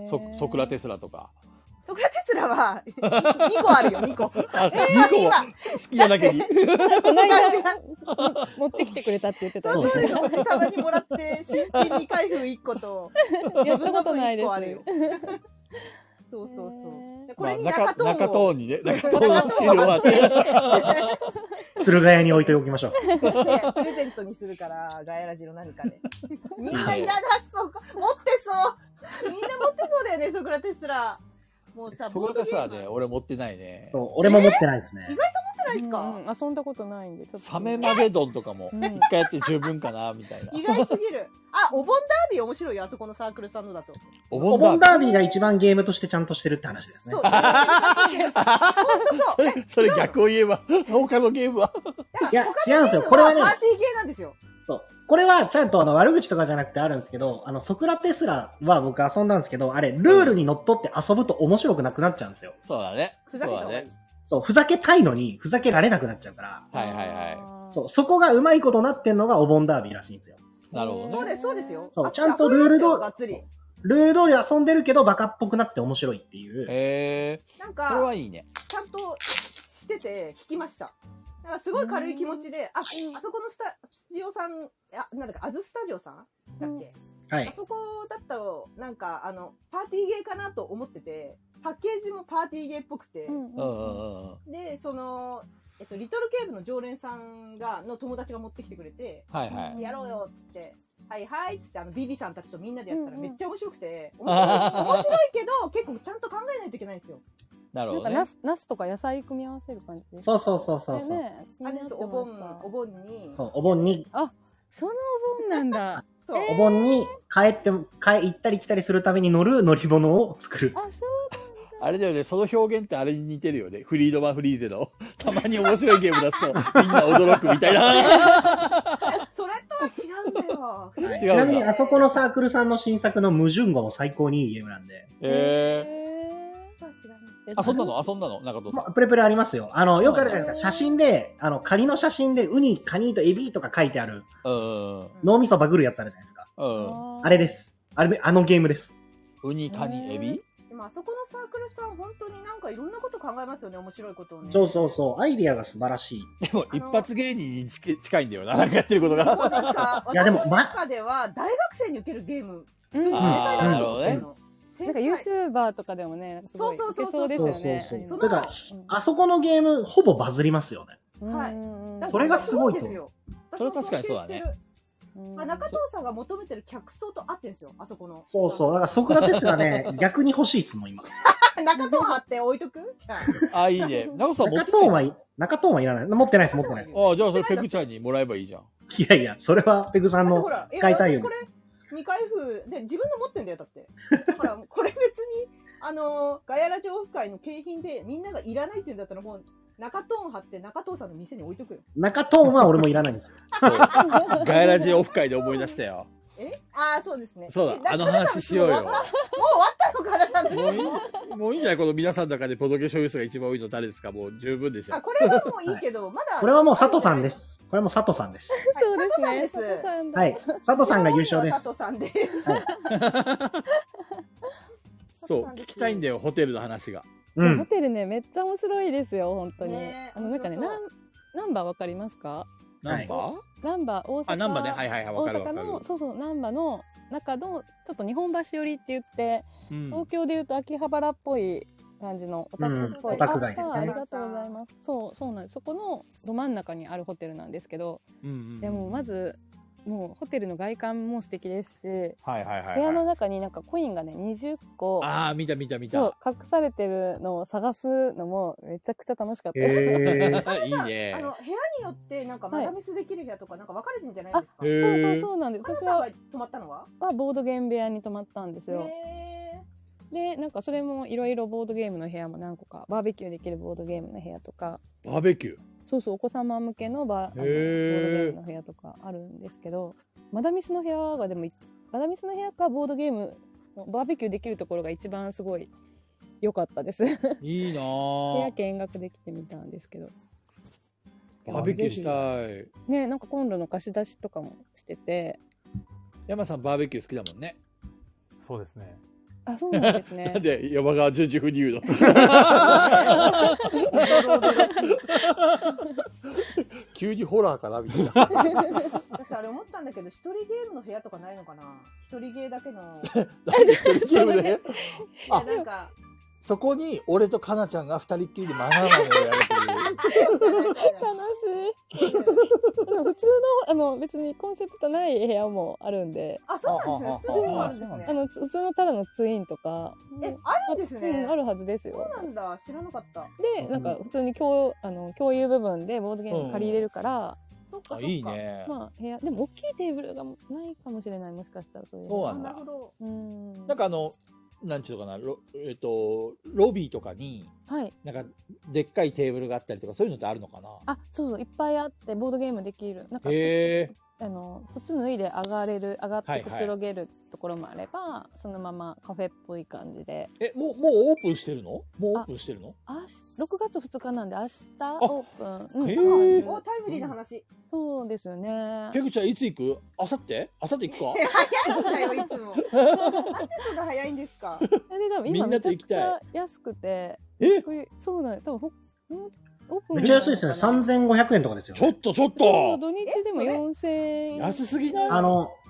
ソクラテスラとか。 ソクラテスラは2個あるよ、2個。 2個も好きなだけに。 この間持ってきてくれたって言ってたんですよ。おじさまにもらって新品未開封1個とやったことないです。 そうそうそう。 これに中トーンにね、中トーンのシールをあって駿河屋に置いておきましょう。 プレゼントにするからガヤラジの何かで。みんないらなそう、持ってそう。みんな持ってそうだよね、ソクラテスラ。もうさ、 ソクラテスラね、俺持ってないね。 そう、俺も持ってないですね。 意外と持ってないですか？ 遊んだことないんで。 サメマゲドンとかも一回やって十分かなみたいな。 意外すぎる。あ、お盆ダービー面白いよ、あそこのサークルさんのだと。 お盆ダービーが一番ゲームとしてちゃんとしてるって話ですね。 そう。 それ逆を言えば、他のゲームは。 いや、違うんですよ。これはね。 パーティーゲーなんですよ。 そう。これはちゃんと悪口とかじゃなくてあるんですけど、ソクラテスラは僕遊んだんですけど、あれ、ルールにのっとって遊ぶと面白くなくなっちゃうんですよ。 そうだね。 ふざけた方がいい。 そう、ふざけたいのに、ふざけられなくなっちゃうから。 はいはいはい。 そう、そこがうまいことなってんのがお盆ダービーらしいんですよ。 なるほどね。 そうですよ。 そう、ちゃんとルール通り遊んでるけどバカっぽくなって面白いっていう。 なんか、 これはいいね。 ちゃんとしてて聞きました。なんかすごい軽い気持ちで、あそこのスタジオさん、なんだか、アズスタジオさんだっけ？ はい。 あそこだったら、なんか、パーティーゲーかなと思ってて、パッケージもパーティーゲーっぽくて、で、 リトルケーブの常連さんの友達が持ってきてくれて、 はいはい。 やろうよっつって、はいはいっつって、ビビさんたちとみんなでやったらめっちゃ面白くて、面白いけど、結構ちゃんと考えないといけないんですよ。 なるほどね。 なんかナスとか野菜組み合わせる感じで。 そうそうそうそう。 お盆に。 そう、お盆に。 あ、そのお盆なんだ。 お盆に行ったり来たりするために乗る乗り物を作る。 あ、そうなんだ。 あれだよね、その表現ってあれに似てるよね。フリードマンフリーゼの。たまに面白いゲーム出すと、みんな驚くみたいな。 それとは違うんだよ。 ちなみに、あそこのサークルさんの新作のムジュンゴも最高にいいゲームなんで。 遊んだの中藤さん。 プレプレありますよ。よくあるじゃないですか。写真で、仮の写真で、ウニ、カニとエビとか書いてある、脳みそバグるやつあるじゃないですか。あれです。あのゲームです。 ウニ、カニ、エビ？ でもあそこのサークルさん、本当になんかいろんなこと考えますよね、面白いことをね。 そうそうそう。アイディアが素晴らしい。 でも、一発芸人に近いんだよな、なんかやってることが。 そうですか。 いや、でも、 私の中では、大学生に受けるゲーム作りたいなと思ってるの。 なんか YouTuber とかでもね、すごい受けそうですよね。 だから、あそこのゲーム、ほぼバズりますよね。 はい。 それがすごいですよ。それ確かにそうだね。 中藤さんが求めてる客層と合ってんですよ、あそこの。 そうそう。だからソクラテスがね、逆に欲しいっすもん、今。 中藤貼って置いとくじゃあ。いいね。中藤さん持ってない。中藤はいらない。持ってないです、持ってないです。 ああ、じゃあそれペグちゃんにもらえばいいじゃん。 いやいや、それはペグさんの使いたいよ。 未開封で自分の持ってんだよ、だって。だから、これ別に、ガヤラジオフ会の景品でみんながいらないって言うんだったら、もう、中トーン貼って中藤さんの店に置いとくよ。 中トーンは俺もいらないんですよ。 ガヤラジオフ会で思い出したよ。 ああ、そうですね。 そうだ、あの話しようよ。もう終わったのかな、さん。 もういいんじゃないこの皆さんの中でボドゲ所有数が一番多いの誰ですかもう十分でしょ。 これはもういいけど、まだ。 これはもう佐藤さんです。これも佐藤さんです。 そうですね。 はい。佐藤さんが優勝です。 佐藤さんです。 そう、聞きたいんだよ、ホテルの話が。 ホテルね、めっちゃ面白いですよ、本当に。なんかね、ナンバーわかりますか？ ナンバー？ ナンバー、大阪。 ナンバーね、はいはいはい、わかるわかる。 大阪の、そうそう、ナンバーの中の、ちょっと日本橋寄りって言って、東京で言うと秋葉原っぽい感じのオタクっぽい。 オタク街ですね。 ありがとうございます。そうなんです。そこのど真ん中にあるホテルなんですけど、でもまず、もうホテルの外観も素敵ですし、部屋の中になんかコインがね、20個。 ああ、見た。 そう、隠されてるのを探すのもめちゃくちゃ楽しかったです。 いいね。 部屋によってなんかマダミスできる部屋とかなんか分かれてるんじゃないですか？そうなんです。 私は泊まったのはボードゲーム部屋に泊まったんですよ。で、なんかそれもいろいろボードゲームの部屋も何個か、バーベキューできるボードゲームの部屋とか。 バーベキュー？ そうそう、お子様向けのボードゲームの部屋とかあるんですけど、マダミスの部屋がでも、マダミスの部屋かボードゲーム、バーベキューできるところが一番すごい良かったです。 いいなぁ。 部屋見学できてみたんですけど。 バーベキューしたい。 ね、なんか今度の貸し出しとかもしてて。 山さんバーベキュー好きだもんね。 そうですね。 あ、そうなんですね。 なんで山川淳二風に言うの？急にホラーかなみたいな。 私あれ思ったんだけど、一人ゲームの部屋とかないのかな？一人ゲーだけの。 一人ゲームで？ あ、なんか。 そこに俺とかなちゃんが二人っきりでマナーマンをやるという。 悲しい。普通の別にコンセプトない部屋もあるんで。 あ、そうなんですね。普通にあるんですね。 普通のただのツインとか。 あるんですね。 あるはずですよ。 そうなんだ。知らなかった。 で、なんか普通に共有部分でボードゲーム借りれるから。 あ、いいね。 まあ部屋でも大きいテーブルがないかもしれない。もしかしたらそういう。 そうなんだ。 なるほど。 なんかなんちゅうのかな、ロビーとかに、なんかでっかいテーブルがあったりとかそういうのってあるのかな？ あ、そういっぱいあってボードゲームできる。なんか靴脱いで上がってくつろげるところもあれば、そのままカフェっぽい感じで。 もうオープンしてるの？もうオープンしてるの ？6月2日なんで明日オープン。 タイムリーな話。 そうですよね。 ペグちゃんいつ行く？あさって行くか？ 早いんだよいつも。なんでそんな早いんですか？ みんなと行きたい。 めちゃくちゃ安くて。そうなんです。多分めっちゃ安いですね。3500円とかですよ。 ちょっと土日でも4000円。 安すぎない？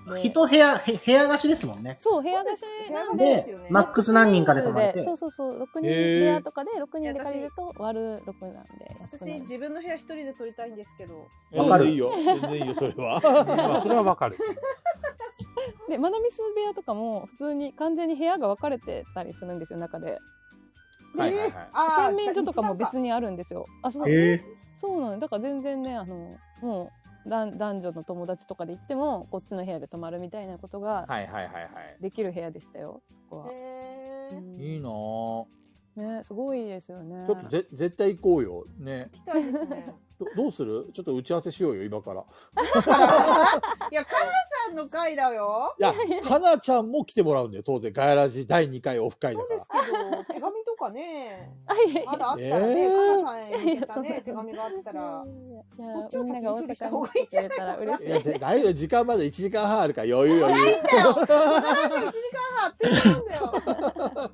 一部屋、部屋貸しですもんね。 そう、部屋貸しなんで、マックス何人かで泊まれて。 そうそうそう、6人部屋とかで6人で借りると割る6なんで安くなる。 私自分の部屋一人で取りたいんですけど。 わかる。 いいよ。全然いいよ、それは。 それはわかる。 で、マナミス部屋とかも普通に完全に部屋が分かれてたりするんですよ、中で。 はいはいはい。 洗面所とかも別にあるんですよ。あ、そう。そうなの。だから全然ね、もう男女の友達とかで行ってもこっちの部屋で泊まるみたいなことができる部屋でしたよ。そこは。 いいなぁ。 ね、すごいですよね。 ちょっと絶対行こうよ。ね。 行きたいですね。 どうする？ちょっと打ち合わせしようよ、今から。 いや、かなさんの回だよ。 いや、かなちゃんも来てもらうんだよ、当然。ガヤラジ第2回オフ会だから。 そうですけど、手紙とかね。まだあったらね、かなさんへ向けたね、手紙があったら。 みんなが大阪に来てくれたら嬉しい。 大丈夫、時間まで1時間半あるから余裕余裕。 ないんだよ。1時間半あってるんだよ。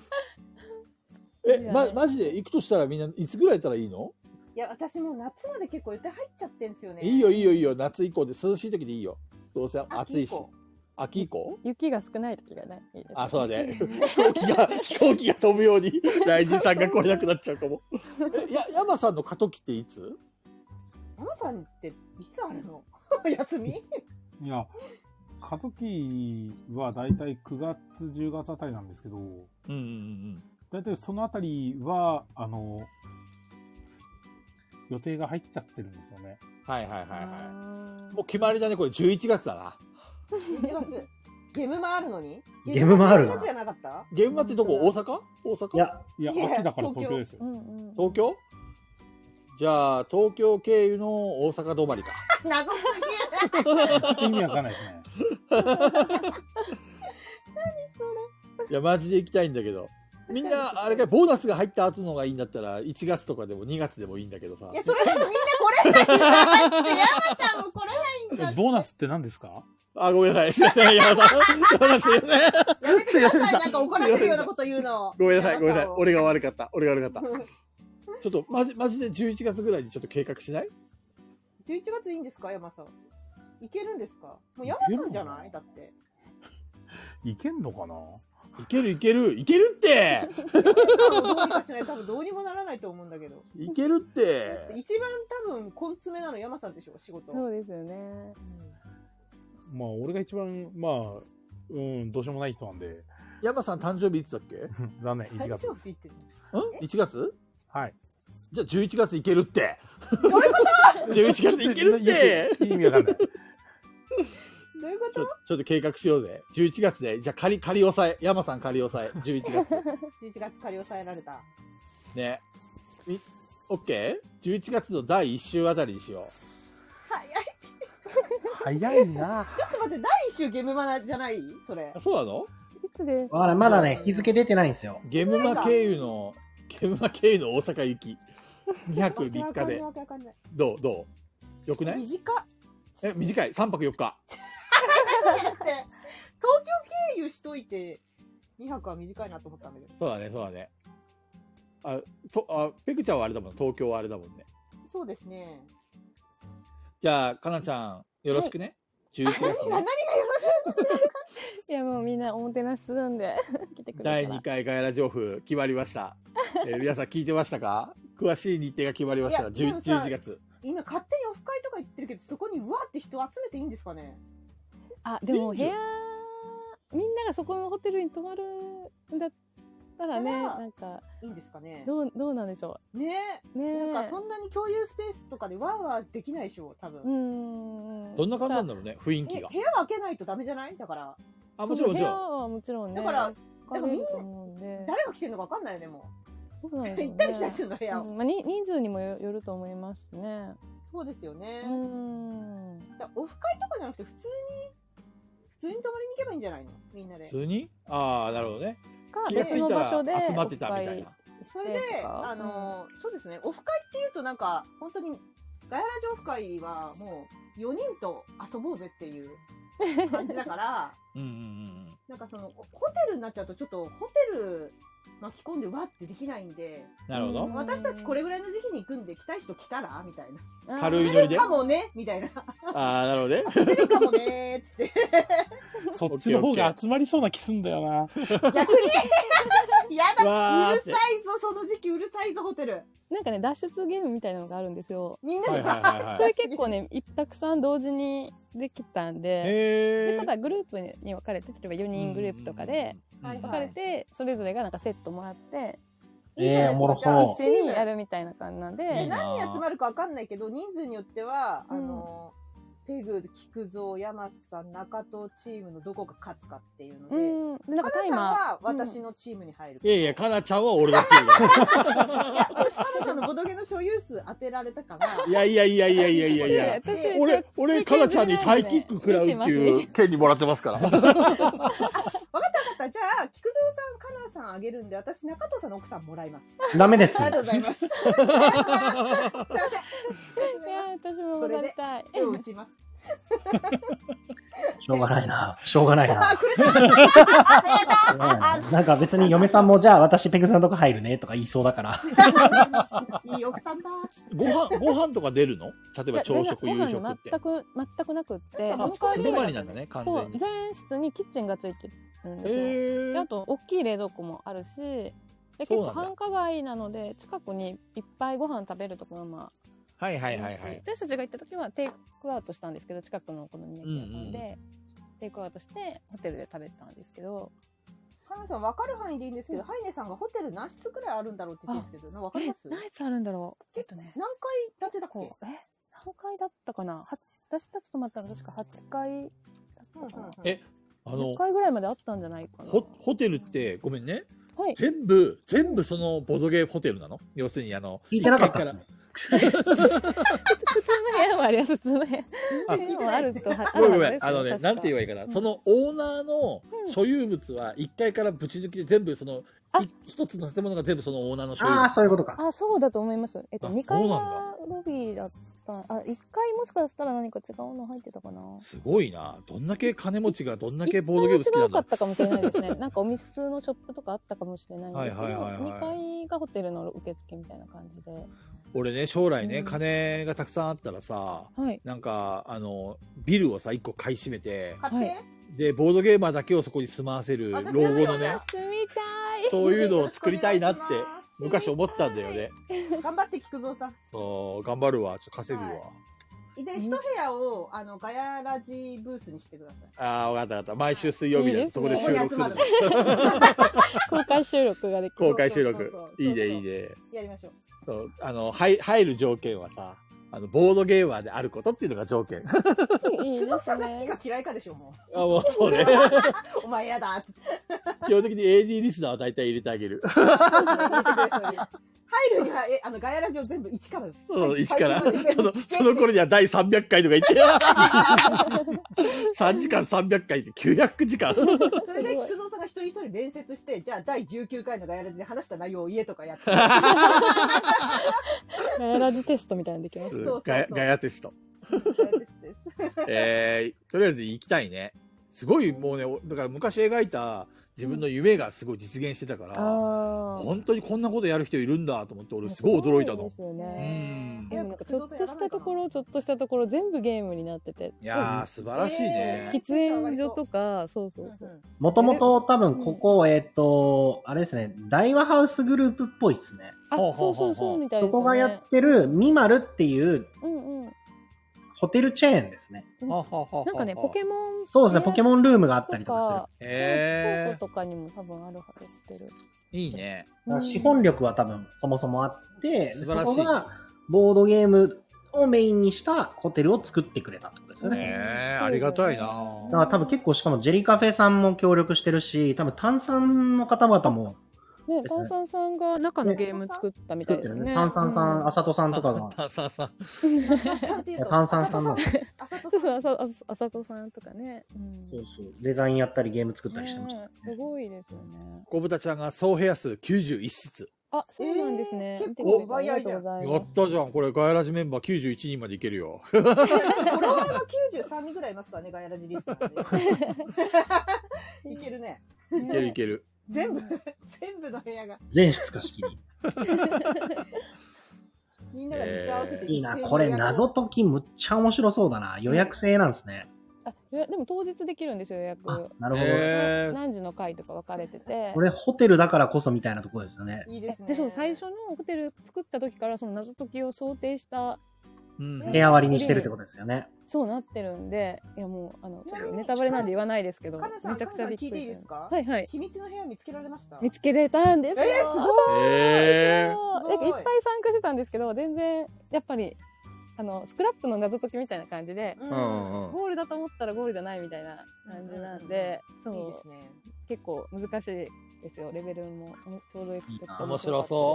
マジで行くとしたらみんないつぐらいやったらいいの？ いや、私もう夏まで結構予定入っちゃってんすよね。 いいよいいよいいよ、夏以降で涼しい時でいいよ。どうせ暑いし。秋以降？ 雪が少ない時がない。 あ、そうだね。飛行機が飛ぶように、ライジンさんが来れなくなっちゃうかも。山さんの過渡期っていつ？ 山さんっていつあるの？休み？ いや、過渡期はだいたい9月、10月あたりなんですけど、だいたいそのあたりは、予定が入っちゃってるんですよね。 はいはいはいはい。もう決まりだね、これ11月だな。 11月。ゲームマあるのに？ ゲームマあるな。 11月じゃなかった？ ゲームマってどこ？大阪？大阪？ いや、秋だから東京ですよ。 東京？じゃあ、東京経由の大阪止まりか。 謎すぎる。 意味わかんないですね。 何それ？ いや、マジで行きたいんだけど。みんな、あれか、ボーナスが入った後のがいいんだったら、1月とかでも2月でもいいんだけどさ。 いや、それだとみんな来れないんだって、山さんも来れないんだって。 ボーナスって何ですか？ あ、ごめんなさい。すいません、山さん。すいません。 やめてください。なんか怒らせるようなこと言うの。 ごめんなさい、ごめんなさい。俺が悪かった。ちょっと、マジで11月ぐらいにちょっと計画しない？ 11月いいんですか、山さん。いけるんですか？もう山さんじゃない？だって。 いけんのかな？ いけるって。 どうにかしない、多分どうにもならないと思うんだけど。 いけるって。 一番多分根詰めなの山さんでしょ、仕事。 そうですよね。 まあ、俺が一番、まあ、どうしようもない人なんで。 山さん誕生日いつだっけ？ 残念、1月。 誕生日って 1月？ はい。 じゃあ11月いけるって。 どういうこと？ 11月いけるって。 意味わかんない。 どういうこと？ ちょっと計画しようぜ。11月で。じゃあ仮押さえ。山さん仮押さえ。11月。 11月仮押さえられた。 ね。オッケー ?11 月の第1週あたりにしよう。 早いな。 ちょっと待って、第1週ゲームマナじゃない？それ。 そうなの？ いつです？ まだね、日付出てないんですよ。 ゲームマ経由の大阪行き。2泊3日で。どうよくない？ 短っ。 短い。3泊4日。 東京経由しといて、2泊は短いなと思ったんだけど。 そうだね。ペクちゃんはあれだもん。東京はあれだもんね。 そうですね。 じゃあ、かなちゃん、よろしくね。11月、ね。 何がよろしい？いや、もうみんなおもてなしするんで、来てくれたら。 第2回ガヤラ情報決まりました。皆さん聞いてましたか？詳しい日程が決まりました。11月。 今勝手にオフ会とか言ってるけど、そこにうわって人集めていいんですかね？ あ、でも部屋、みんながそこのホテルに泊まるんだったらね、なんかいいんですかね。 どうなんでしょう。 ね。なんかそんなに共有スペースとかでワーワーできないでしょ、多分。 どんな感じなんだろうね、雰囲気が。 部屋は開けないとダメじゃない？だから。 あ、もちろん部屋はもちろんね。 だからみんな誰が来てるのか分かんないよね、もう。 そうなんですよね。 行ったり来たりするの、部屋を。 人数にもよると思いますね。 そうですよね。オフ会とかじゃなくて普通に泊まりに行けばいいんじゃないの？みんなで。 普通に？ああ、なるほどね。 気がついたら集まってたみたいな。 それで、そうですね、オフ会っていうとなんか、本当に、ガヤラジオフ会はもう4人と遊ぼうぜっていう感じだから、なんかその、ホテルになっちゃうとちょっとホテル巻き込んでわってできないんで、 なるほど。 私たちこれぐらいの時期に行くんで来たい人来たらみたいな。 軽いノリで。 かもねみたいな。 ああ、なるほどね。 遊べるかもねーっつって。 そっちの方が集まりそうな気すんだよな。 逆にやだ、うるさいぞ、その時期うるさいぞ、ホテル。 なんかね、脱出ゲームみたいなのがあるんですよ。 みんなで、 それ結構ね、たくさん同時にできたんで、ただグループに分かれて、例えば4人グループとかで分かれて、それぞれがなんかセットもらって、 おもろそう。 一斉にやるみたいな感じなんで。 何人集まるか分かんないけど、人数によっては、ペグ、菊蔵、山さん、中藤チームのどこが勝つかっていうので、かなさんは私のチームに入る。 いやいや、かなちゃんは俺のチームだ。 いや、私かなさんのボドゲの所有数当てられたから。 いやいやいやいやいやいやいや。俺、かなちゃんにタイキック食らうっていう権利もらってますから。 分かった分かった。じゃあ、菊蔵さん、かなさんあげるんで、私、中藤さんの奥さんもらいます。 ダメです。 ありがとうございます。すいません。 いや、私ももらいたい。 手を打ちます。 しょうがないな。しょうがないな。なんか別に嫁さんもじゃあ私ペグさんのとこ入るねとか言いそうだから。 いい奥さんだ。 ご飯とか出るの？例えば朝食、夕食って。 全くなくって。 素泊まりなんだね、完全に。 全室にキッチンがついてるんですよ。あと、大きい冷蔵庫もあるし、結構繁華街なので、近くにいっぱいご飯食べるところもはいはいはいはい。 私たちが行った時はテイクアウトしたんですけど、近くのお好み焼き屋さんで、テイクアウトしてホテルで食べてたんですけど。 かなさん分かる範囲でいいんですけど、ハイネさんがホテル何室くらいあるんだろうって言ってるんですけど、分かります？ 何室あるんだろう。 何階建てだっけ？ 何階だったかな。私たち泊まったの確か8階だったかな。10階ぐらいまであったんじゃないかな。 ホテルってごめんね。 はい。 全部そのボドゲホテルなの？要するに聞いてなかったですね。 普通の部屋もあります。普通の部屋もあると。 ごめん。なんて言えばいいかな。そのオーナーの所有物は1階からぶち抜きで全部その一つの建物が全部そのオーナーの所有物。 ああ、そういうことか。 そうだと思います。2階がロビーだった。1階もしかしたら何か違うの入ってたかな。 すごいな。どんだけ金持ちがどんだけボードゲーム好きなの？ 違かったかもしれないですね。なんか普通のショップとかあったかもしれないんですけど、2階がホテルの受付みたいな感じで。 俺ね、将来ね、金がたくさんあったらさ、なんか、ビルをさ、1個買い占めて、で、ボードゲーマーだけをそこに住まわせる老後のね、そういうのを作りたいなって、昔思ったんだよね。 頑張って、菊蔵さん。 そう、頑張るわ。ちょっと稼ぐわ。 で、一部屋を、ガヤラジブースにしてください。 ああ、わかったわかった。毎週水曜日でそこで収録する。 公開収録ができる。 公開収録。いいね、いいね。 やりましょう。 そう、入る条件はさ、ボードゲーマーであることっていうのが条件。 いいですね。 好きか嫌いかでしょ、もう。 もう、そうね。 お前やだ。 基本的に AD リスナーは大体入れてあげる。 入るには、ガヤラジオ全部1からです。 そう、1から。その頃には第300回とか言って、3時間300回って900時間。 それで、菊蔵さんが一人一人面接して、じゃあ第19回のガヤラジで話した内容を言えとかやって。 ガヤラジテストみたいなのできます。 ガヤテスト。とりあえず行きたいね。すごいもうね、だから昔描いた自分の夢がすごい実現してたから、本当にこんなことやる人いるんだと思って俺すごい驚いたの。 ですよね。でもなんかちょっとしたところ全部ゲームになってて。 いやー素晴らしいね。 喫煙所とか、そうそうそう。 もともと多分ここ、あれですね、大和ハウスグループっぽいですね。 そうみたいですね。 そこがやってるミマルっていう、ホテルチェーンですね。 なんかね、ポケモン。 そうですね、ポケモンルームがあったりとかする。京都とかにも多分あるはずってる。 いいね。 資本力は多分そもそもあって、そこがボードゲームをメインにしたホテルを作ってくれたってことですよね。 ありがたいな。 だから多分結構しかもジェリカフェさんも協力してるし、多分炭酸の方々も。 ね、炭酸さんが中のゲーム作ったみたいですね。 炭酸さん、あさとさんとかが。 炭酸さん。 炭酸さんの。 あさとさんとかね。 そうそう。デザインやったりゲーム作ったりしてました。 すごいですよね。 小豚ちゃんが総部屋数91室。 あ、そうなんですね。 結構早いじゃん。 やったじゃん。これガヤラジメンバー91人までいけるよ。 フォロワーが93人ぐらいいますからね、ガヤラジリスナーで。いけるね。 いける。 全部の部屋が。 全室貸し切り。 みんなが時間合わせていいな、これ謎解きむっちゃ面白そうだな。予約制なんですね。 でも当日できるんですよ、予約。 なるほど。 何時の回とか分かれてて。 これホテルだからこそみたいなところですよね。 いいですね。 で、そう、最初のホテル作った時からその謎解きを想定した部屋割りにしてるってことですよね。 そうなってるんで、いやもうネタバレなんで言わないですけど、めちゃくちゃびっくり。 聞いていいですか？ はいはい。 秘密の部屋見つけられました？ 見つけれたんですよ。 すごい。 いっぱい参加してたんですけど、全然やっぱりスクラップの謎解きみたいな感じで、ゴールだと思ったらゴールじゃないみたいな感じなんで、そう結構難しいですよ。レベルもちょうどよくて面白そう。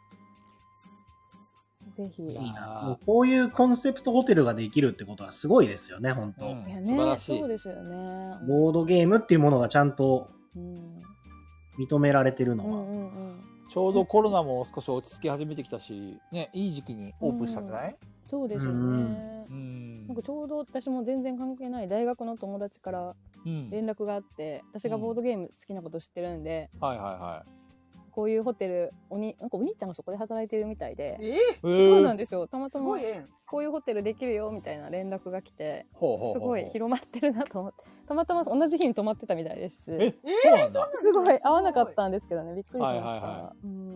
ぜひ。 いいな。もうこういうコンセプトホテルができるってことはすごいですよね、本当。 いやね、素晴らしい。そうですよね。 ボードゲームっていうものがちゃんと認められてるのは。 ちょうどコロナも少し落ち着き始めてきたし、ね、いい時期にオープンしたんじゃない？ そうですよね。なんかちょうど私も全然関係ない大学の友達から連絡があって、私がボードゲーム好きなこと知ってるんで、こういうホテルなんかお兄ちゃんがそこで働いてるみたいで、そうなんですよ。たまたまこういうホテルできるよみたいな連絡が来て、すごい広まってるなと思って、たまたま同じ日に泊まってたみたいです。 そうなんだ。 すごい合わなかったんですけどね、びっくりしました。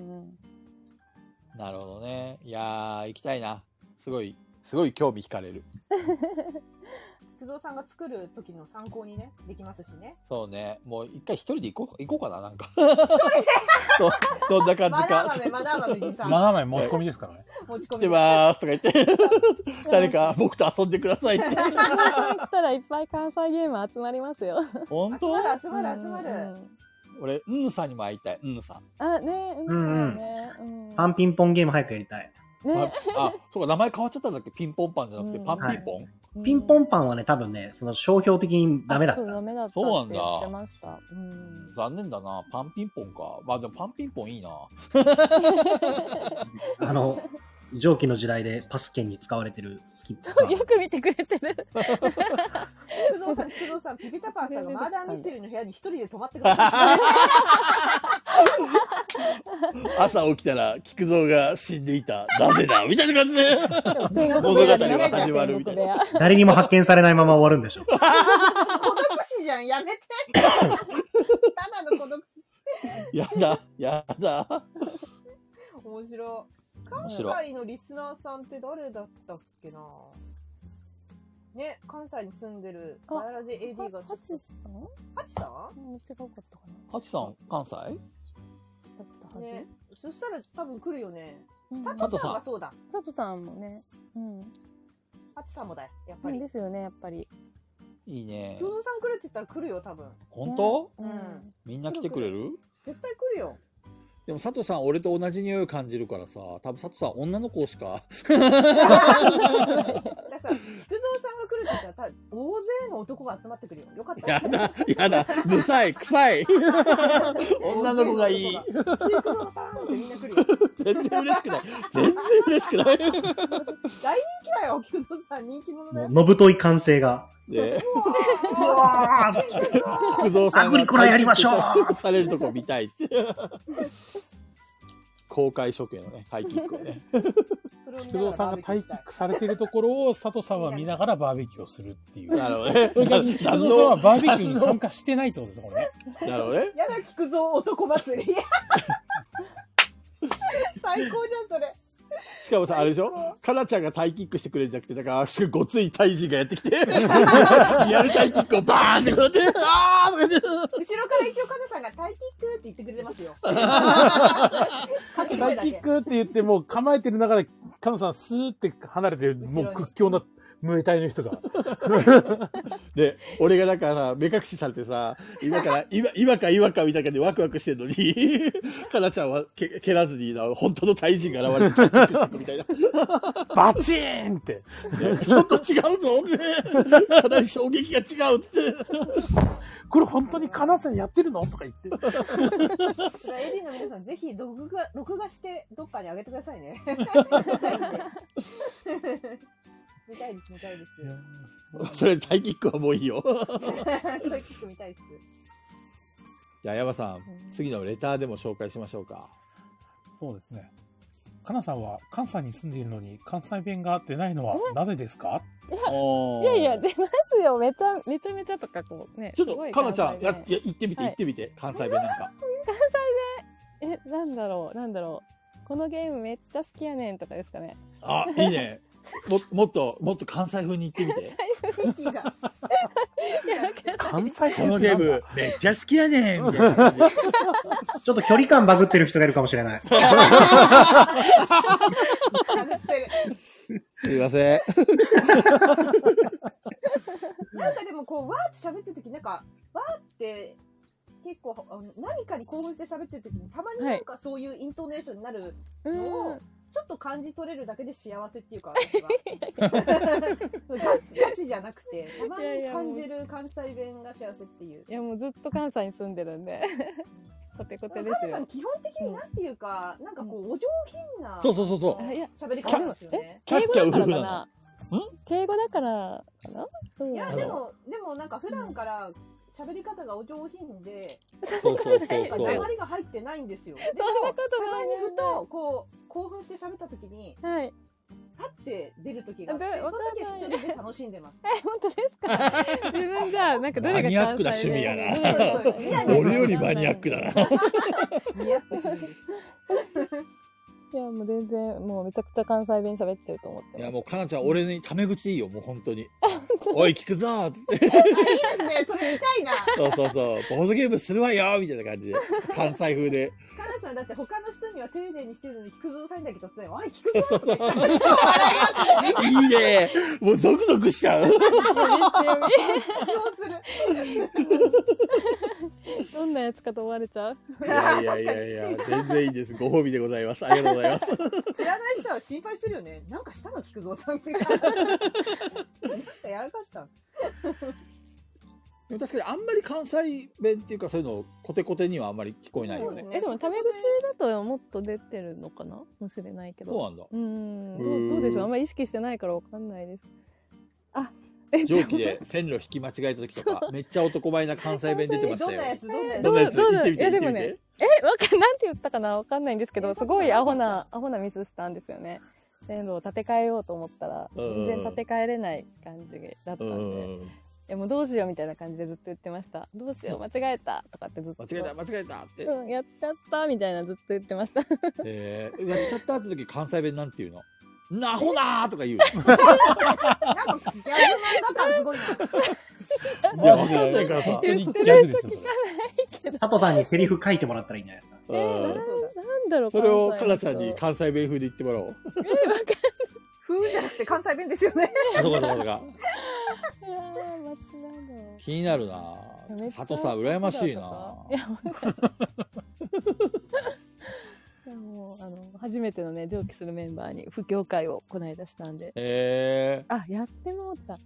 なるほどね。いやー、行きたいな。すごい興味惹かれる。 菊蔵さんが作る時の参考にね、できますしね。 そうね。もう一回一人で行こうかな、なんか。 一人でどんな感じか。 マナー豆さん。 マナー豆持ち込みですからね。 持ち込み。 来てまーすとか言って。誰か僕と遊んでくださいって。 来たらいっぱい関西ゲーム集まりますよ。 本当？ 集まる。 俺、さんにも会いたい。さん。 あ、ね、 パンピンポンゲーム早くやりたい。 そうか、名前変わっちゃったんだっけ？ピンポンパンじゃなくて、パンピンポン？ ピンポンパンはね、多分ね、その商標的にダメだった。 そうなんだ。残念だな。パンピンポンか。まあでもパンピンポンいいな。 蒸気の時代でパス券に使われてるスキップ。 そう、よく見てくれてる。 工藤さん、ピピタパンさんがマーダーミステリーの部屋に一人で泊まってください。 朝起きたら菊蔵が死んでいた。なぜだみたいな感じで物語が始まるみたいな。 誰にも発見されないまま終わるんでしょ。 孤独死じゃん、やめて。ただの孤独死。 やだ。 面白い。関西のリスナーさんって誰だったっけな。ね、関西に住んでるガヤラジ AD が。ハチさん？ 違うかったかな。 ハチさん、関西？ だったはず。 ね、そしたら多分来るよね。 佐藤さんがそうだ。 佐藤さんもね。 ハチさんもだよ、やっぱり。 ですよね、やっぱり。 いいね。 京都さん来るって言ったら来るよ、多分。 本当？みんな来てくれる？ 絶対来るよ。 でも佐藤さん俺と同じ匂いを感じるからさ、多分佐藤さん女の子しか。 だからさ、菊蔵さんが来るって言ったら大勢の男が集まってくるよ。よかった。 やだ、不細臭い。女の子がいい。 菊蔵さんってみんな来るよ。 全然嬉しくない。大人気だよ、菊蔵さん人気者だよ。 のぶとい歓声が。 で、菊蔵さんがアグリコラやりましょうされるとこ見たいって。公開処刑のね、タイキックをね。 菊蔵さんがタイキックされているところを佐藤さんは見ながらバーベキューをするっていう。 なるほどね。 それから菊蔵さんはバーベキューに参加してないってことです、これね。 なるほどね。 やだ、菊蔵男祭り。最高じゃん、それ。 しかもさ、あれでしょ、かなちゃんがタイキックしてくれるんじゃなくて、だから、すごいごついタイ人がやってきて、リアルタイキックをバーンってこうやって、あーとか言って。 後ろから一応かなさんがタイキックって言ってくれてますよ。 タイキックって言って、もう構えてる中で、かなさんスーって離れて、もう屈強なムエタイの人が。 で、俺がなんかさ、目隠しされてさ、今かみたいな感じでワクワクしてんのに、かなちゃんは蹴らずに本当のタイ人が現れてタイキックしてくみたいな。 バチーンって。 ちょっと違うぞって。かなり衝撃が違うって。 これ本当にかなちゃんやってるのとか言って。 AD の皆さん、ぜひ録画してどっかに上げてくださいね。見たいです。 それタイキックはもういいよ。 タイキック見たいです。 じゃあ山さん、次のレターでも紹介しましょうか。 そうですね。 かなさんは関西に住んでいるのに関西弁が出ないのはなぜですか？ いやいや、出ますよ。めちゃめちゃとかこうね。 ちょっと、かなちゃん、言ってみて、言ってみて。関西弁なんか。 関西弁なんだろう。このゲームめっちゃ好きやねんとかですかね。 あ、いいね。もっと関西風に言ってみて。 関西風このゲームめっちゃ好きやねんみたいな感じ。 ちょっと距離感バグってる人がいるかもしれない。 すいません。 なんかでもこう、わーって喋ってる時なんか、わーって結構何かに興奮して喋ってる時にたまになんかそういうイントネーションになるのをちょっと感じ取れるだけで幸せっていうか、ガチじゃなくてたまに感じる関西弁が幸せっていう。 いやもうずっと関西に住んでるんでコテコテですよ。 基本的になんていうか、なんかこうお上品なそう喋り方ですよね。 敬語だからかな。敬語だからかな。 いやでもなんか普段から喋り方がお上品で、 そう訛りが入ってないんですよ。でもたまにふとこう興奮して喋った時に、はい。パッて出る時があって、その時は一人で楽しんでます。 本当ですか？自分じゃなんかどれがマニアックな趣味やな。俺よりマニアックだな。 似合ってくるんです。 いやもう全然もうめちゃくちゃ関西弁喋ってると思ってます。 いやもうかなちゃん俺にタメ口いいよもう本当に。おい聞くぞーって。 いいですね、それ見たいな。 そうボードゲームするわよみたいな感じで関西風で。 かなさんだって他の人には丁寧にしてるのに菊蔵さんだけ突然おい菊蔵って言ったら笑いますね。 いいね。もうゾクゾクしちゃう。 どんなやつかと思われちゃう。 いや全然いいです。ご褒美でございます。ありがとうございます。 知らない人は心配するよね。なんかしたの菊蔵さんって。なんかやらかした。 でも確かにあんまり関西弁っていうかそういうのコテコテにはあんまり聞こえないよね。 でもタメ口だともっと出てるのかなもしれないけど。 そうなんだ。 どうでしょう。あんまり意識してないからわかんないです。あ、 蒸気で線路引き間違えた時とかめっちゃ男前な関西弁出てましたよ。 どんなやつ言ってみて。 いやでもね、なんて言ったかなわかんないんですけど、すごいアホなミスしたんですよね。線路を建て替えようと思ったら全然建て替えれない感じだったんで、もうどうしようみたいな感じでずっと言ってました。どうしよう間違えたとかってずっと。 間違えたって。 やっちゃったみたいなずっと言ってました。 やっちゃったって時関西弁なんて言うの？なほなーとか言う。なんかギャグ漫画感すごいな。 いやわかんないからさ。 言ってると聞かないけど。 佐藤さんにセリフ書いてもらったらいいんじゃないですか。 なんだろう。 それをかなちゃんに関西弁風で言ってもらおう。 わかんない。 風じゃなくて関西弁ですよね。 そうか。気になるな。佐藤さん羨ましいな。もう初めてのね上記するメンバーに布教会をこの間したんで。やってもうた。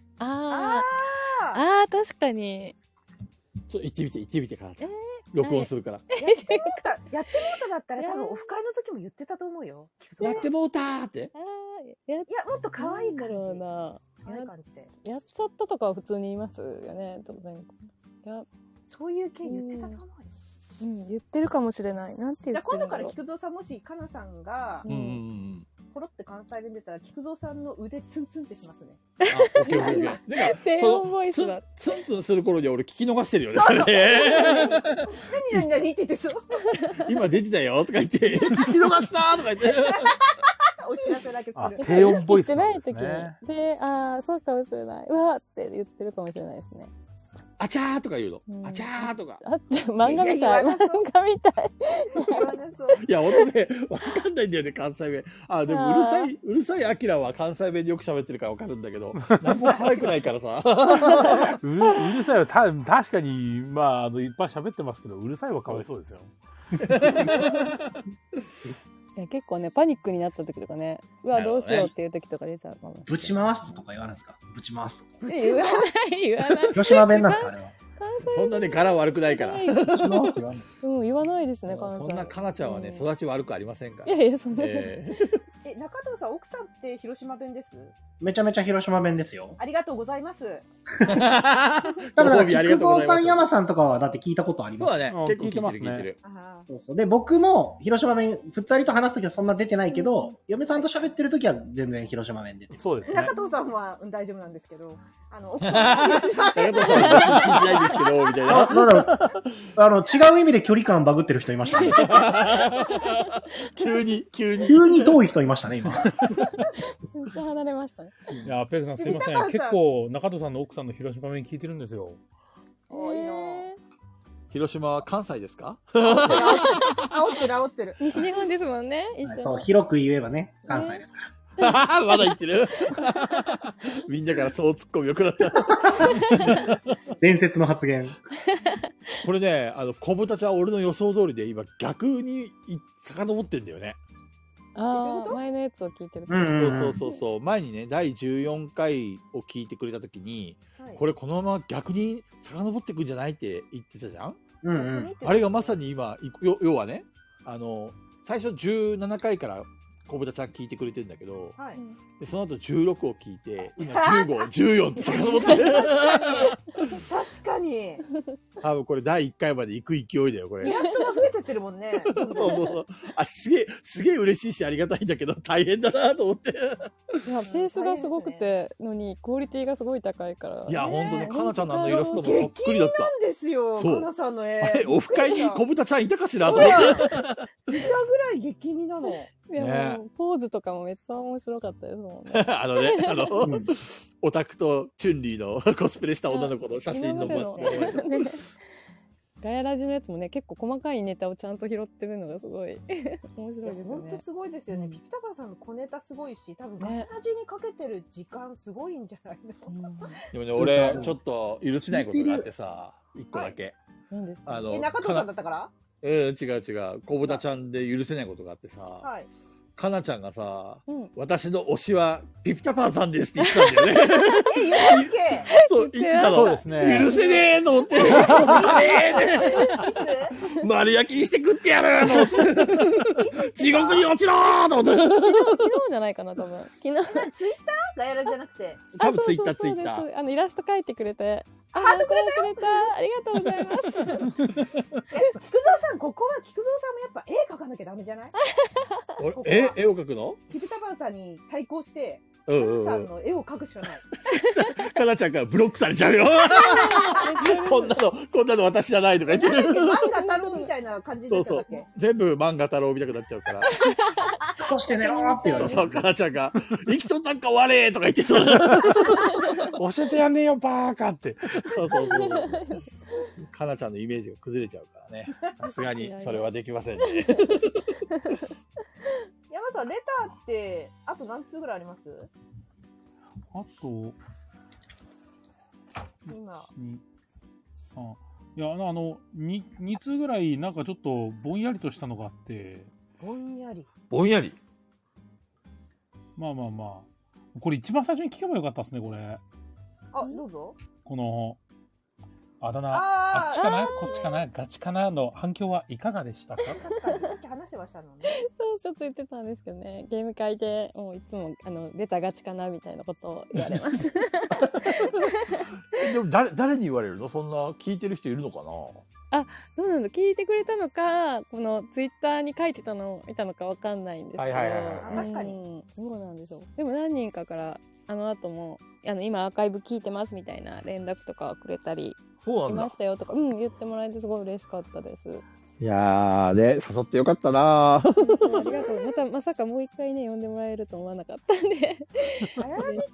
確かに。 行ってみてから。録音するから。 やってもうただったら多分オフ会の時も言ってたと思うよ。 やってもうたーって。 いやもっと可愛い感じ。 やっちゃったとかは普通に言いますよね。 そういう系言ってたと思うよ。 言ってるかもしれない。なんて言ってるんだろう。じゃあ今度から菊蔵さんもしかなさんがポロって関西弁出たら菊蔵さんの腕ツンツンってしますね。 オッケー。 低音ボイスだ。 ツンツンする頃には俺聞き逃してるよね。 何って言ってそう。 今出てたよとか言って聞き逃したとか言って。 お知らせだけする。 低音ボイスなんですね。 で、そうかもしれない。うわーって言ってるかもしれないですね。 あちゃーとか言うの。あちゃーとか。 漫画みたい。漫画みたい。 いや、俺ね、わかんないんだよね、関西弁。でもうるさいアキラは関西弁でよく喋ってるからわかるんだけど、何も可愛くないからさ。 うるさいは確かに、いっぱい喋ってますけど、うるさいはかわいそうですよ。 いや結構ねパニックになった時とかね、うわどうしようっていう時とか出ちゃうかも。 ぶち回すとか言わないですか？ぶち回すとか。 言わない。 広島弁なんですかあれは。 そんなね柄悪くないから。 言わないですね関西。 そんなかなちゃんはね育ち悪くありませんから。 いやそんな。 中藤さん奥さんって広島弁です？ めちゃめちゃ広島弁ですよ。 ありがとうございます。 多分、菊蔵さん、山さんとかはだって聞いたことあります。 そうだね。結構聞いてる。 そうそう。で、僕も広島弁、ふつわりと話すときはそんな出てないけど、嫁さんと喋ってるときは全然広島弁出てる。 そうですね。 中藤さんは大丈夫なんですけど、 中藤さんは聞いてないですけど、みたいな。 なんだろう、違う意味で距離感バグってる人いましたね。 急に遠い人いましたね、今。 めっちゃ離れましたね。 いや、ペグさんすいません。結構、中戸さんの奥さんの広島弁聞いてるんですよ。 いいな。 広島は関西ですか？ 煽ってる。 西日本ですもんね。 そう、広く言えばね、関西ですから。 まだ言ってるみんなからそうツッコミを食らった。 伝説の発言。 これね、小豚ちゃん俺の予想通りで今逆に遡ってんだよね。 前のやつを聞いてる。 そう。前にね、第14回を聞いてくれたときに、これこのまま逆に遡ってくんじゃないって言ってたじゃん。あれがまさに今、要はね、最初17回から小豚ちゃん聞いてくれてるんだけど、でその後16を聞いて、今15、14って遡ってる。 確かに。 多分これ第1回まで行く勢いだよ、これ。 イラストが増えてってるもんね。 そう。すげえ嬉しいしありがたいんだけど、大変だなと思って。 いや、ペースがすごくてのに、クオリティがすごい高いから。 いや、ほんとね、かなちゃんのあのイラストもそっくりだった。 なんですよ、かなさんの絵。 あれ、オフ会に小豚ちゃんいたかしらと思って。 いたぐらい激似なの。 いや、もうポーズとかもめっちゃ面白かったですもんね。 オタクとチュンリーのコスプレした女の子の写真のガヤラジのやつもね、結構細かいネタをちゃんと拾ってるのがすごい面白いですよね。 本当すごいですよね。ピピタパンさんの小ネタすごいし、多分ガヤラジにかけてる時間すごいんじゃないの？ でもね、俺ちょっと許せないことがあってさ、一個だけ。 何ですか？ 中藤さんだったから？ 違う。小豚ちゃんで許せないことがあってさ、かなちゃんがさ、私の推しはピピタパンさんですって言ってたんだよね。 言ったっけ？ そう言ってたの。 そうですね。 許せねえと思って。丸焼きにして食ってやると思って。地獄に落ちろーと思って。 昨日じゃないかな、多分。 ツイッター？ガヤラじゃなくて。 多分ツイッター。 イラスト描いてくれて。 ハートくれた。 ありがとうございます。 菊蔵さん、ここは菊蔵さんもやっぱ絵描かなきゃダメじゃない？ 絵を描くの？ ピピタパンさんに対抗して、かなさんの絵を描くしかない。 かなちゃんからブロックされちゃうよ。こんなの私じゃないとか言って。 漫画太郎みたいな感じでしたっけ？ 全部漫画太郎見たくなっちゃうから。 そして寝ろーって言われて。 そう、かなちゃんが、生きとったんか悪いとか言ってた。 教えてやんねえよ、バーカって。 そう。かなちゃんのイメージが崩れちゃうからね。さすがに、それはできませんね。 山さん、レターって、あと何通ぐらいあります？ あと、 今。 2、3。いや、2通ぐらい、なんかちょっとぼんやりとしたのがあって。 ぼんやり。 まあ。これ一番最初に聞けばよかったですね、これ。 どうぞ。 この、あだ名、あっちかなこっちかなガチかなの反響はいかがでしたか？ 確かに、さっき話してましたもんね。 そう、ちょっと言ってたんですけどね。ゲーム会でもういつも、出たガチかなみたいなことを言われます。 でも誰に言われるの？そんな聞いてる人いるのかな？ どうなんだ、聞いてくれたのか、このツイッターに書いてたのを見たのかわかんないんですけど。 確かに。 どうなんでしょう。でも何人かから、後も、今アーカイブ聞いてますみたいな連絡とかくれたり、 そうなんだ。 いましたよとか、言ってもらえてすごい嬉しかったです。 いやー、ね、誘ってよかったなー。 ありがとう。まさかもう一回ね、呼んでもらえると思わなかったんで。 ガヤラジって、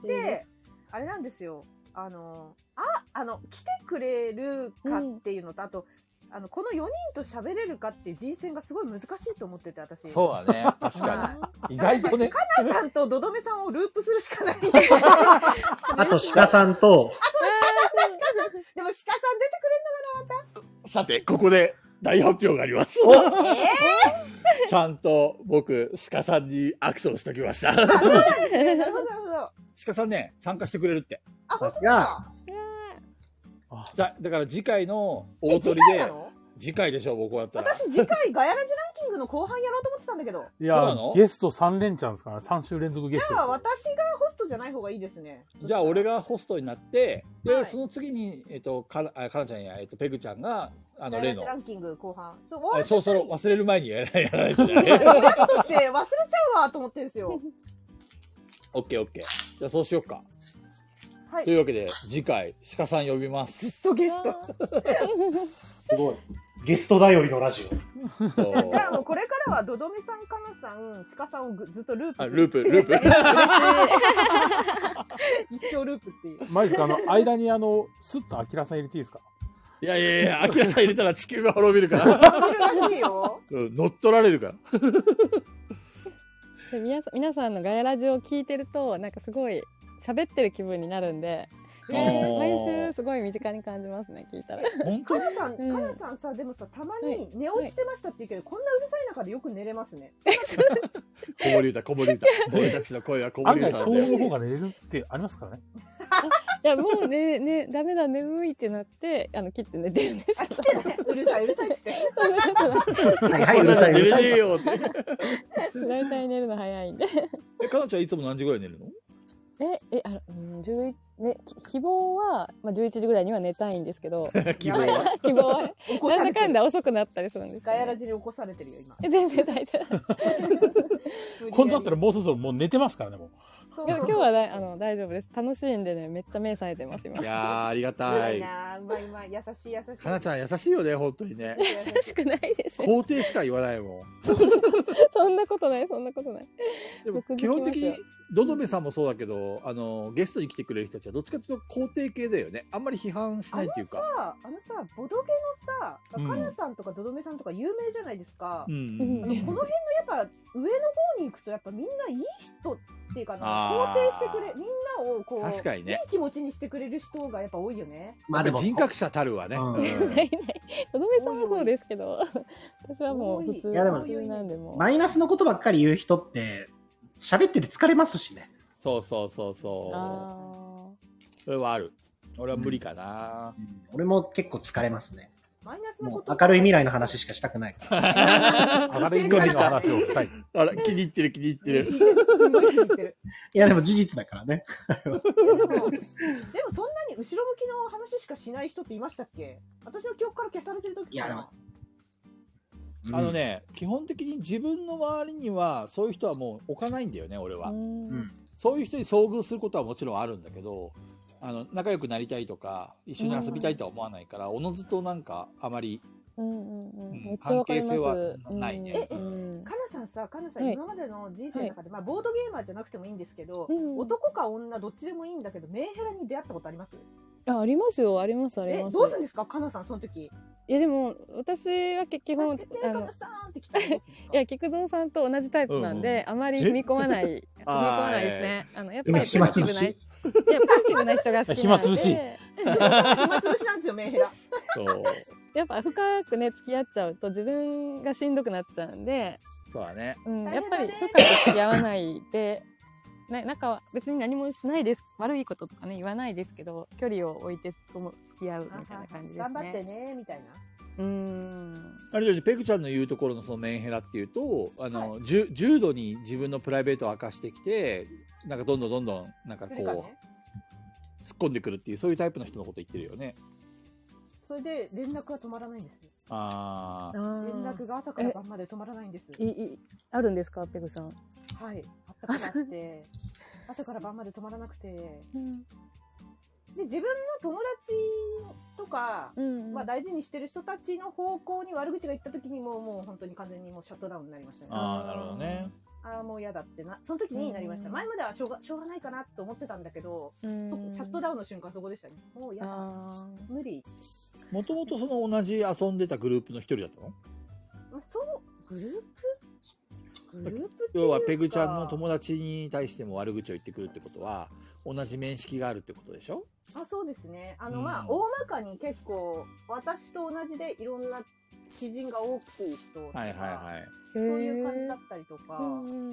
あれなんですよ。来てくれるかっていうのと、あと、この4人と喋れるかっていう人選がすごい難しいと思ってて、私。 そうだね。確かに。意外とね。 かなさんとどどめさんをループするしかない。 あと、鹿さんと。 鹿さん。でも鹿さん出てくれんのかな、また。さて、ここで大発表があります。ちゃんと僕、鹿さんにアクションしときました。 そうなんですね。なるほど。 鹿さんね、参加してくれるって。 本当ですか？ だから次回の大鳥で、次回でしょ、僕だったら。 私、次回ガヤラジランキングの後半やろうと思ってってたんだけど。 いや、ゲスト3連チャンですから、3週連続ゲスト。 じゃあ、私がホストじゃない方がいいですね。 じゃあ、俺がホストになって、で、その次に、かなちゃんや、ペグちゃんが、例の。 ランキング後半。 そうそう、忘れる前にやらないとね。 イベントして忘れちゃうわと思ってんですよ。 オッケーオッケー。じゃあ、そうしよっか。 はい。 というわけで、次回、鹿さん呼びます。 ずっとゲスト。 すごい。ゲスト頼りのラジオ。じゃあもうこれからはドドメさん、カナさん、鹿さんをずっとループ。 ループ。 一生ループっていう。 マジですか、間にスッとアキラさん入れていいですか？ いや、アキラさん入れたら地球が滅びるから。 滅びるらしいよ。 乗っ取られるから。 皆さんのガヤラジオを聞いてると、なんかすごい喋ってる気分になるんで、毎週すごい身近に感じますね、聞いたら。 かなさんさ、でもさ、たまに寝落ちてましたって言うけど、こんなうるさい中でよく寝れますね。 子守歌。俺たちの声は子守歌。 案外、そうの方が寝れるってありますからね。 いや、もうね、ダメだ、眠いってなって、切って寝てるんですけど。 来てね、うるさいって。 はい、うるさい。 寝れねえよって。 大体寝るの早いんで。 かなちゃんいつも何時ぐらい寝るの？ 希望は、11時ぐらいには寝たいんですけど。 希望はなんだかんだ遅くなったりするんです。 ガヤラジに起こされてるよ、今。 全然大丈夫。本当だったらもうそろそろもう寝てますからね、もう。 今日は大丈夫です。楽しいんでね、めっちゃ目冴えてます今。 いやありがたい。 うまい優しい。 かなちゃん優しいよね、本当にね。 優しくないです。 肯定しか言わないもん。 そんなことない。 でも基本的にドドメさんもそうだけど、ゲストに来てくれる人たちはどっちかというと肯定系だよね。あんまり批判しないっていうか。 ボドゲのさ、かなさんとかドドメさんとか有名じゃないですか。この辺のやっぱ上の方に行くとやっぱみんないい人っていうかな、肯定してくれ、みんなをこう確かにね、 いい気持ちにしてくれる人がやっぱ多いよね。 まあでも人格者たるわね。 ドドメさんもそうですけど、私はもう普通なんでも。 マイナスのことばっかり言う人って喋ってて疲れますしね。 そう。それはある。俺は無理かな。 俺も結構疲れますね。 マイナスのこと明るい未来の話しかしたくない。 明るい未来の話をしたい。 あら、気に入ってる。 いや、でも事実だからね。 でもそんなに後ろ向きの話しかしない人っていましたっけ？私の記憶から消されてる時かな。 基本的に自分の周りにはそういう人はもう置かないんだよね、俺は。そういう人に遭遇することはもちろんあるんだけど、仲良くなりたいとか一緒に遊びたいとは思わないから、おのずとなんかあまり関係性はないね。 かなさん今までの人生の中で、ボードゲーマーじゃなくてもいいんですけど、男か女どっちでもいいんだけど、メンヘラに出会ったことあります？ ありますよ、あります。 どうするんですか、かなさんその時。 いやでも私は基本菊蔵さんと同じタイプなんで、あまり踏み込まないですね。やっぱりポジティブな人が好きなんで。 暇つぶしなんですよ、メンヘラ。 やっぱ深くね付き合っちゃうと自分がしんどくなっちゃうんで、 そうだね。 やっぱり深く付き合わないで。なんか別に何もしないです、悪いこととかね言わないですけど、距離を置いて付き合うみたいな感じですね。 頑張ってねみたいな。 あれよりペグちゃんの言うところのそのメンヘラっていうと、重度に自分のプライベートを明かしてきて、なんかどんどんなんかこう突っ込んでくるっていう、そういうタイプの人のこと言ってるよね。 それで連絡が止まらないんです。連絡が朝から晩まで止まらないんです。 あるんですか、ペグさん。 はい、あったことあって朝から晩まで止まらなくて、で自分の友達とか、大事にしてる人たちの方向に悪口がいった時にもう本当に完全にもうシャットダウンになりましたね。 なるほどね。 もう嫌だってその時になりました。前まではしょうがないかなと思ってたんだけど、シャットダウンの瞬間そこでしたね。もう嫌だ、無理。 もともとその同じ遊んでたグループの一人だったの？ グループ要はペグちゃんの友達に対しても悪口を言ってくるってことは同じ面識があるってことでしょ？ そうですね。大まかに結構私と同じでいろんな知人が多くて人とか、そういう感じだったりとか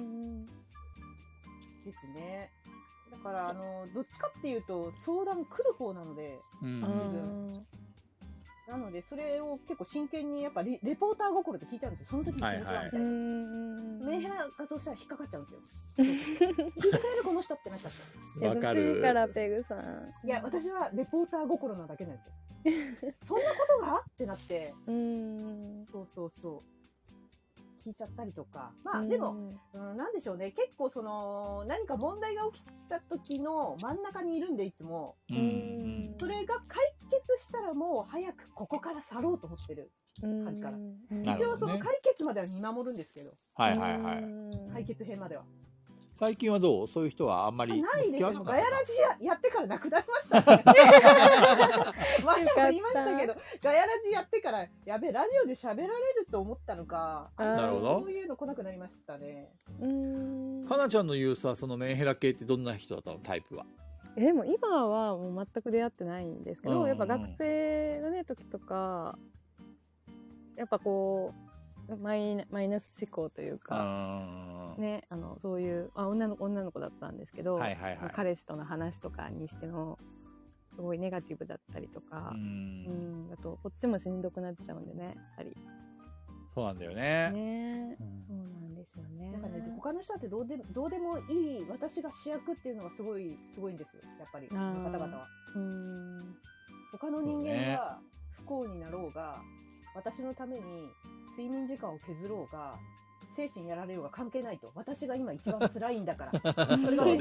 ですね。だからどっちかっていうと相談来る方なので、自分なので、それを結構真剣に、やっぱレポーター心で聞いちゃうんですよ。その時に気持ちはみたいな。メンヘラ画像したら引っかかっちゃうんですよ。聞いてくれるこの人ってなっちゃって。 わかる。 からペグさん。 いや、私はレポーター心なだけなんですよ。そんなことがってなって。そうそうそう。聞いちゃったりとか。まあでも、なんでしょうね。結構その、何か問題が起きた時の真ん中にいるんで、いつも。それが解決したらもう早くここから去ろうと思ってる感じから。一応その解決までは見守るんですけど。 はいはいはい。 解決編までは。 最近はどう？そういう人はあんまり。 ないですよ。ガヤラジやってからなくなりましたね。前も言いましたけど、ガヤラジやってから、やべえ、ラジオで喋られると思ったのか。 なるほど。 そういうの来なくなりましたね。 かなちゃんの言うさ、そのメンヘラ系ってどんな人だったの？タイプは。 でも今はもう全く出会ってないんですけど、やっぱ学生のね、時とか、やっぱこう、マイナス思考というか、ね、そういう女の子だったんですけど、彼氏との話とかにしてもすごいネガティブだったりとか、あとこっちもしんどくなっちゃうんでね、やっぱり。 そうなんだよね。 そうなんですよね。 なんかね、他の人だってどうでもいい私が主役っていうのがすごいんですよ、やっぱり、この方々は。他の人間が不幸になろうが、私のために睡眠時間を削ろうが、精神やられようが関係ないと。私が今一番辛いんだから。それがはい。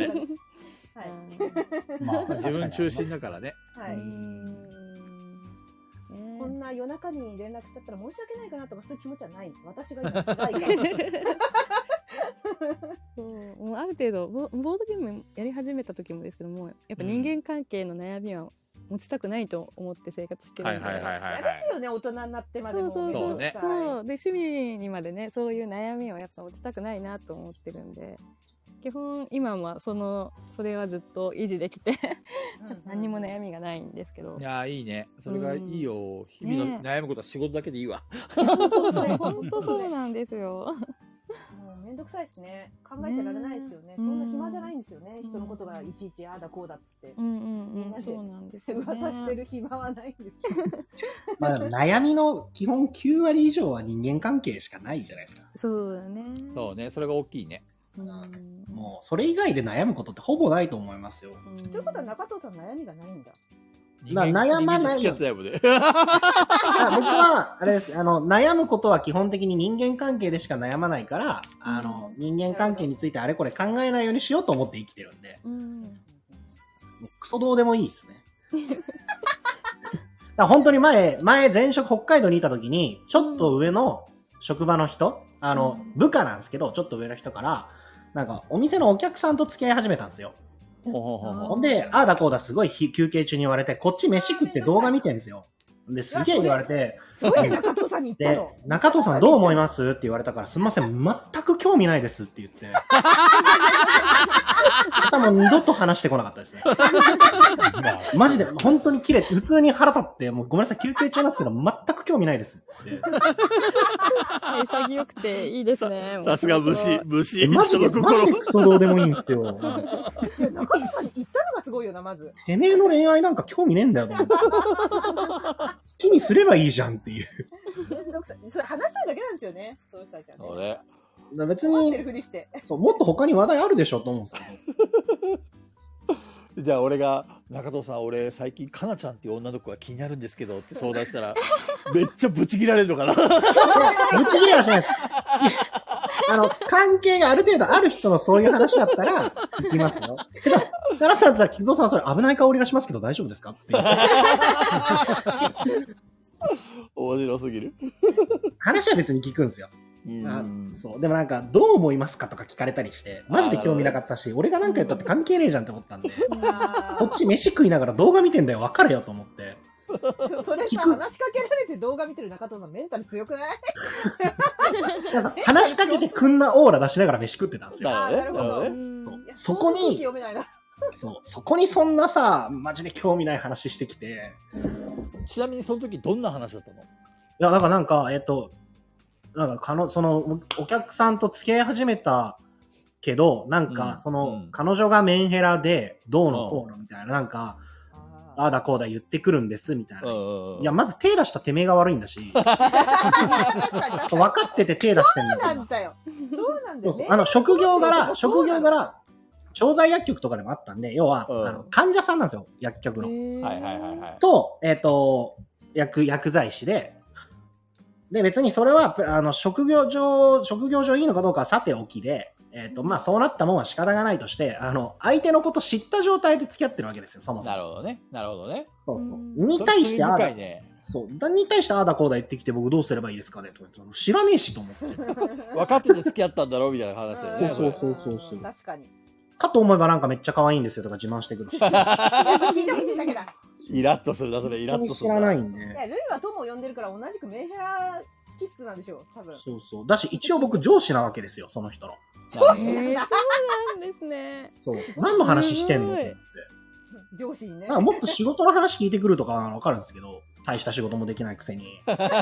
まあ、自分中心だからね。 はい。こんな夜中に連絡しちゃったら申し訳ないかなとかそういう気持ちはないんです。私が今辛いから。 もうある程度ボードゲームやり始めた時もですけども、やっぱ人間関係の悩みは持ちたくないと思って生活してるんで。 嫌ですよね、大人になってまでも。 そうで趣味にまでね、そういう悩みをやっぱ持ちたくないなと思ってるんで、基本今はそれはずっと維持できて何にも悩みがないんですけど。 いやいいね、それがいいよ。日々の悩むことは仕事だけでいいわ。 そう本当そうなんですよ。 もうめんどくさいですね。考えてられないですよね。そんな暇じゃないんですよね。人のことがいちいちああだこうだっつって。みんなで噂してる暇はないんですよ。 まあ悩みの基本9割以上は人間関係しかないじゃないですか。 そうだね。 そうね、それが大きいね。 もうそれ以外で悩むことってほぼないと思いますよ。 ということは中藤さん悩みがないんだ。 悩まないよ。僕は、あれです。悩むことは基本的に人間関係でしか悩まないから、人間関係についてあれこれ考えないようにしようと思って生きてるんで。クソどうでもいいですね。本当に前職北海道にいた時に、ちょっと上の職場の人、部下なんですけど、ちょっと上の人から、なんか、お店のお客さんと付き合い始めたんですよ。ほんで、ああだこうだすごい休憩中に言われて、こっち飯食って動画見てんですよ。で、すげえ言われて、 すごい中藤さんに言ったの。 で、中藤さんどう思いますって言われたから、すみません、全く興味ないですって言って。朝も二度と話してこなかったですね。マジで、本当に綺麗、普通に腹立って、もうごめんなさい、休憩中なんですけど、全く興味ないですって。 潔くていいですね。 さすが武士。 マジでクソどうでもいいんですよ。 中藤さんに言ったのがすごいよな、まず。 てめえの恋愛なんか興味ねえんだよ、と思って。好きにすればいいじゃんっていう。 それ話したいだけなんですよね、そうしたじゃん。 そうね。 別にそうもっと他に話題あるでしょと思うんですけど。じゃあ俺が中藤さん、俺最近かなちゃんっていう女の子が気になるんですけどって相談したらめっちゃブチ切られるのかな。 ブチ切れはしないです。関係がある程度ある人のそういう話だったら聞きますよ。けど奈良さんと菊蔵さんそれ危ない香りがしますけど大丈夫ですかって。 面白すぎる。 話は別に聞くんですよ。そう。でもなんか、どう思いますかとか聞かれたりして、マジで興味なかったし、俺が何か言ったって関係ねえじゃんって思ったんで、こっち飯食いながら動画見てんだよ、分かれよと思って。 それさ、話しかけられて動画見てる中藤さん、メンタル強くない？ 話しかけてくんなオーラ出しながら飯食ってたんですよ。 なるほど。 そこに、そこにそんなさ、マジで興味ない話してきて。 ちなみにその時どんな話だったの？いや、だからなんか、その、お客さんと付き合い始めたけど、なんか、彼女がメンヘラで、どうのこうのみたいな、なんか、 ああだこうだ言ってくるんです、みたいな。いや、まず手出したてめえが悪いんだし。分かってて手出してんだそうなんだよ。そうなんだよ。 職業柄、調剤薬局とかでもあったんで、要は、患者さんなんですよ、薬局の。と、薬剤師で、で、別にそれは、職業上いいのかどうかはさておきで、まあ、そうなったもんは仕方がないとして、相手のこと知った状態で付き合ってるわけですよ、そもそも。 なるほどね。なるほどね。 そうそう。に対して、ああだ、そう。に対してああだこうだ言ってきて、僕どうすればいいですかねと知らねえしと思って。 分かってて付き合ったんだろうみたいな話だよね。 そう。 確かに。 かと思えばなんかめっちゃ可愛いんですよとか自慢してくるし。 聞いてほしいだけだ。 イラッとするな、それ、イラッとする。 知らないんで。 ルイは友を呼んでるから同じくメンヘラ気質なんでしょう、多分。 そう。だし、一応僕上司なわけですよ、その人の。 そうなんですね。 そう。何の話してんのと思って。 上司にね。 もっと仕事の話聞いてくるとかはわかるんですけど、大した仕事もできないくせに。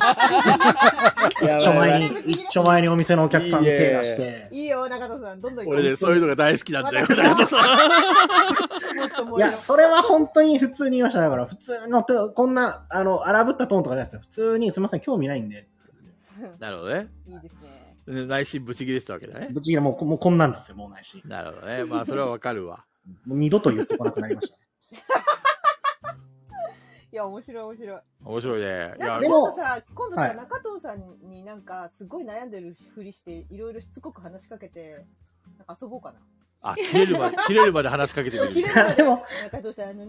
一丁前にお店のお客さんに手出して。 いいよ、中田さん、どんどん俺ね、そういうのが大好きなんだよ、中田さん。いや、それは本当に普通に言いました。だから、普通の、こんな、荒ぶったトーンとかじゃないですよ。普通に、すみません、興味ないんで。 なるほどね。 いいですね。 内心ブチギレてたわけだね。 ブチギレもうこんなんですよ、もう内心。 なるほどね。まあ、それはわかるわ。 もう二度と言ってこなくなりました。 いや、面白い。 面白いね。 今度さ、中藤さんになんか、すごい悩んでるふりして、いろいろしつこく話しかけて、なんか遊ぼうかな。 あ、切れるまで話しかけてみる。 でも、 中藤さん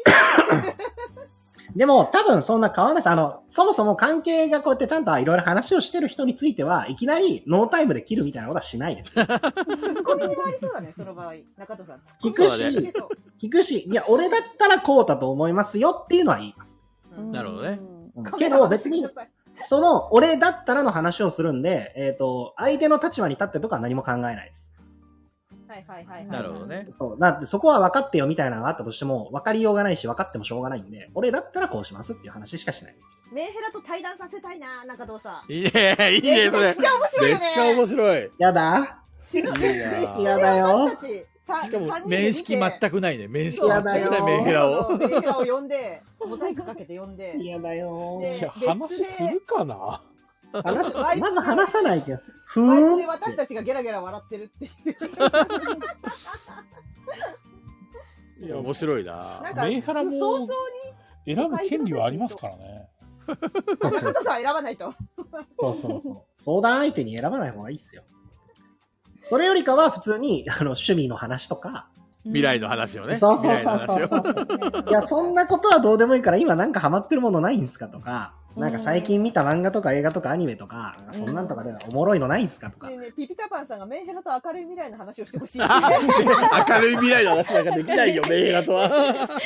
でも、多分そんな変わらないです。そもそも関係がこうやってちゃんといろいろ話をしてる人については、いきなりノータイムで切るみたいなことはしないです。 ツッコミに回りそうだね、その場合。中藤さん。 聞くし、いや、俺だったらこうだと思いますよっていうのは言います。 なるほどね。 けど別に、俺だったらの話をするんで、相手の立場に立ってとかは何も考えないです。 なるほどね。 そう。だってそこは分かってよみたいなのがあったとしても、分かりようがないし、分かってもしょうがないんで、俺だったらこうしますっていう話しかしない。 メンヘラと対談させたいな、中藤さん。 いいね、それ。 めっちゃ面白いよね。 めっちゃ面白い。 やだ。 やだよ。 しかも、面識全くないね。面識全くないメンヘラを。 メンヘラを呼んで、モザイクかけて呼んで。 やだよ。 話するかなまず話さないけど。 バイクで私たちがゲラゲラ笑ってるっていう。 いや、面白いな。 メンヘラも選ぶ権利はありますからね。 中藤さん選ばないと。 そう。相談相手に選ばない方がいいっすよ。それよりかは普通に趣味の話とか。 未来の話をね。 そう。いや、そんなことはどうでもいいから、今なんかハマってるものないんすかとか、なんか最近見た漫画とか映画とかアニメとか、そんなんとかでおもろいのないんすかとか。 ねえピピタパンさんがメンヘラと明るい未来の話をしてほしい。 明るい未来の話なんかできないよ、メンヘラとは。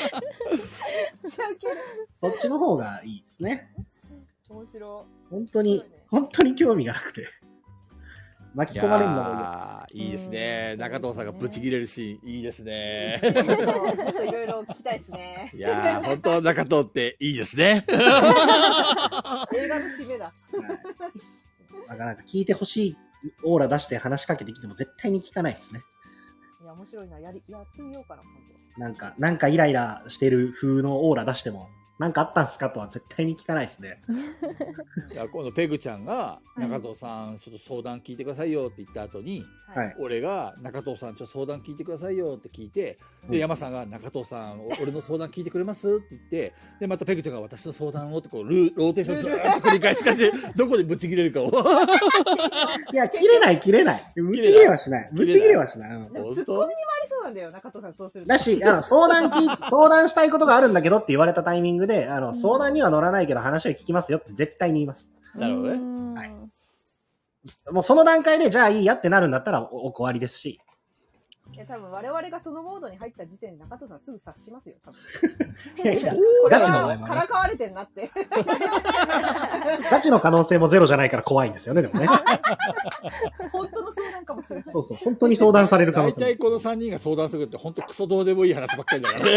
そっちの方がいいですね。 面白い。本当に興味がなくて。巻き込まれるのもいいですね。中藤さんがブチ切れるシーン、いいですね。 いろいろ聞きたいですね。 いやー、本当中藤っていいですね。映画の締めだ。 なんか聞いてほしいオーラ出して話しかけてきても絶対に聞かないですね。 いや、面白いな。やってみようかな、本当。なんかイライラしてる風のオーラ出しても、なんかあったんすかとは絶対に聞かないですね。 いや今度ペグちゃんが中藤さんちょっと相談聞いてくださいよって言った後に、俺が中藤さんちょっと相談聞いてくださいよって聞いて、で山さんが中藤さん俺の相談聞いてくれますって言って、でまたペグちゃんが私の相談をってこうローテーションずっと繰り返しかけてどこでブチ切れるかを。 いや切れない。ブチ切れはしない。ツッコミに回りそうなんだよ、中藤さんそうすると。 だし、相談したいことがあるんだけどって言われたタイミングで、相談には乗らないけど話を聞きますよって絶対に言います。 なるほどね。 はい。もうその段階でじゃあいいやってなるんだったら終わりですし。 いや、多分我々がそのモードに入った時点で中藤さんすぐ察しますよ、多分。 ガチのからかわれてんなって。 ガチの可能性もゼロじゃないから怖いんですよね、でもね。 本当の相談かもしれない。 そう、本当に相談される可能性。 大体この3人が相談するって本当クソどうでもいい話ばっかりだからね。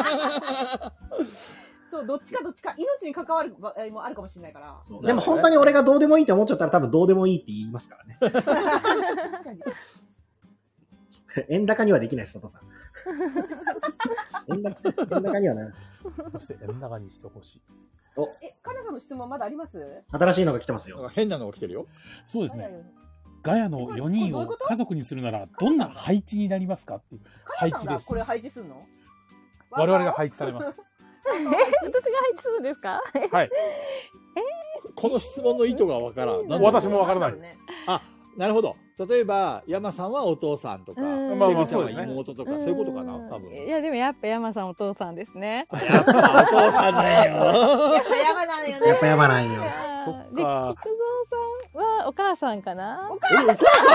そう、どっちか命に関わる場合もあるかもしれないから。 でも本当に俺がどうでもいいって思っちゃったら多分どうでもいいって言いますからね。円高にはできないです、佐藤さん。 円高にはな。 そして円高にしてほしい。 カナさんの質問まだあります？ 新しいのが来てますよ。 変なのが来てるよ。 そうですね。ガヤの4人を家族にするならどんな配置になりますかっていう配置です。 これ配置するの？ 我々が配置されます。 私が配置するんですか？ はい。 この質問の意図がわからん。 私もわからない。 あ、なるほど。例えば山さんはお父さんとか、 まあまあそうですね。 妹とかそういうことかな、多分。 いやでもやっぱ山さんお父さんですね。 やっぱお父さんだよ。 やっぱ山なんよね。 やっぱ山なんよ。 そっか。 で、菊蔵さんはお母さんかな？ お母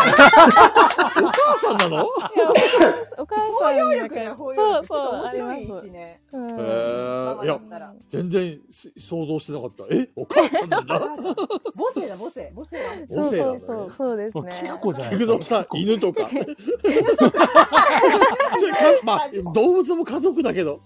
さんなの？ お母さん包容力や包容力。 そう面白いしね。 いや全然想像してなかった。お母さんなんだ。 母性だ母性。 そうですね。 菊子じゃない。 菊蔵さん犬とか。まあ動物も家族だけど。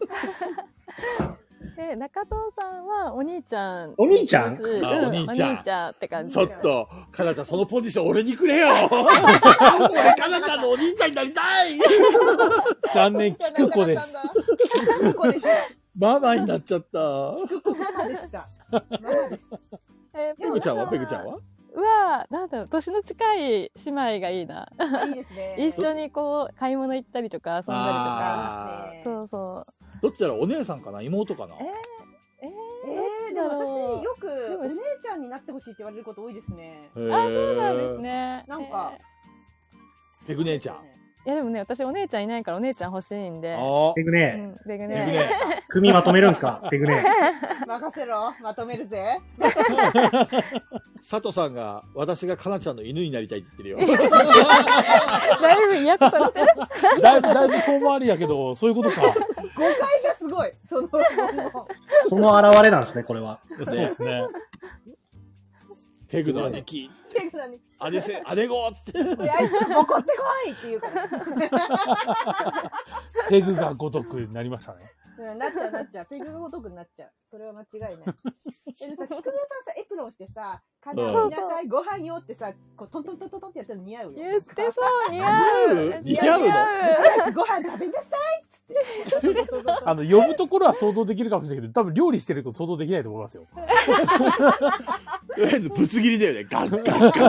中藤さんはお兄ちゃん。 お兄ちゃん？ お兄ちゃんって感じ。 ちょっと、かなちゃんそのポジション俺にくれよ。俺かなちゃんのお兄ちゃんになりたい。 残念、菊子です。 菊子でした。 ママになっちゃった。 菊子でした。 ペグちゃんはなんだろう、年の近い姉妹がいいな。 いいですね。 一緒にこう、買い物行ったりとか遊んだりとか。そうそう。 どっちだろう、お姉さんかな妹かな？ でも私よくお姉ちゃんになってほしいって言われること多いですね。 そうなんですね。 なんかペグ姉ちゃん。 いやでもね、私お姉ちゃんいないからお姉ちゃん欲しいんで。 ペグ姉。 ペグ姉。 組まとめるんですか、ペグ姉。 任せろ、まとめるぜ。 佐藤さんが私がかなちゃんの犬になりたいって言ってるよ。 だいぶ嫌くされてる。 だいぶ遠回りやけど、そういうことか。 誤解がすごい。 その表れなんですね、これは。 そうですね。 ペグの姉貴。 ペグの姉子って。 いや、怒ってこいって言うから。 ペグが如くになりましたね。 なっちゃう。ペグが如くになっちゃう。それは間違いない。でもさ、菊蔵さんさ、エプロンしてさ、かな、見なさい、ご飯よってさ、こう、トントントントンってやったら似合うよ。 言ってそう、似合う。 似合うの？ ご飯食べなさいっつって。 呼ぶところは想像できるかもしれないけど、多分料理してること想像できないと思いますよ。 とりあえずぶつ切りだよね。ガッガッガッって。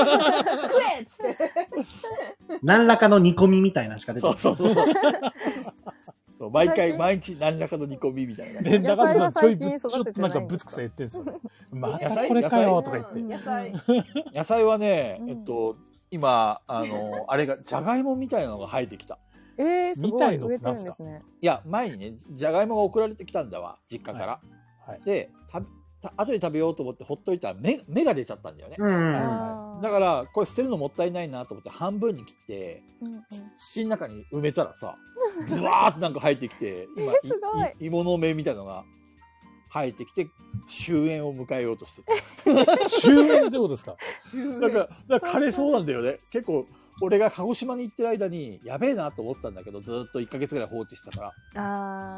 何らかの煮込みみたいなのしか出てない。そう毎日何らかの煮込みみたいな。 で、中田さんちょっとなんかぶつくさ言ってんすよ。またこれかよとか言って。 野菜はね、今、あれが、じゃがいもみたいなのが生えてきた。 すごい植えてるんですね。 いや、前にね、じゃがいもが送られてきたんだわ、実家から。で、後で食べようと思ってほっといたら芽が出ちゃったんだよね。だからこれ捨てるのもったいないなと思って半分に切って土の中に埋めたらさ、ブワーってなんか生えてきて、今芋の芽みたいなのが生えてきて終焉を迎えようとしてた。終焉ってことですか？ だから枯れそうなんだよね。結構俺が鹿児島に行ってる間にやべえなと思ったんだけど、ずっと1ヶ月ぐらい放置してたから。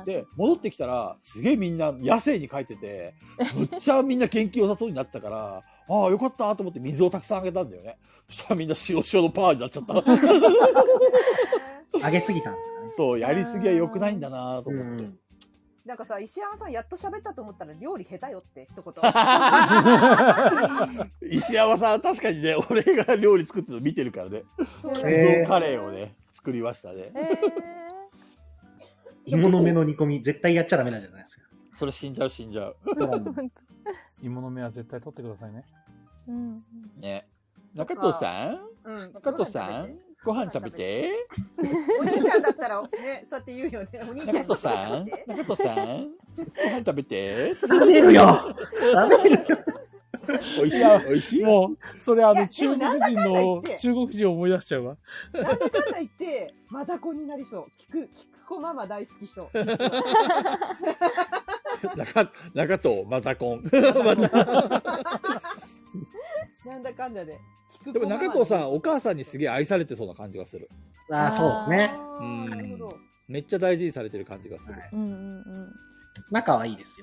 で戻ってきたらすげえみんな野生に帰ってて、むっちゃみんな元気良さそうになったから、ああよかったと思って水をたくさんあげたんだよね。そしたらみんな塩のパワーになっちゃった。 あげすぎたんですかね。 そう、やりすぎは良くないんだなと思って。 なんかさ、石山さんやっと喋ったと思ったら料理下手よって一言。 石山さん確かにね、俺が料理作ってるの見てるからね。味噌カレーをね作りましたね。 芋の芽の煮込み絶対やっちゃダメなんじゃないですか。 それ死んじゃう。 芋の芽は絶対取ってくださいね。 ね。中藤さん、ご飯食べて。 お兄ちゃんだったらね、そうやって言うよね。お兄ちゃん。 中藤さん、ご飯食べて。 食べるよ。 美味しい。 もうそれ中国人を思い出しちゃうわ。 なんだかんだ言ってマザコンになりそう。菊子ママ大好きそう。 中藤マザコン。 なんだかんだで。 でも中藤さん、お母さんにすげえ愛されてそうな感じがする。 そうですね。 めっちゃ大事にされてる感じがする。 仲はいいですよ。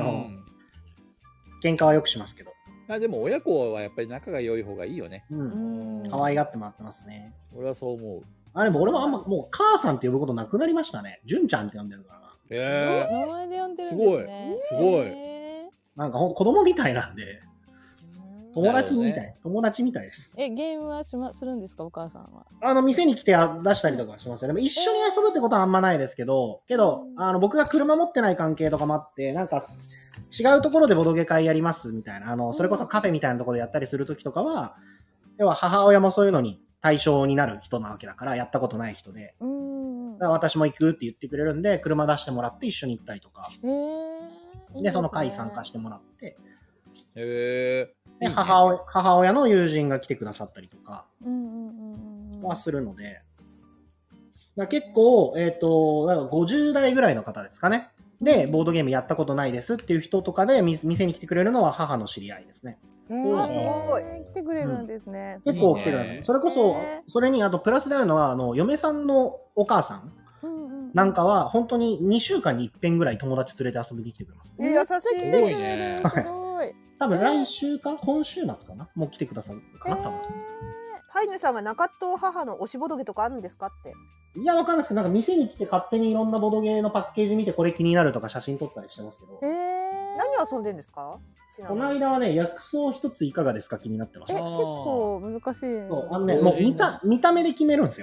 喧嘩はよくしますけど。 でも親子はやっぱり仲が良い方がいいよね。 可愛がってもらってますね。 俺はそう思う。 あれも俺もあんまもう母さんって呼ぶことなくなりましたね。純ちゃんって呼んでるからな。 名前で呼んでるんですね。 すごい。 なんか子供みたいなんで、友達みたい、友達みたいです。 ゲームはするんですか、お母さんは。 店に来て出したりとかしますよね。でも一緒に遊ぶってことはあんまないですけど、僕が車持ってない関係とかもあって、なんか、違うところでボドゲ会やりますみたいな、それこそカフェみたいなところでやったりするときとかは、要は母親もそういうのに対象になる人なわけだから、やったことない人で。だから私も行くって言ってくれるんで、車出してもらって一緒に行ったりとか。で、その会参加してもらって。で、母親の友人が来てくださったりとかはするので、結構、なんか50代ぐらいの方ですかね。で、ボードゲームやったことないですっていう人とかで店に来てくれるのは母の知り合いですね。 すごい。来てくれるんですね。 結構来てくれる。それこそ、それにあとプラスであるのは、嫁さんのお母さんなんかは、本当に2週間に一遍ぐらい友達連れて遊びに来てくれます。 優しい。 すごいね。 多分来週か今週末かなもう来てくださるかな多分。 ハイネさんが中戸母の推しボドゲとかあるんですかって。 いや、わかんないですけど、なんか店に来て勝手にいろんなボドゲのパッケージ見てこれ気になるとか写真撮ったりしてますけど。 何遊んでんですか？ この間はね、薬草一ついかがですか気になってました。 結構難しい。 そう、もう見た目で決めるんですよ。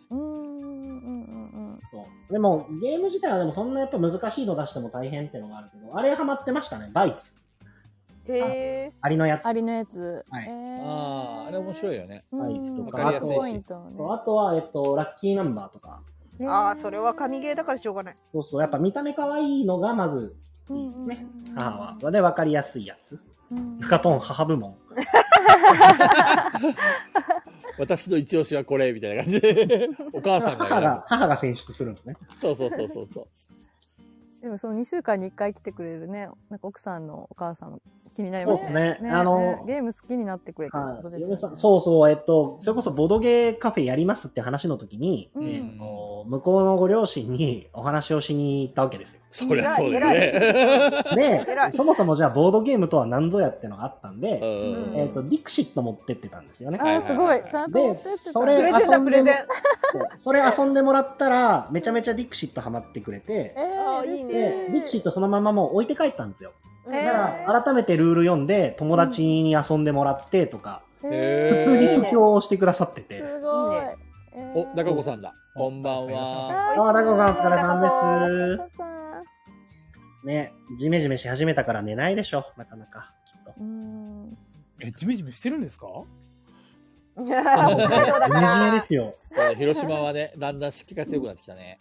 そうでも、ゲーム自体はでもそんなやっぱ難しいの出しても大変っていうのがあるけど、あれハマってましたね、バイツ。アリのやつ。 アリのやつ。 はい。あれ面白いよね。 バイツとか。 あとは、ラッキーナンバーとか。 それは神ゲーだからしょうがない。 そうそう、やっぱ見た目可愛いのがまずいいですね。母は。で、分かりやすいやつ。中トン母部門。 私の一押しはこれみたいな感じでお母さんが母が選出するんですね。 そう。 でもその2週間に1回来てくれるね、なんか奥さんのお母さんも気になりそうますね。 ですね。 ゲーム好きになってくれたことですよね。 そう、それこそボドゲカフェやりますって話の時に、向こうのご両親にお話をしに行ったわけですよ。 そりゃそうだよね。 で、そもそもじゃあボードゲームとは何ぞやってのがあったんで、ディクシット持ってってたんですよね。 すごい。ちゃんと持ってってた。 それ遊んでもらったら、めちゃめちゃディクシットハマってくれて、 いいね。 ディクシットそのままもう置いて帰ったんですよ。だから改めてルール読んで友達に遊んでもらってとか、普通に布教をしてくださってて。 すごい。 お、中子さんだ。こんばんは。 中子さんお疲れさんです。ね、ジメジメし始めたから寝ないでしょ、なかなかきっと。 ジメジメしてるんですか？ 北海道だから。 ジメジメですよ。 広島はね、だんだん湿気が強くなってきたね。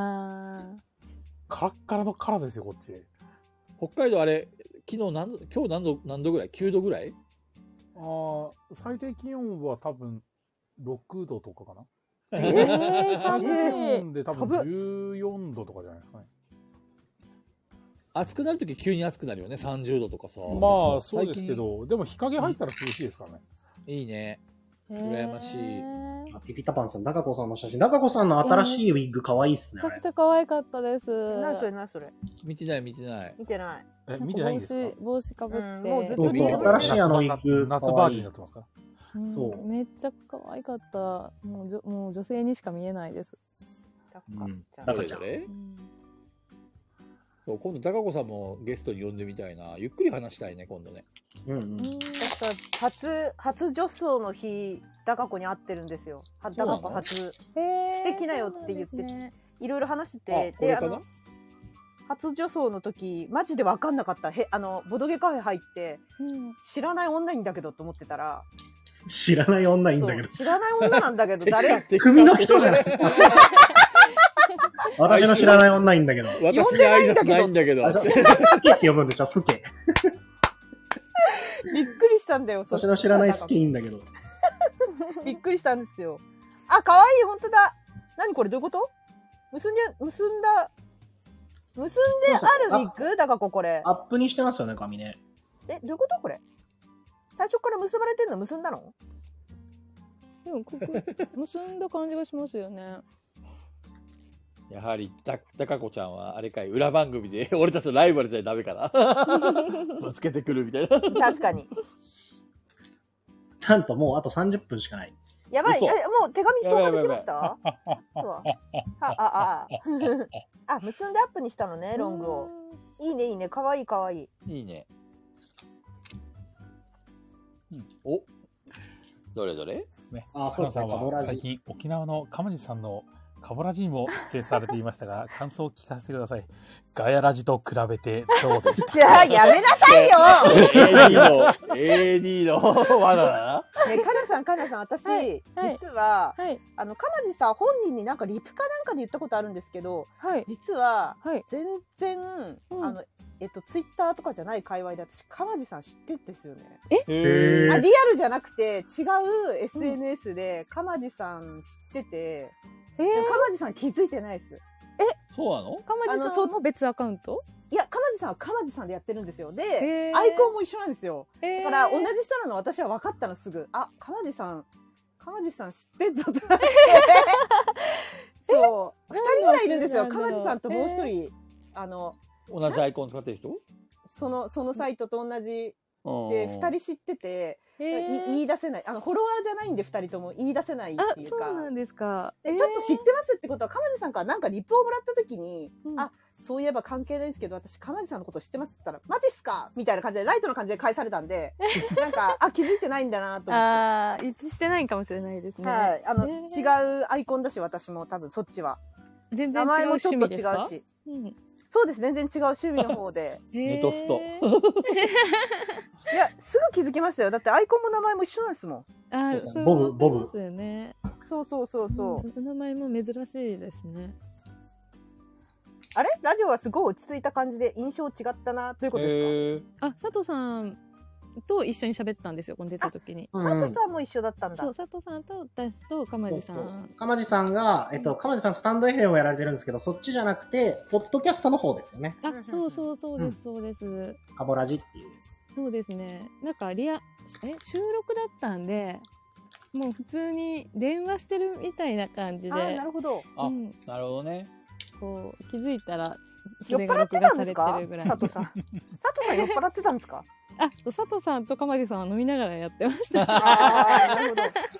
カラッカラのカラですよ、こっち。 北海道あれ、今日何度ぐらい ?9 度ぐらい？ 最低気温は多分6度とかかな。 寒い。 最低気温で多分14度とかじゃないですかね。 暑くなるとき急に暑くなるよね、30度とかさ。 まあそうですけど、でも日陰入ったら涼しいですからね。 いいね。羨ましい。 ピピタパンさん、中子さんの写真。中子さんの新しいウィッグ可愛いっすね。 めちゃくちゃ可愛かったです。 何それ。 見てない。 見てない。 見てないんですか？ 帽子かぶって。 もうずっと見てる。 新しいウィッグ。 夏バージョンになってますから。 そう。めっちゃ可愛かった。もう女性にしか見えないです。 中ちゃん。 そう、今度高子さんもゲストに呼んでみたいな。ゆっくり話したいね、今度ね。 初女装の日、高子に会ってるんですよ。高子初。素敵だよって言って、いろいろ話してて、で、初女装の時、マジで分かんなかった。ボドゲカフェ入って、知らない女いんだけどと思ってたら、 知らない女いいんだけど。 知らない女なんだけど、誰？ 組の人じゃないですか。私の知らない女いいんだけど。 私に挨拶ないんだけど。 スケって呼ぶんでしょ、スケ。 びっくりしたんだよ、 私の知らないスケいいんだけど。 びっくりしたんですよ。あ、かわいい、ほんとだ。何これ、どういうこと？結んであるウィッグ？だからこれ。 アップにしてますよね、髪ね。 どういうことこれ？最初から結ばれてんの結んだの？ でもここ結んだ感じがしますよね。 やはり高子ちゃんはあれかい、裏番組で俺たちのライバルじゃダメかな。ぶつけてくるみたいな。 確かに。 なんともうあと30分しかない。 いやばい、もう手紙消化できました？結んでアップにしたのね、ロングを。いいね、いいね、かわいいかわいい。 いいね。お、どれどれ？ ね、そうですね。最近沖縄の鎌地さんのカボラジにも出演されていましたが、感想を聞かせてください。ガヤラジと比べてどうでした？ じゃあやめなさいよ。AD のわだな。 ね、かなさん、私、実は、鎌地さん本人になんかリプかなんかで言ったことあるんですけど、実は、全然、ツイッターとかじゃない界隈で私、鎌地さん知ってるんですよね。リアルじゃなくて、違う SNS で鎌地さん知ってて、鎌地さん気づいてないです。 そうなの？ 鎌地さんも別アカウント？ いや、鎌地さんは鎌地さんでやってるんですよ。で、アイコンも一緒なんですよ。だから同じ人なの私は分かったのすぐ。あ、鎌地さん知ってんぞってなって。そう。2人ぐらいいるんですよ。鎌地さんともう一人。 同じアイコン使ってる人？ そのサイトと同じで2人知ってて、言い出せない。フォロワーじゃないんで2人とも言い出せないっていうか。 そうなんですか。 ちょっと知ってますってことは、鎌地さんからなんかリップをもらった時に、あ、そういえば関係ないんですけど、私、鎌地さんのこと知ってますって言ったら、マジっすかみたいな感じで、ライトの感じで返されたんで、なんか、気づいてないんだなと思って。 一致してないかもしれないですね。 はい。違うアイコンだし、私も多分そっちは。 全然違う趣味ですか？名前もちょっと違うし。 そうです、全然違う趣味の方で。 ネトスト。 いや、すぐ気づきましたよ。だってアイコンも名前も一緒なんですもん。 ボブ。 そうよね。 そう。 名前も珍しいですね。 あれ？ラジオはすごい落ち着いた感じで印象違ったなということですか？ 佐藤さんと一緒に喋ったんですよ、この出た時に。 佐藤さんも一緒だったんだ。 そう、佐藤さんと私と鎌地さん。 鎌地さんが、鎌地さんスタンド FM をやられてるんですけど、そっちじゃなくて、ポッドキャストの方ですよね。 そうです、そうです。 カボラジっていう。 そうですね。なんか収録だったんで、もう普通に電話してるみたいな感じで。 なるほど。 なるほどね。 こう、気づいたら、それが録画されてるぐらい。 佐藤さん酔っ払ってたんですか？ 佐藤さんと鎌地さんは飲みながらやってました。 なるほど。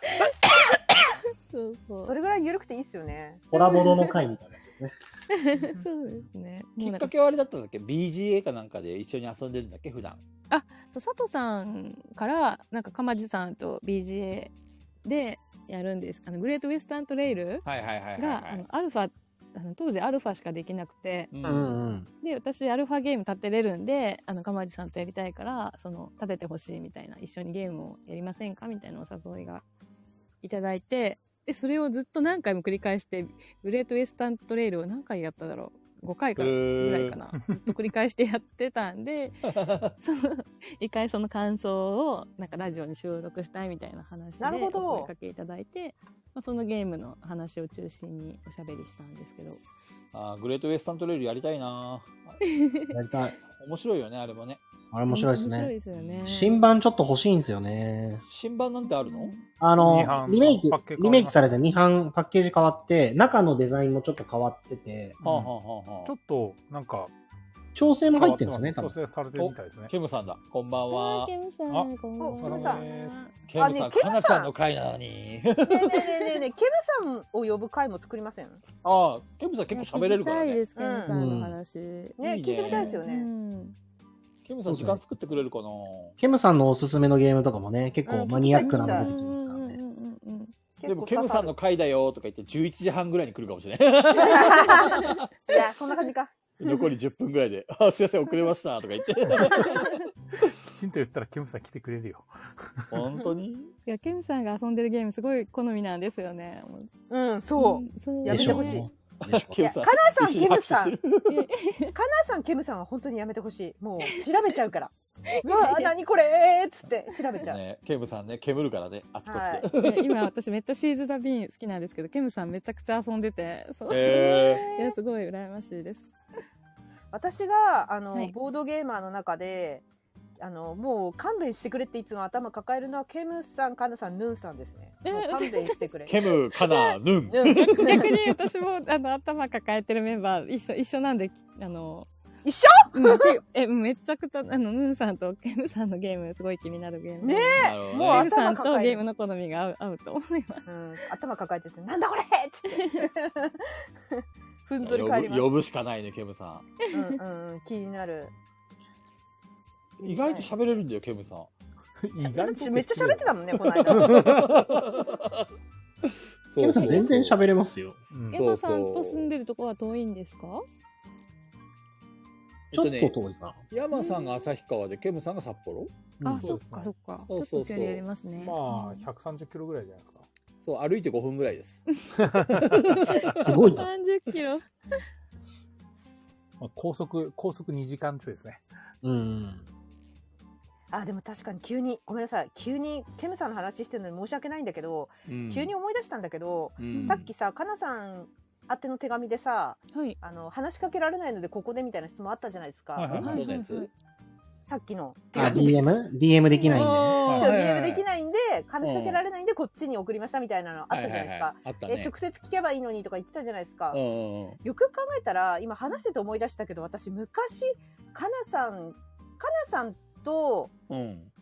そう。 それぐらい緩くていいっすよね。 コラボドの会みたいなやつですね。 そうですね。 きっかけはあれだったんだっけ？ BGA かなんかで一緒に遊んでるんだっけ普段？ 佐藤さんからなんか鎌地さんと BGA でやるんです。グレートウェスタントレイルがアルファ当時アルファしかできなくて、で私アルファゲーム立てれるんで鎌地さんとやりたいから立ててほしいみたいな、一緒にゲームをやりませんかみたいなお誘いがいただいて、でそれをずっと何回も繰り返して、グレートウェスタントレイルを何回やっただろう、5回かぐらいかな、ずっと繰り返してやってたんで一回その感想をなんかラジオに収録したいみたいな話でお声かけいただいて、そのゲームの話を中心におしゃべりしたんですけど。 グレートウェスタントレイルやりたいな。 やりたい。 面白いよね、あれもね。 あれ面白いですね。 面白いですよね。 新版ちょっと欲しいんですよね。 新版なんてあるの？ リメイクされて2版パッケージ変わって、中のデザインもちょっと変わってて、 ちょっとなんか調整も入ってるんですよね、 調整されてるみたいですね。 ケムさんだ。こんばんは。 ケムさん、こんばんは。 ケムさん、かなちゃんの会なのに。 ねえ、ケムさんを呼ぶ会も作りません？ ケムさん結構喋れるからね。 聞きたいです、ケムさんの話。 ね、聞いてみたいですよね。 ケムさん時間作ってくれるかな？ ケムさんのおすすめのゲームとかもね、結構マニアックなの出てきますからね。 でもケムさんの会だよとか言って11時半ぐらいに来るかもしれない。 いや、そんな感じか。 残り10分ぐらいで、すいません、遅れましたとか言って。 きちんと言ったらケムさん来てくれるよ。 本当に？ いや、ケムさんが遊んでるゲームすごい好みなんですよね。 そう。やめてほしい。 カナさん、ケムさんは本当にやめてほしい。もう調べちゃうから。何これーっつって調べちゃう。 ケムさんね、煙るからね、あちこちで。今私めっちゃシーズ・ザ・ビーン好きなんですけど、ケムさんめちゃくちゃ遊んでて、いや、すごい羨ましいです。 私がボードゲーマーの中でもう勘弁してくれっていつも頭抱えるのはケムさん、カナさん、ヌンさんですね。もう勘弁してくれ。 ケム、カナ、ヌン。 逆に私も頭抱えてるメンバー一緒なんで一緒めちゃくちゃ、ムーンさんとケムさんのゲーム、すごい気になるゲーム。 ねえ、 もうケムさんとゲームの好みが合うと思います。 頭抱えてなんだこれっつって。ふんぞり返ります。 呼ぶしかないね、ケムさん。気になる。 意外と喋れるんだよ、ケムさん。 意外とめっちゃ喋ってたもんね、この間。 ケムさん全然喋れますよ。 エマさんと住んでるとこは遠いんですか？ ちょっと遠いかな。 山さんが旭川で、ケムさんが札幌？ あ、そっかそっか。ちょっと距離ありますね。 まあ、130キロぐらいじゃないですか。 そう、歩いて5分ぐらいです。 すごいな。 30キロ。 高速2時間ちょいですね。 でも確かに急に、ごめんなさい。急に、ケムさんの話してるのに申し訳ないんだけど、急に思い出したんだけど、さっきさ、かなさん宛ての手紙でさ、話しかけられないのでここでみたいな質問あったじゃないですか。さっきの。 DM できないんで。 DM できないんで、話しかけられないんでこっちに送りましたみたいなのあったじゃないですか。直接聞けばいいのにとか言ってたじゃないですか。よく考えたら、今話してて思い出したけど、私昔、かなさんと、フ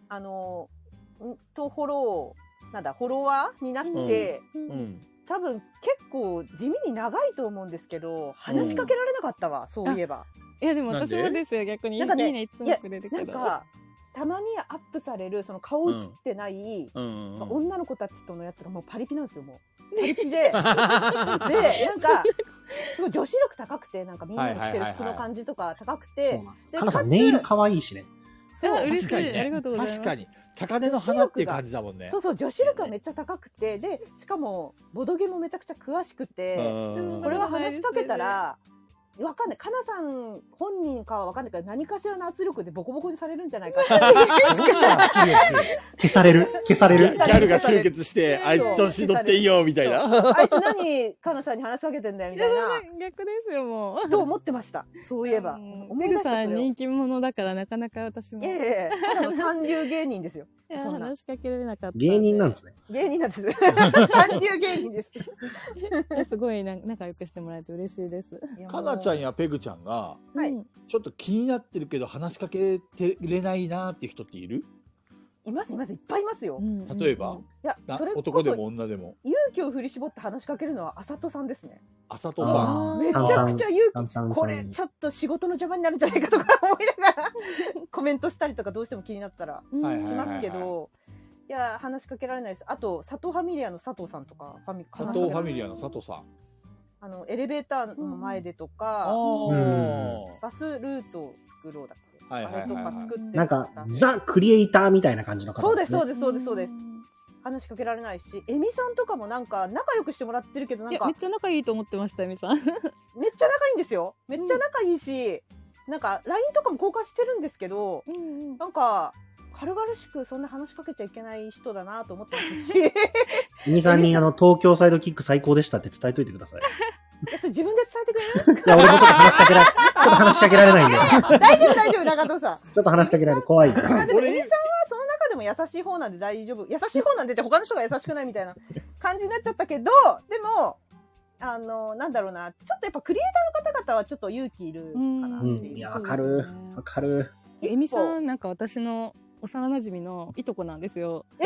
ォロワーになって、多分結構地味に長いと思うんですけど、話しかけられなかったわ、そういえば。 いやでも私もですよ、逆に。なんかね、いつもくれるけど。 なんか、たまにアップされる、その顔映ってない、女の子たちとのやつがもうパリピなんですよ、もう。パリピで。で、なんか、すごい女子力高くて、なんかみんなの着てる服の感じとか高くて。 かなさん、ネイル可愛いしね。 そう、嬉しい。ありがとうございます。 確かに。高嶺の花っていう感じだもんね。 そうそう、女子力がめっちゃ高くて、で、しかも、ボドゲもめちゃくちゃ詳しくて、これは話しかけたら、わかんない。かなさん本人かはわかんないけど、何かしらの圧力でボコボコにされるんじゃないかって。 消される。 ギャルが集結して、あいつ調子乗っていいよ、みたいな。 あいつ何、かなさんに話しかけてんだよ、みたいな。 逆ですよ、もう。 と思ってました。そういえば。 ペグさん人気者だから、なかなか私も。 ただの三流芸人ですよ。 話しかけられなかった。 芸人なんですね。 芸人なんです。三流芸人です。 すごい仲良くしてもらえて嬉しいです。 かなちゃんやペグちゃんが、ちょっと気になってるけど話しかけてれないなーっていう人っている？ います、いっぱいいますよ。 例えば、男でも女でも。 勇気を振り絞って話しかけるのはあさとさんですね。 あさとさん。 めちゃくちゃ勇気。これちょっと仕事の邪魔になるんじゃないかとか思いながらコメントしたりとかどうしても気になったらしますけど、いや話しかけられないです。あと佐藤ファミリアの佐藤さんとか、 佐藤ファミリアの佐藤さん。 エレベーターの前でとか、バスルートを作ろうだっけ。あれとか作ってなんかザ・クリエイターみたいな感じの方。 そうです。話しかけられないし、エミさんとかもなんか仲良くしてもらってるけど、なんかめっちゃ仲いいと思ってました、エミさん。 めっちゃ仲いいんですよ。めっちゃ仲いいし、なんか LINE とかも交換してるんですけど、なんか軽々しくそんな話しかけちゃいけない人だなと思ってますし。 エミさんに東京サイドキック最高でしたって伝えといてください。 それ自分で伝えてくれる？ いや、俺もちょっと話しかけられないんで。 大丈夫、中藤さん。 ちょっと話しかけられる。怖い。 でも、エミさんはその中でも優しい方なんで大丈夫。優しい方なんでって他の人が優しくないみたいな感じになっちゃったけど、でも、なんだろうな、ちょっとやっぱクリエイターの方々はちょっと勇気いるかなっていう。 いや、わかる。 エミさん、なんか私の幼馴染のいとこなんですよ。そう、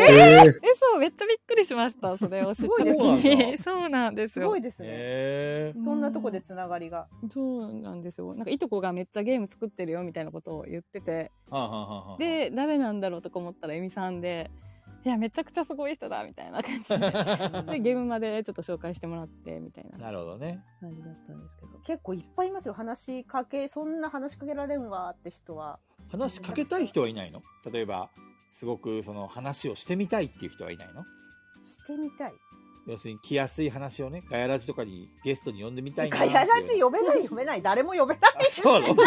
めっちゃびっくりしました。それを知った時に。そうなんですよ。 すごいですね。そんなとこでつながりが。 そうなんですよ。なんかいとこがめっちゃゲーム作ってるよみたいなことを言ってて。で、誰なんだろうとか思ったらエミさんで、いや、めちゃくちゃすごい人だみたいな感じで。で、ゲームまでちょっと紹介してもらってみたいな。 なるほどね。 感じだったんですけど。 結構いっぱいいますよ。そんな話しかけられんわって人は。 話しかけたい人はいないの？例えばすごくその話をしてみたいっていう人はいないの？ してみたい。 要するに来やすい話をね、ガヤラジとかにゲストに呼んでみたいな。 ガヤラジ呼べない、誰も呼べない。 そうなの？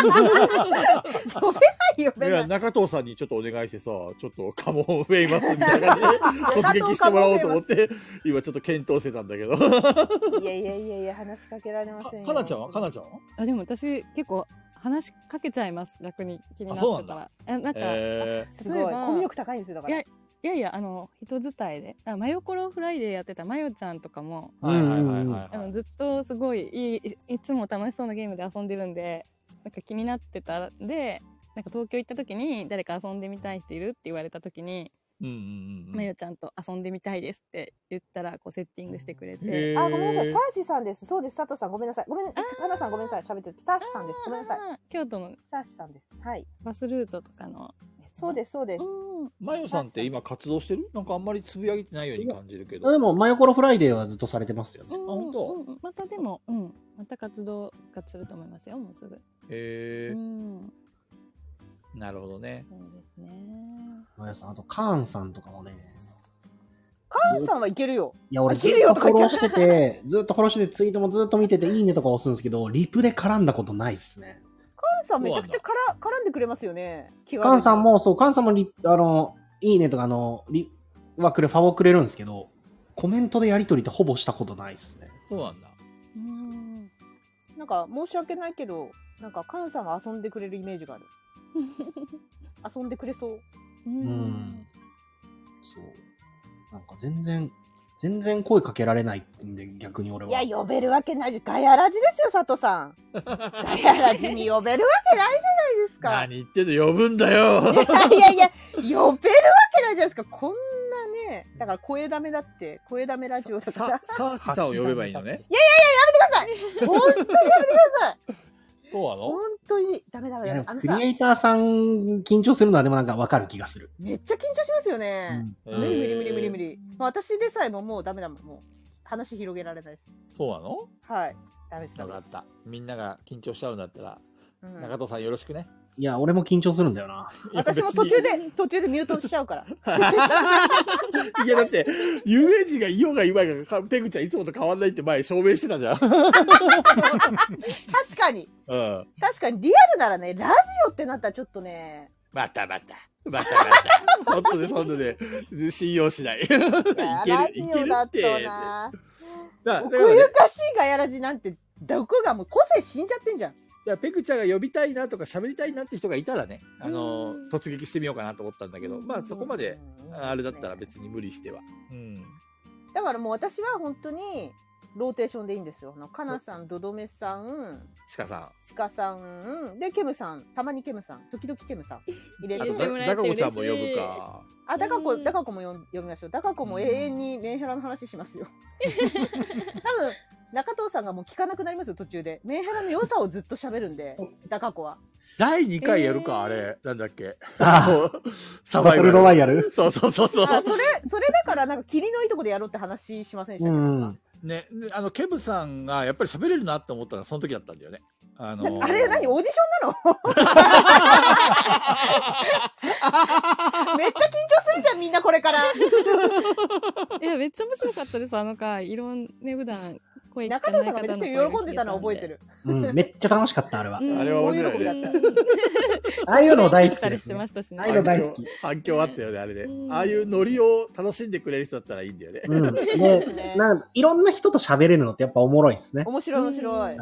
呼べない。 中藤さんにちょっとお願いしてさ、ちょっとカモンウェイマスみたいな感じで突撃してもらおうと思って、今ちょっと検討してたんだけど。 いや、話しかけられませんよ。 かなちゃんは？ でも私結構話しかけちゃいます。逆に気になってたら。なんか、 すごいコミュ力高いんですよ、だから。 いや人伝いでマヨコロフライデーやってたマヨちゃんとかもずっとすごいいつも楽しそうなゲームで遊んでるんで、 なんか気になってたんで、なんか東京行った時に誰か遊んでみたい人いるって言われた時に、まゆちゃんと遊んでみたいですって言ったらこうセッティングしてくれて、 あ、ごめんなさい、サーシさんです。そうです、佐藤さんごめんなさい、ごめん、花さんごめんなさい、喋ってるサーシさんです。ごめんなさい、 京都のサーシさんです。はい、 バスルートとかの。 そうですそうです。 まゆさんって今活動してる？なんかあんまりつぶやいてないように感じるけど。 でもマヨコロフライデーはずっとされてますよね。 本当？ またでもまた活動がすると思いますよ、もうすぐ。 なるほどね。 そうですね。 まゆさん、あとカーンさんとかもね。 カーンさんはいけるよ。 いや、俺ずっとフォローしてて、ずっとフォローしてて、ツイートもずっと見てて、いいねとか押すんですけど、リプで絡んだことないっすね。 カーンさんめちゃくちゃ絡んでくれますよね。 カーンさんも、そう、カーンさんもいいねとか、ファボくれるんですけど、コメントでやり取りってほぼしたことないっすね。 そうなんだ。 なんか、申し訳ないけど、なんか、カーンさんは遊んでくれるイメージがある。遊んでくれそう。 そう。なんか全然声かけられないんで、逆に俺は。 いや、呼べるわけないじゃん。ガヤラジですよ、佐藤さん。ガヤラジに呼べるわけないじゃないですか。 何言ってんの、呼ぶんだよ。 いや、呼べるわけないじゃないですか。こんなね、だから声ダメだって、声ダメラジオだから。 サーシさんを呼べばいいのね。 いや、やめてください。本当にやめてください。 そうなの？ 本当にダメ。 クリエイターさん緊張するのはでもなんかわかる気がする。 めっちゃ緊張しますよね。無理。私でさえもうダメだもん。もう話広げられないです。 そうなの？ はい。ダメです。 分かった。みんなが緊張しちゃうんだったら、中藤さんよろしくね。 いや、俺も緊張するんだよな。 私も途中でミュートしちゃうから。 いや、だって、有名人がいようがいまいが、ペグちゃんいつもと変わんないって前証明してたじゃん。確かに。確かに、リアルならね、ラジオってなったらちょっとね。 また。本当ね、信用しない。いけるって。 奥ゆかしいガヤラジなんて、どこがもう個性死んじゃってんじゃん。 ペグちゃんが呼びたいなとか喋りたいなって人がいたらね、突撃してみようかなと思ったんだけど、まあそこまであれだったら別に無理しては。 だからもう私は本当にローテーションでいいんですよ。かなさん、ドドメさん、 シカさん、 でケムさん、たまにケムさん、時々ケムさん入れて。 ダカ子ちゃんも呼ぶか。 あ、ダカ子も呼びましょう。ダカ子も永遠にメンヘラの話しますよ。多分。中藤さんがもう聞かなくなりますよ、途中で。メンヘラの良さをずっと喋るんで、ダカ子は。 第2回やるか、あれ。なんだっけ。 サバイバルロワイヤル？ そう。 それだから、なんか、霧のいいとこでやろうって話しませんでしたっけ？ ね、ケムさんがやっぱり喋れるなって思ったのはその時だったんだよね。 あれ何オーディションなの？めっちゃ緊張するじゃん、みんなこれから。 いや、めっちゃ面白かったです、あの回。普段。 中藤さんがめちゃくちゃ喜んでたの覚えてる。 めっちゃ楽しかった、あれは。 あれは面白いね。 ああいうの大好きですね。 ああいうの大好き。反響あったよね、あれで。ああいうノリを楽しんでくれる人だったらいいんだよね。 で、いろんな人と喋れるのってやっぱおもろいですね。 面白い。面白い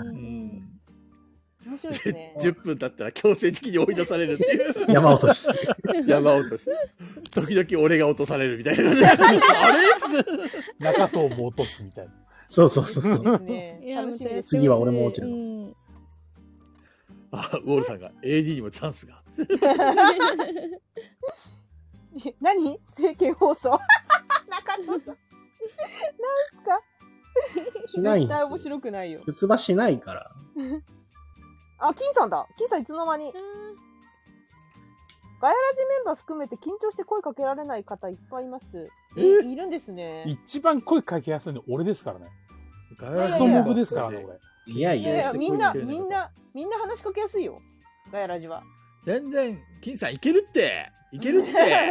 ですね。 10分経ったら強制的に追い出されるっていう。 山落とし。 時々俺が落とされるみたいな。あれ中藤も落とすみたいな。 そう。次は俺も落ちるの。 ウォールさんが AD にもチャンスが。 何？政見放送。中藤さん。なんすか？ しないんですよ。 絶対面白くないよ。 出馬しないから。 あ、金さんだ。金さんいつの間に。ガヤラジメンバー含めて緊張して声かけられない方いっぱいいます。いるんですね。 一番声かけやすいの俺ですからね。クソモブですからね、俺。 いや、 みんな話しかけやすいよ。ガヤラジは。 全然、金さんいけるって。むし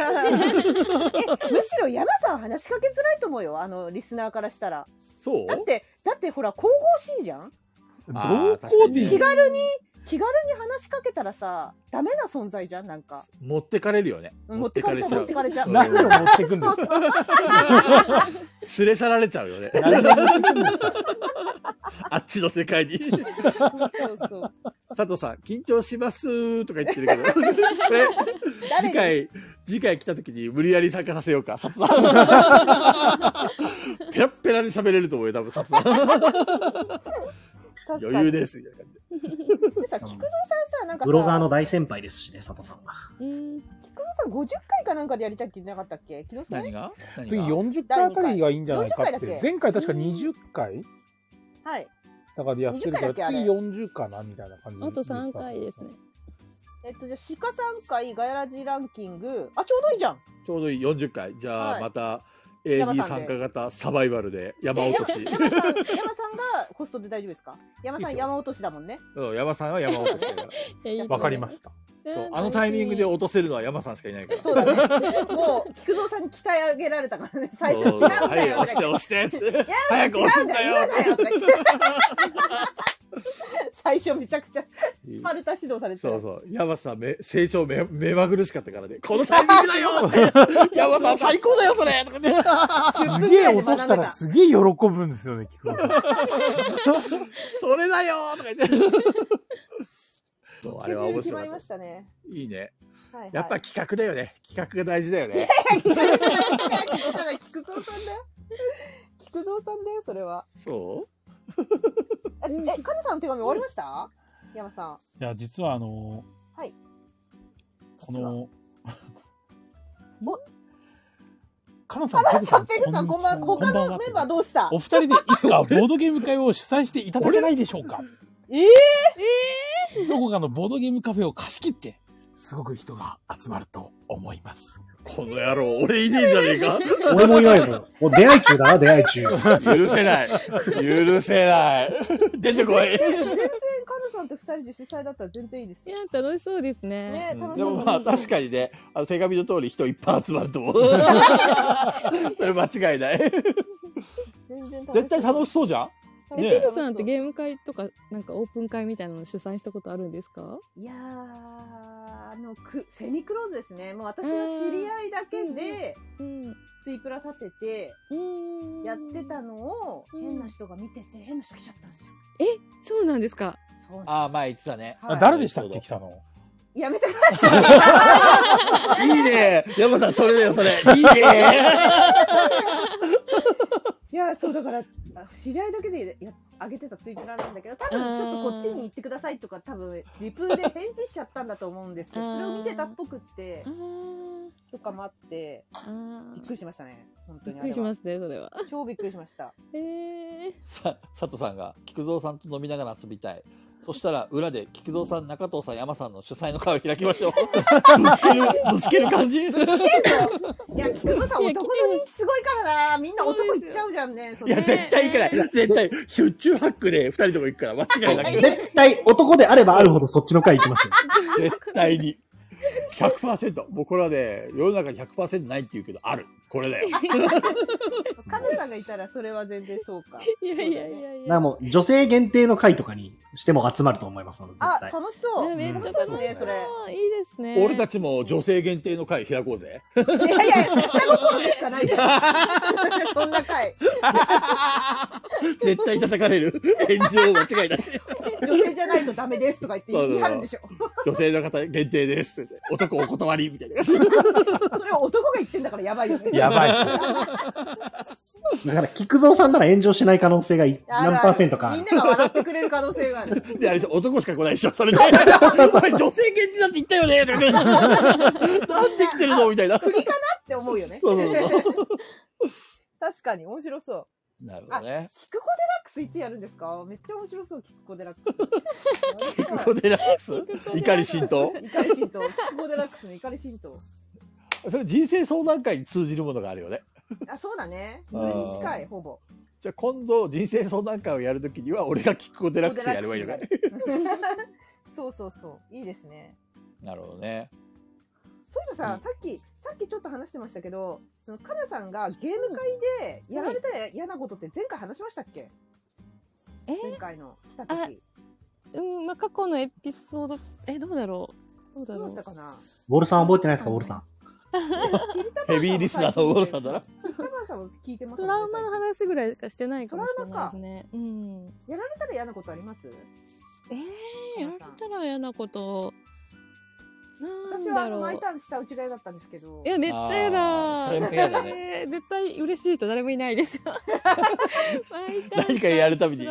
ろ山さん話しかけづらいと思うよ。リスナーからしたら。 そう？ だってほら、神々しいじゃん？気軽に話しかけたらさ、ダメな存在じゃん、なんか。 持ってかれるよね。 持ってかれちゃう。 何を持ってくんですか？ 連れ去られちゃうよね。あっちの世界に。佐藤さん、緊張しますとか言ってるけど、これ、次回来た時に無理やり参加させようか、佐藤さん。ペラペラで喋れると思うよ、多分、佐藤さん。 余裕です、みたいな感じで。菊蔵さんさ、なんかさ、 ブロガーの大先輩ですしね、佐藤さんは。 菊蔵さん50回かなんかでやりたいって言ってなかったっけ？ 何が次40回あたりがいいんじゃないかって。前回確か20回はい。 だからやってるから次40かなみたいな感じ。 あと3回ですね。 じゃあ、鹿3回、ガヤラジランキング。あ、ちょうどいいじゃん。 ちょうどいい、40回。じゃあ、また、AD 参加型サバイバルで山落とし。 山さんがホストで大丈夫ですか？山さん山落としだもんね。 山さんは山落としだから。 わかりました。 そう、あのタイミングで落とせるのは山さんしかいないから。 そうだね。もう、菊蔵さんに鍛え上げられたからね。最初違うんだよ。 押して押して。早く押すんだよ。 最初めちゃくちゃスパルタ指導されてた。 そうそう。山さん成長目まぐるしかったからね。このタイミングだよって。山さん最高だよそれとかね。 すげえ落としたらすげえ喜ぶんですよね、菊蔵さん。 それだよとか言って。そう、あれは面白かった。いいね。やっぱ企画だよね。企画が大事だよね。 菊蔵さんだよ。菊蔵さんだよ、それは。 そうカナさんの手紙終わりました？山さん。 いや、実ははい。 カナさん、ペグさん、 こんばんは。他のメンバーどうした？ お二人でいつかボードゲーム会を主催していただけないでしょうか？どこかのボードゲームカフェを貸し切って、すごく人が集まると思います。 この野郎、俺いねえじゃねえか。 俺もいないぞ。もう出会い中だな、出会い中。 許せない。許せない。出てこい。 全然、カナさんと二人で主催だったら全然いいですよ。 いや、楽しそうですね。 でもまあ、確かにね、手紙の通り人いっぱい集まると思う。それ間違いない。絶対楽しそうじゃん。 ペグさんってゲーム会とか、なんかオープン会みたいなの主催したことあるんですか？ いやー、セミクローズですね。もう私の知り合いだけで、ツイプラ立てて、やってたのを、変な人が見てて、変な人来ちゃったんですよ。 そうなんですか？ ああ、前言ってたね。 誰でしたっけ、来たの？ やめてください。いいね。山さん、それだよ、それ。いいね。 いや、そうだから、知り合いだけで上げてたツイプラなんだけど、多分ちょっとこっちに行ってくださいとか、多分リプで返事しちゃったんだと思うんですけど、それを見てたっぽくって、とかもあって、びっくりしましたね。本当に。 びっくりしますね、それは。 超びっくりしました。 佐藤さんが、菊蔵さんと飲みながら遊びたい。そしたら裏で菊蔵さん、中藤さん、山さんの主催の会を開きましょう。ぶつける感じ？いや、 菊蔵さん男の人気すごいからな。みんな男行っちゃうじゃんね。 いや、絶対行かない。絶対、出中ハックで二人とも行くから間違いなく。 絶対男であればあるほどそっちの会行きますよ。 絶対に。100%。もうこれはね、世の中に 100% ないって言うけど、ある。これだよ。 カナさんがいたらそれは全然そうか。 いや。 だからもう女性限定の会とかにしても集まると思いますので、絶対。 楽しそう。 めっちゃ楽しそう。いいですね。 俺たちも女性限定の会開こうぜ。 いや、下心でしかないじゃん。そんな会。 絶対叩かれる。炎上間違いない。 女性じゃないとダメですとか言って言い張るんでしょ。 女性の方限定ですって。男お断りみたいな。 それは男が言ってんだからやばいよね。 やばい。 だから、菊蔵さんなら炎上しない可能性が何%かある。 みんなが笑ってくれる可能性がある。 で、あれでしょ、男しか来ないでしょ、それで。女性限定だって言ったよねなんで来てるのみたいな。 振りかなって思うよね。 そう。 確かに、面白そう。 なるほどね。 キクコデラックスいつやるんですか？めっちゃ面白そう、キクコデラックス。 キクコデラックス？怒り浸透？ 怒り浸透。キクコデラックスの怒り浸透。 それ人生相談会に通じるものがあるよね。 そうだね。それに近い、ほぼ。 じゃあ今度人生相談会をやるときには俺がキクコデラックスやればいいよね。 そう。いいですね。 なるほどね。 そういえばさ、さっきちょっと話してましたけど、そのカナさんがゲーム会でやられたら嫌なことって前回話しましたっけ？前回の来た時。 まあ、過去のエピソード、どうだろう。 どうだったかな。 ウォルさん覚えてないですか、ウォルさん。 ヘビーリスナーのウォルさんだな。 トラウマの話ぐらいしかしてないかもしれないですね。 やられたら嫌なことあります？ やられたら嫌なこと。 私は毎ターン下打ちが嫌だったんですけど。 いや、めっちゃ嫌だ。 それも嫌だね。 絶対嬉しい人誰もいないですよ。 何かやるたびに。 やら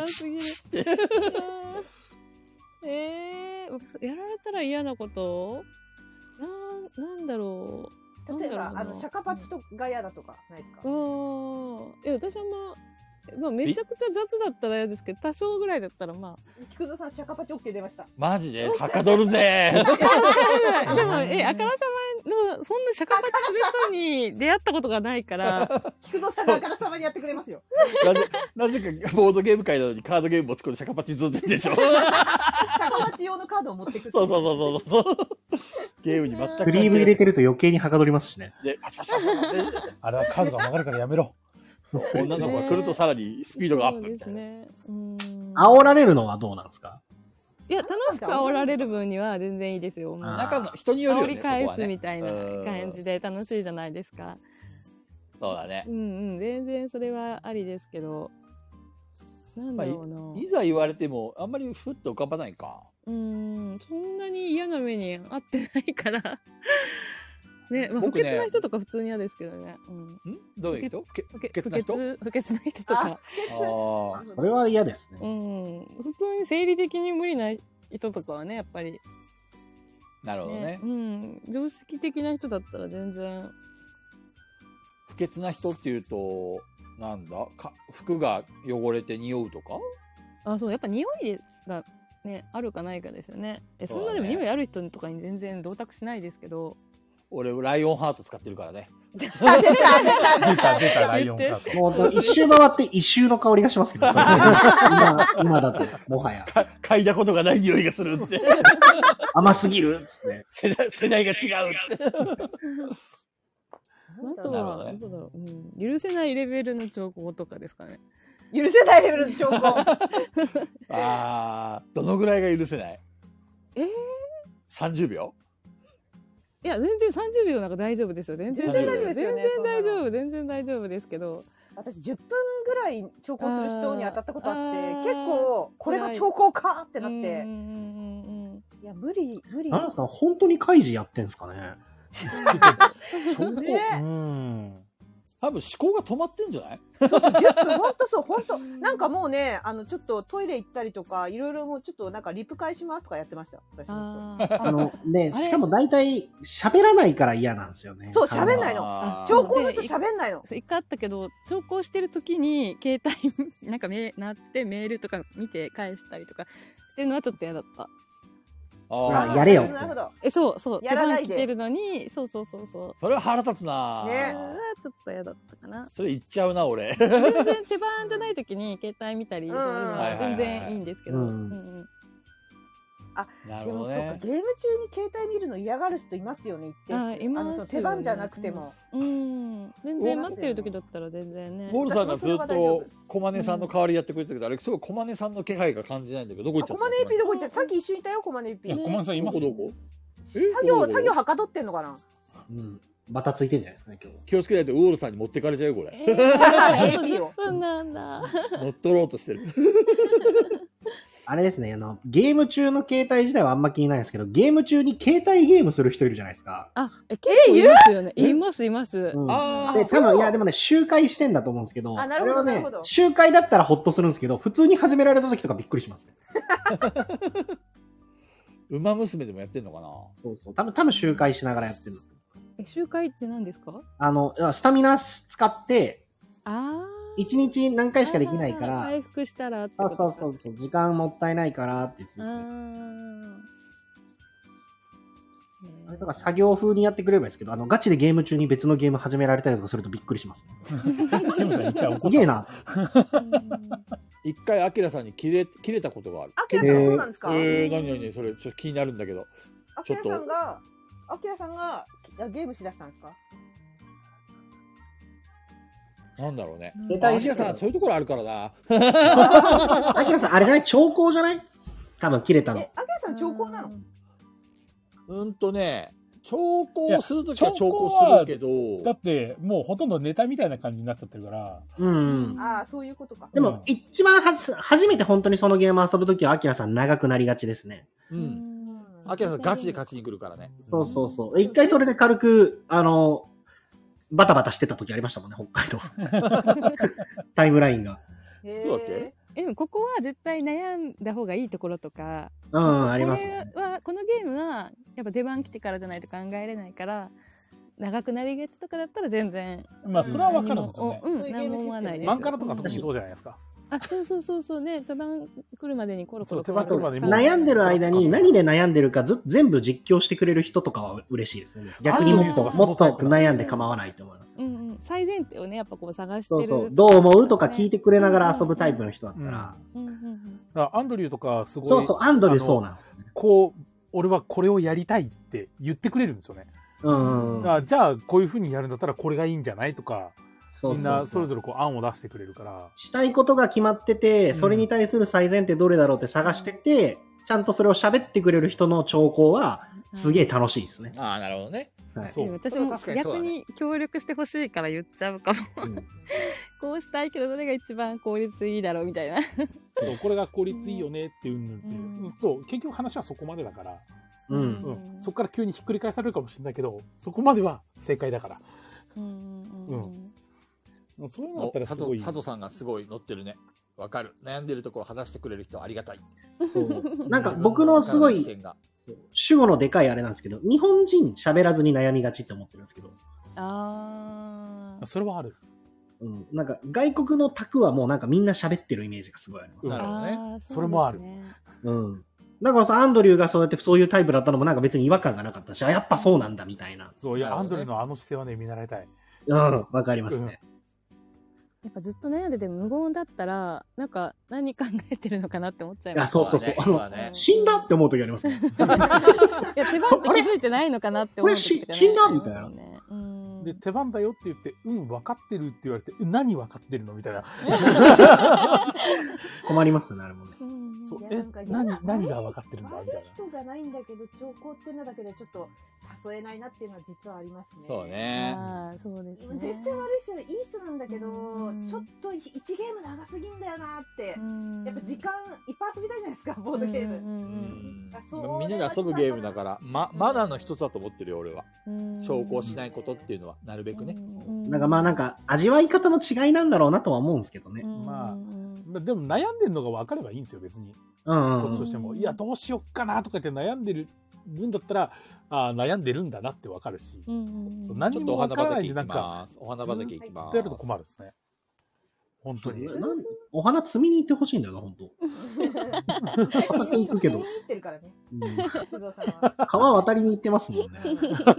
れたら嫌なことなんだろう。 例えば、シャカパチが嫌だとか、ないですか？ いや、私はまあ、めちゃくちゃ雑だったら嫌ですけど、多少ぐらいだったらまあ。 菊蔵さん、シャカパチ OK 出ました。 マジではかどるぜでも、あからさまに、そんなシャカパチする人に出会ったことがないから。 菊蔵さんがあからさまにやってくれますよ。 なぜか、ボードゲーム界なのにカードゲーム持ち込んでシャカパチずっとでしょ。シャカパチ用のカードを持ってくる。 そう。ゲームに全く。 スリーブ入れてると余計にはかどりますしね。 で、パチパチあれはカードが曲がるからやめろ。 女の子が来るとさらにスピードがアップみたいな。 煽られるのはどうなんですか？ いや、楽しく煽られる分には全然いいですよ。 中の人によるよね。 煽り返すみたいな感じで楽しいじゃないですか。 そうだね。 全然それはありですけど。なんだろうな。 いざ言われても、あんまりふっと浮かばないか。 そんなに嫌な目に遭ってないから。ね、まあ、不潔な人とか普通に嫌ですけどね。 どういう人？ 不潔な人とか。 それは嫌ですね。 普通に生理的に無理な人とかはね、やっぱり。 なるほどね。 常識的な人だったら全然。 不潔な人っていうと、なんだ？服が汚れて匂うとか？ そう、やっぱ匂いがね、あるかないかですよね。そんなでも匂いある人とかに全然同卓しないですけど。 俺、ライオンハート使ってるからね。 出た、ライオンハート。 もう一周回って一周の香りがしますけど、今だと、もはや。 嗅いだことがない匂いがするって。 甘すぎるっつって。 世代が違うって。 あとは、なんだろう、許せないレベルの兆候とかですかね。 許せないレベルの兆候。 どのぐらいが許せない？30秒？ いや、全然30秒なんか大丈夫ですよ。全然大丈夫ですよね。全然大丈夫ですけど。 私10分ぐらい兆候する人に当たったことあって、結構、これが兆候かってなって。いや、無理。 なんですか、本当に開示やってんすかね。 兆候。多分思考が止まってんじゃない？ そう10分、ほんと。なんかもうね、ちょっとトイレ行ったりとか、いろいろもうちょっとなんかリプ返しますとかやってました。私の人。しかも大体喋らないから嫌なんですよね。 そう、喋んないの。兆候の人喋んないの。 一回あったけど、兆候してる時に携帯なんか鳴ってメールとか見て返したりとかしてるのはちょっと嫌だった。 やれよ。 なるほど。 そう。やらないで。来てるのに、そう。 それは腹立つな。 ね。 ちょっと嫌だったかな。 それ言っちゃうな、俺。 全然手番じゃない時に携帯見たり、そういうのは全然いいんですけど。 でもそうか、 ゲーム中に携帯見るの嫌がる人いますよね、 います。 手番じゃなくても。 全然待ってる時だったら全然ね。 ボールさんがずっと小金さんの代わりやってくれてたけど、あれすごい小金さんの気配が感じないんだけど、どこ行っちゃった？ 小金エピどこ行っちゃった？さっき一緒にいたよ、小金エピ。 小金さんいますどこ？ 作業はかどってんのかな？ バタついてんじゃないですかね、今日。 気をつけないとウォールさんに持ってかれちゃうよ、これ。 10分なんだ。 乗っ取ろうとしてる。 あれですね、ゲーム中の携帯自体はあんま気にないんですけど、ゲーム中に携帯ゲームする人いるじゃないですか。 結構いますよね。います。 で、多分、いや、でもね、周回してんだと思うんですけど、 なるほど、なるほど。 周回だったらホッとするんですけど、普通に始められた時とかびっくりしますね。 馬娘でもやってんのかな？ そう。多分周回しながらやってるの。 周回って何ですか？ スタミナ使って、1日何回しかできないから、 回復したらってことか。そう。時間もったいないからって言って。あれとか作業風にやってくれればいいですけど、ガチでゲーム中に別のゲーム始められたりとかするとびっくりします。すげえな。 一回、アキラさんに切れたことがある。 アキラさんそうなんですか？ 何それ、ちょっと気になるんだけど。 アキラさんがゲームしだしたんですか？ なんだろうね。アキラさん、そういうところあるからな。 アキラさん、あれじゃない？兆候じゃない？多分切れたの。 アキラさん兆候なの？ 兆候するときは兆候するけど。 だって、もうほとんどネタみたいな感じになっちゃってるから。 そういうことか。 でも、一番初めて本当にそのゲーム遊ぶときは、アキラさん長くなりがちですね。 アキラさんガチで勝ちに来るからね。 そうそうそう。一回それで軽く、バタバタしてた時ありましたもんね、北海道。タイムラインが。 そうだっけ？ でもここは絶対悩んだ方がいいところとか、 ありますね。 このゲームはやっぱ出番来てからじゃないと考えれないから、長くなりがちとかだったら全然。 まあ、それはわかるんですよね。 何も思わないです。 マンカラとか特にそうじゃないですか。 そうね。手番来るまでにコロコロ。 悩んでる間に何で悩んでるか全部実況してくれる人とかは嬉しいですね。逆にもっと悩んで構わないと思います。 最前提をね、やっぱこう探してる。 そう。どう思うとか聞いてくれながら遊ぶタイプの人だったら。 アンドリューとかすごい。 そう、アンドリューそうなんですよね。 俺はこれをやりたいって言ってくれるんですよね。じゃあ、こういう風にやるんだったらこれがいいんじゃないとか、みんなそれぞれこう案を出してくれるから。 したいことが決まってて、それに対する最善ってどれだろうって探してて、ちゃんとそれを喋ってくれる人の兆候は、すげえ楽しいですね。 ああ、なるほどね。 私も逆に協力してほしいから言っちゃうかも。こうしたいけど、どれが一番効率いいだろうみたいな。 そう、これが効率いいよねっていうのと、結局話はそこまでだから。そこから急にひっくり返されるかもしれないけど、そこまでは正解だから。そういうのだったらすごい。 佐藤さんがすごい乗ってるね。わかる。悩んでるところ話してくれる人ありがたい。 そう。なんか僕のすごい、主語のでかいあれなんですけど、日本人喋らずに悩みがちって思ってるんですけど。 それはある。 なんか外国の卓はもうなんかみんな喋ってるイメージがすごいあります。 なるほどね。 それもある。 だからさ、アンドリューがそうやってそういうタイプだったのもなんか別に違和感がなかったし、やっぱそうなんだみたいな。 そう、いや、アンドリューのあの姿勢はね、見習いたい。 わかりますね。 やっぱずっと悩んでて無言だったら、なんか何考えてるのかなって思っちゃいます。 そう。死んだって思う時ありますね。 いや、手番って気づいてないのかなって思う時とかね。 死んだみたいな。 で、手番だよって言って、分かってるって言われて、何分かってるのみたいな。 困りますね、あれもね。 そう、何が分かってるんだみたいな。 人じゃないんだけど、兆候ってのだけでちょっと誘えないなっていうのは実はありますね。 そうね。 そうですね。 全然悪い人、いい人なんだけど、ちょっと1ゲーム長すぎんだよなって。やっぱ時間いっぱい遊びたいじゃないですか、ボードゲーム。 みんなが遊ぶゲームだから、マナーの一つだと思ってるよ、俺は。証拠しないことっていうのは、なるべくね。 なんか味わい方の違いなんだろうなとは思うんですけどね。 でも悩んでるのが分かればいいんですよ、別に。こっちとしても。いや、どうしよっかなとかって悩んでる分だったら、悩んでるんだなって分かるし。 何も分からないで、なんか、お花畑行きます。 やると困るんですね。本当に。 お花摘みに行ってほしいんだよな、本当。畑行くけど。川渡りに行ってますもんね。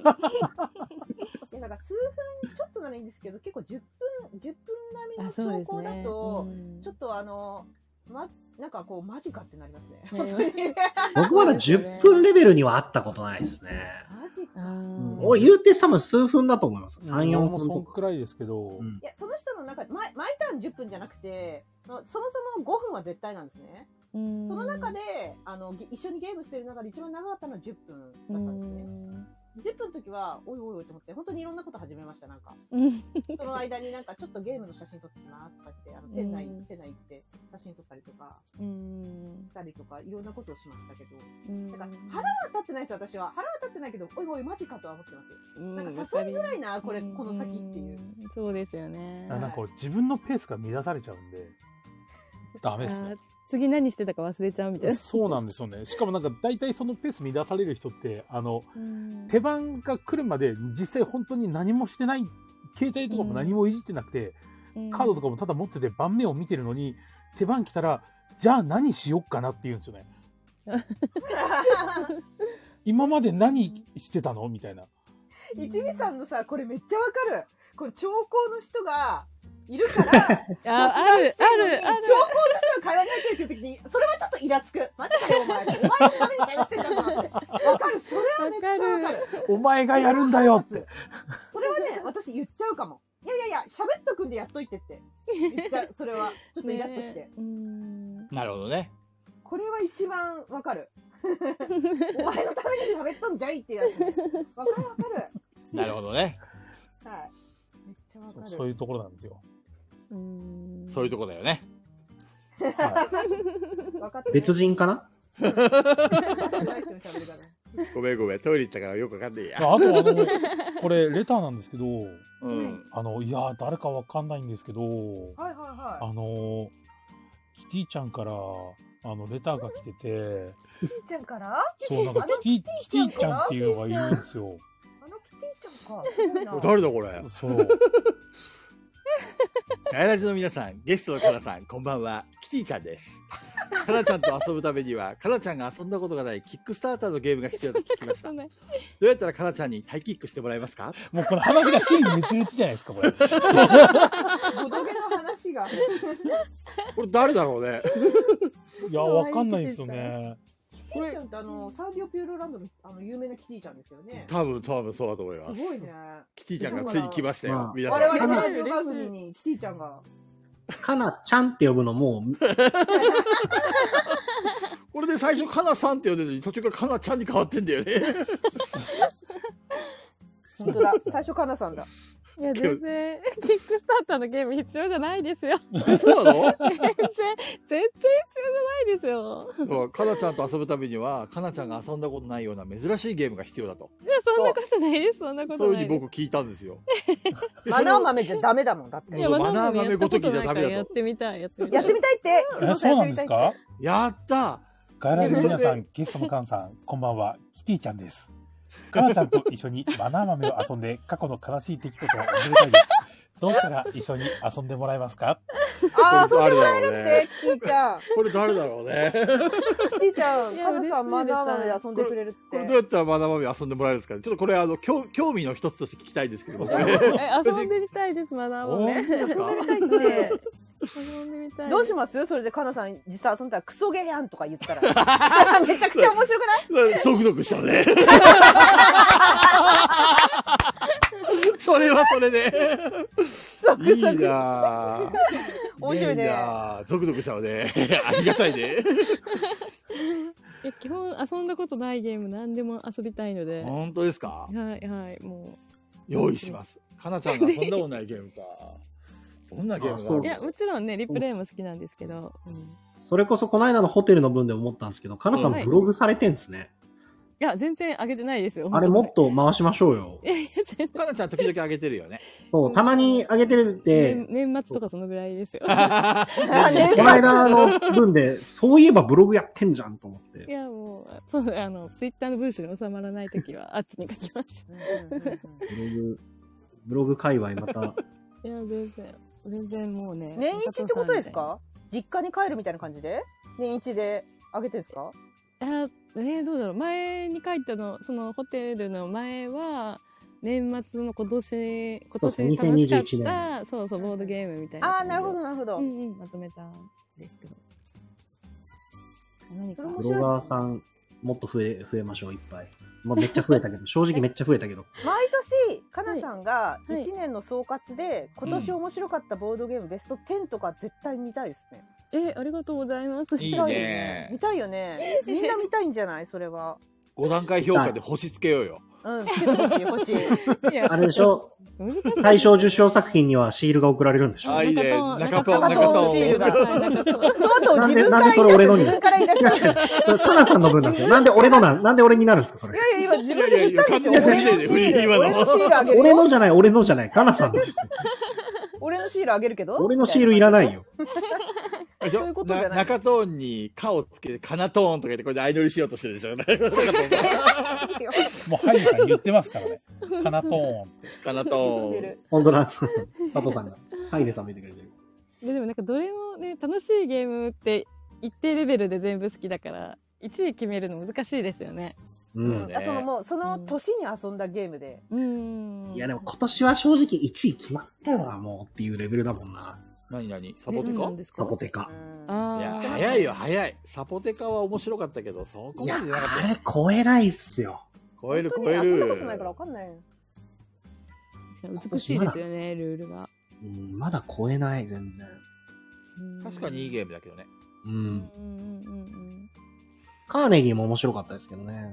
なんか数分ちょっとならいいんですけど、結構10分並みの兆候だと、ちょっとなんかこうマジかってなりますね。 僕まだ10分レベルにはあったことないですね。 マジか。 言うて多分数分だと思います。3、4分そんくらいですけど。 いや、その人の中で、毎ターン10分じゃなくて、そもそも5分は絶対なんですね。その中で、一緒にゲームしてる中で一番長かったのは10分だったんですね。10分の時は、おいと思って、本当にいろんなこと始めました、なんか。その間になんか、ちょっとゲームの写真撮ってきますとか言って、店内行って写真撮ったりとか、したりとか、いろんなことをしましたけど。だから、腹は立ってないです、私は。腹は立ってないけど、おい、マジかとは思ってます。なんか、誘いづらいな、この先っていう。 そうですよね。 なんか、自分のペースが乱されちゃうんで、ダメですね。 次何してたか忘れちゃうみたいな。 そうなんですよね。しかもなんか大体そのペース乱される人って、手番が来るまで実際本当に何もしてない、携帯とかも何もいじってなくて、カードとかもただ持ってて盤面を見てるのに、手番来たら、じゃあ何しよっかなって言うんですよね。今まで何してたのみたいな。 一味さんのさ、これめっちゃわかる。この兆候の人が、いるから、ある。兆候の人が会話に入ってるっていう時に、それはちょっとイラつく。マジかよ、お前。お前のために喋ってんだぞって。わかる。それはめっちゃわかる。 お前がやるんだよって。 それはね、私言っちゃうかも。いや、喋っとくんでやっといてって。言っちゃう。それは、ちょっとイラッとして。 なるほどね。 これは一番わかる。お前のために喋っとんじゃいっていうやつね。わかる。 なるほどね。 はい。めっちゃわかる。 そういうところなんですよ。 そういうとこだよね。 別人かな？ ごめんごめん、トイレ行ったからよくわかんねえや。 あとこれレターなんですけど、いや誰かわかんないんですけど、キティちゃんからレターが来てて、 キティちゃんから？ そう、なんかキティちゃんっていうのがいるんですよ。 キティちゃんか。 誰だこれ。 そう。 ガヤラジの皆さん、ゲストのカナさん、こんばんは。キティちゃんです。カナちゃんと遊ぶためには、カナちゃんが遊んだことがないキックスターターのゲームが必要と聞きました。どうやったらカナちゃんにタイキックしてもらえますか？ もうこの話が真に滅裂じゃないですか、これ。 ボドゲの話が。 これ誰だろうね。 いや、わかんないですよね。 キティちゃんってサンリオピューロランドの有名なキティちゃんですよね。 多分そうだと思います。 すごいね。 キティちゃんがついに来ましたよ。 我々のラジオ番組にキティちゃんが。 かなちゃんって呼ぶのもう。 これで最初かなさんって呼んでるのに途中からかなちゃんに変わってんだよね。 本当だ。最初かなさんだ。 いや、全然、キックスターターのゲーム必要じゃないですよ。 そうなの？ 全然必要じゃないですよ。 かなちゃんと遊ぶためには、かなちゃんが遊んだことないような珍しいゲームが必要だと。 いや、そんなことないです。そんなことないです。 そういうふうに僕聞いたんですよ。 マナー豆じゃダメだもん、だって。 いや、マナー豆ごときじゃダメだと。 やってみたいって。 そうなんですか？ やったガヤラジの皆さん、ゲストのカンさん、こんばんは。キティちゃんです。かなちゃんと一緒にマナー豆を遊んで過去の悲しい出来事を覚えたいです。どうしたら一緒に遊んでもらえますか？ ああ、そうもらえるって、キティちゃん。 これ誰だろうね。 キティちゃん、かなさんマナー豆で遊んでくれるって。 これどうやったらマナー豆遊んでもらえるんですかね。ちょっとこれ興味の一つとして聞きたいですけど。 遊んでみたいです、マナー豆。 遊んでみたいって。遊んでみたい。どうします？それでかなさん実際遊んだらクソゲーやんとか言ったら。めちゃくちゃ面白くない？ ゾクゾクしちゃうね。それはそれで。いいなぁ。 面白いね。 ゾクゾクしちゃうね。ありがたいね。 基本遊んだことないゲーム何でも遊びたいので。 本当ですか？ はいはい、もう。 用意します。かなちゃんが遊んだことないゲームか。どんなゲームがある？ いや、もちろんね、リプレイも好きなんですけど。 それこそこの間のホテルの分で思ったんですけど、かなさんブログされてんですね。 いや、全然上げてないですよ。 あれもっと回しましょうよ。 かなちゃん時々上げてるよね。 そう、たまに上げてるって。 年末とかそのぐらいですよ。この間の分で、そういえばブログやってんじゃんと思って。 いや、もう、そう、ツイッターの文章に収まらないときは、あっちに書きます。 ブログ界隈また。 いや、全然もうね。 年一ってことですか？実家に帰るみたいな感じで年一で上げてんですか？ どうだろう。前に書いたの、そのホテルの前は、年末の今年楽しかった、そうそう、ボードゲームみたいな。 ああ、なるほど、なるほど。 まとめたんですけど。 何か。ブロガーさん、もっと増えましょう、いっぱい。もうめっちゃ増えたけど、正直めっちゃ増えたけど。 毎年、かなさんが1年の総括で、今年面白かったボードゲームベスト10とか絶対見たいですね。 ありがとうございます。 いいね。 見たいよね。みんな見たいんじゃない？それは。 5段階評価で星つけようよ。 うん、つけてほしい、欲しい。 あれでしょ？大賞受賞作品にはシールが送られるんでしょ？ あ、いいね。中トンシールが。 なんでそれ俺のに。違う違う。かなさんの分なんですよ。なんで俺になるんですか、それ。 いやいや、今自分で言ったんですよ。俺のシールあげる。 俺のじゃない。かなさんです。 俺のシールあげるけど俺のシールいらないよ。 そういうことじゃない。 中トーンに「か」をつけて「かなトーン」とか言ってこれで相乗りしようとしてるでしょ。 もうハイさん言ってますからね。かなトーンって。 かなトーン。 本当だ。佐藤さんが。ハイネさん見てくれてる。 でもなんかどれもね、楽しいゲームって一定レベルで全部好きだから、1位決めるの難しいですよね。 その年に遊んだゲームで。 いやでも今年は正直1位決まったよな、もうっていうレベルだもんな。 何サポテカ？ サポテカ。 いや、早いよ、早い。サポテカは面白かったけど、そこまでじゃなかった。 あれ、超えないっすよ。 超える。 遊んだことないから分かんない。 美しいですよね、ルールが。 まだ超えない、全然。 確かにいいゲームだけどね。 カーネギーも面白かったですけどね。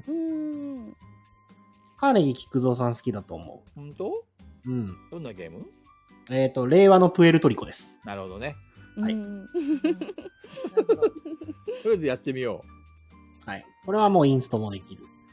カーネギー菊蔵さん好きだと思う。本当？ うん。 どんなゲーム？ 令和のプエルトリコです。 なるほどね。 はい。 とりあえずやってみよう。はい。これはもうインストもできる。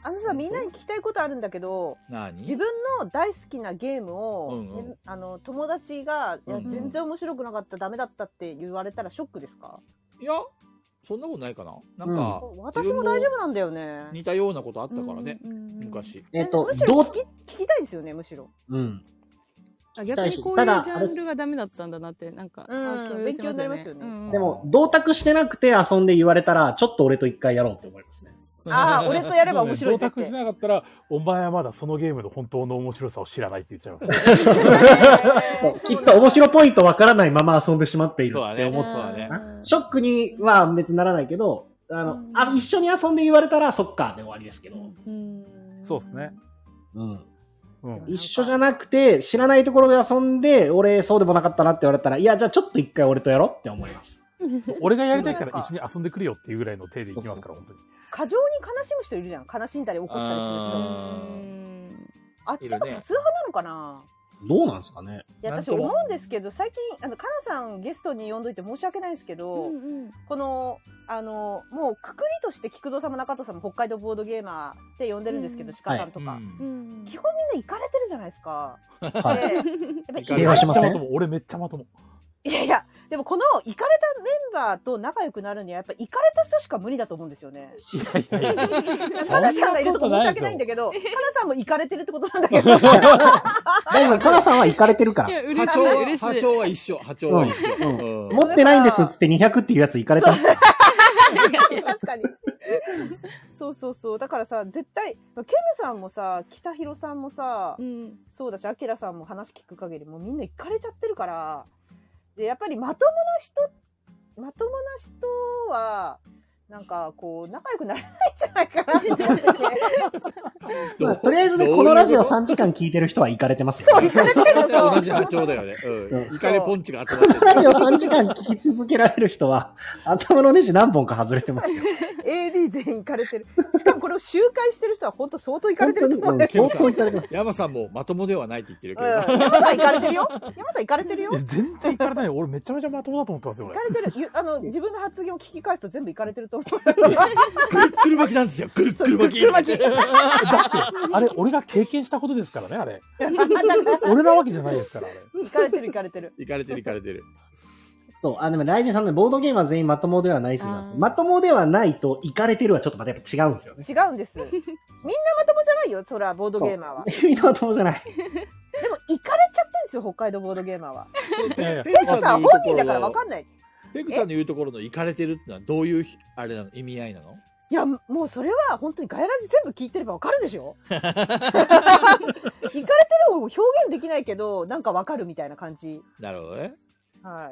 さ、みんなに聞きたいことあるんだけど、自分の大好きなゲームを、友達が、いや、全然面白くなかった、ダメだったって言われたらショックですか？ いや、そんなことないかな。なんか、 私も大丈夫なんだよね。 似たようなことあったからね、昔。 むしろ聞きたいですよね、むしろ。 逆にこういうジャンルがダメだったんだなって、なんか、 勉強になりますよね。 でも、同卓してなくて遊んで言われたら、ちょっと俺と一回やろうって思いますね。 ああ、俺とやれば面白い。 同卓しなかったら、お前はまだそのゲームの本当の面白さを知らないって言っちゃいます。 きっと面白ポイントわからないまま遊んでしまっているって思っちゃうね。ショックには別にならないけど、一緒に遊んで言われたら、そっかで終わりですけど。 そうですね。 一緒じゃなくて、知らないところで遊んで、俺そうでもなかったなって言われたら、いや、じゃあちょっと一回俺とやろうって思います。 俺がやりたいから一緒に遊んでくれよっていうぐらいの手でいきますから、本当に。 過剰に悲しむ人いるじゃん。悲しんだり怒ったりする人。あっちが多数派なのかな？ どうなんですかね。 いや、私思うんですけど、最近、かなさんゲストに呼んどいて申し訳ないんですけど、この、もうくくりとして菊蔵さんも中藤さんも北海道ボードゲーマーって呼んでるんですけど、鹿さんとか。基本みんな行かれてるじゃないですか。やっぱり俺めっちゃまとも。 いやいや、でもこの行かれたメンバーと仲良くなるにはやっぱ行かれた人しか無理だと思うんですよね。いやいやいや。カナさんがいるとか申し訳ないんだけど、カナさんも行かれてるってことなんだけど。でもカナさんは行かれてるから。 波長は一緒。波長は一緒。 持ってないんですっつって200っていうやつ行かれたんですか？ 確かに。そうそうそう。だからさ、絶対、ケムさんもさ、北広さんもさ、そうだし、アキラさんも話聞く限りもうみんな行かれちゃってるから、で、やっぱりまともな人は、なんか、こう、仲良くなれないんじゃないかなと思ってて。 とりあえずね、このラジオ3時間聞いてる人は行かれてますよね。 そう、行かれてるの。 同じ波長だよね。行かれポンチが集まってる。 このラジオ3時間聞き続けられる人は、頭のネジ何本か外れてますよ。 AD 全員行かれてる。しかもこれを周回してる人は本当相当行かれてると思うんだけど。 相当行かれてます。 山さんもまともではないって言ってるけど。 山さん行かれてるよ。山さん行かれてるよ。 全然行かれないよ。俺めちゃめちゃまともだと思ってますよ。 行かれてる。自分の発言を聞き返すと全部行かれてると思う。 くる巻きなんですよ。くる巻き。 だって、あれ、俺が経験したことですからね、あれ。俺なわけじゃないですから、あれ。 行かれてる。 行かれてる。 そう、でも、ライジンさんね、ボードゲームは全員まともではないです。まともではないと、行かれてるはちょっとまたやっぱ違うんですよね。 違うんです。みんなまともじゃないよ、そら、ボードゲーマーは。 みんなまともじゃない。 でも、行かれちゃってるんですよ、北海道ボードゲーマーは。 ペグさん本人だから分かんない。 ペグさんの言うところの行かれてるってのはどういうあれなの、意味合いなの？ いや、もうそれは本当にガヤラジ全部聞いてれば分かるでしょ。行かれてるを表現できないけど、なんか分かるみたいな感じ。 なるほどね。 はい。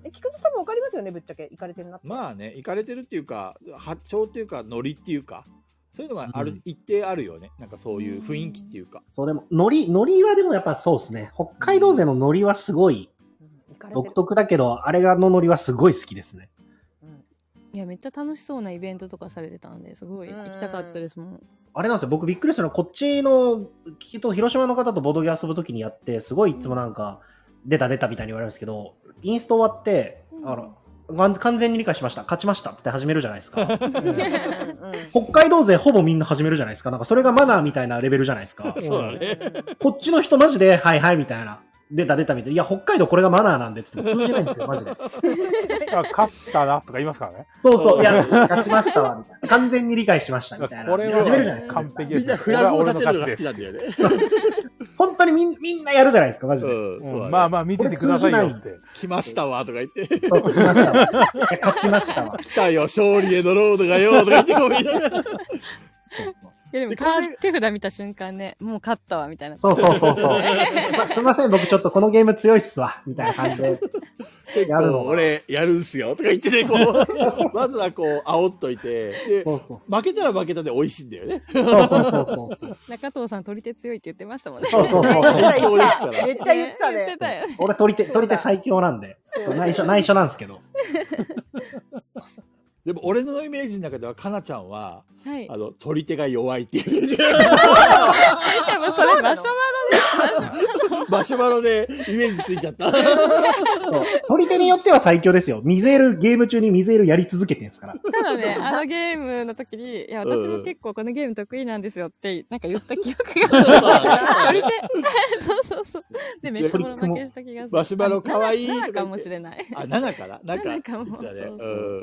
菊池さんも分かりますよね、ぶっちゃけ行かれてるなって。 まあね、行かれてるっていうか、波長っていうか、ノリっていうか、そういうのがある、一定あるよね。なんかそういう雰囲気っていうか。 そう、でも、ノリはでもやっぱそうですね。北海道勢のノリはすごい、独特だけど、あれのノリはすごい好きですね。 いや、めっちゃ楽しそうなイベントとかされてたんで、すごい行きたかったですもん。 あれなんですよ、僕びっくりしたのは、こっちの、広島の方とボドゲ遊ぶときにやって、すごいいつもなんか、出たみたいに言われるんですけど、インスト終わって、完全に理解しました、勝ちましたって始めるじゃないですか。北海道勢ほぼみんな始めるじゃないですか。なんかそれがマナーみたいなレベルじゃないですか。 そうだね。 こっちの人マジで、はいはいみたいな。出たみたいな。いや、北海道これがマナーなんでって通じないんですよ、マジで。 勝ったなとか言いますからね。 そうそう、いや、勝ちましたわ、みたいな。完全に理解しました、みたいな。 これは始めるじゃないですか。 完璧です。 みんなフラグを立てるのが好きなんだよね。 本当にみんなやるじゃないですか、マジで。 まあまあ、見ててくださいよって。 来ましたわ、とか言って。 そうそう、来ましたわ。勝ちましたわ。 来たよ、勝利へのロードがよ、とか言ってこうみんな。 いやでも手札見た瞬間ね、もう勝ったわみたいな。 そう。すみません、僕ちょっとこのゲーム強いっすわ、みたいな感じで。 結構俺やるんすよ、とか言ってね、こう、まずはこう、煽っといて、で、負けたら負けたで美味しいんだよね。 そう。 中藤さん取り手強いって言ってましたもんね。 そう。 めっちゃ言ってたね。 俺取り手最強なんで。内緒なんですけど。 でも俺のイメージの中ではかなちゃんは、 はい、 取り手が弱いっていうイメージ。 でもそれマシュマシュマロでイメージついちゃった。そう取り手によっては最強ですよ。ゲーム中に水エルやり続けてるんですから。 ただね、ゲームの時に、いや、私も結構このゲーム得意なんですよって、なんか言った記憶が。取り手そう。で、めっちゃボロ負けした気がする。 マシュマロかわいいとか。 7かもしれない。 あ、7かな 7かも。そう。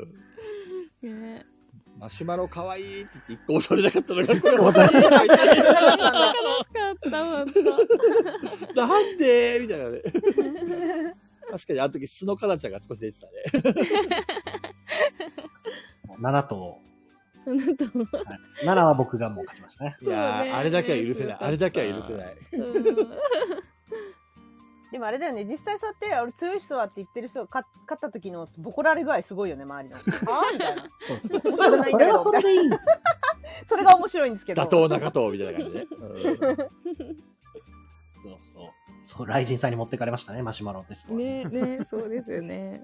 ね、マシュマロかわいいって言って一個も取れなかったのがこれ悲しかった、ほんと。 なんでみたいなね。確かにあの時素のかなちゃんが少し出てたね。 7と。7は僕がもう勝ちましたね。 いやー、あれだけは許せない。あれだけは許せない。 でもあれだよね、実際そうやって俺強い人はって言ってる人が勝った時のボコられ具合すごいよね、周りの。ああみたいな。 それはそれでいいんですよ。 それが面白いんですけど。 打倒中藤みたいな感じで。 そう、ライジンさんに持ってかれましたね、マシュマロですと。 ね、そうですよね。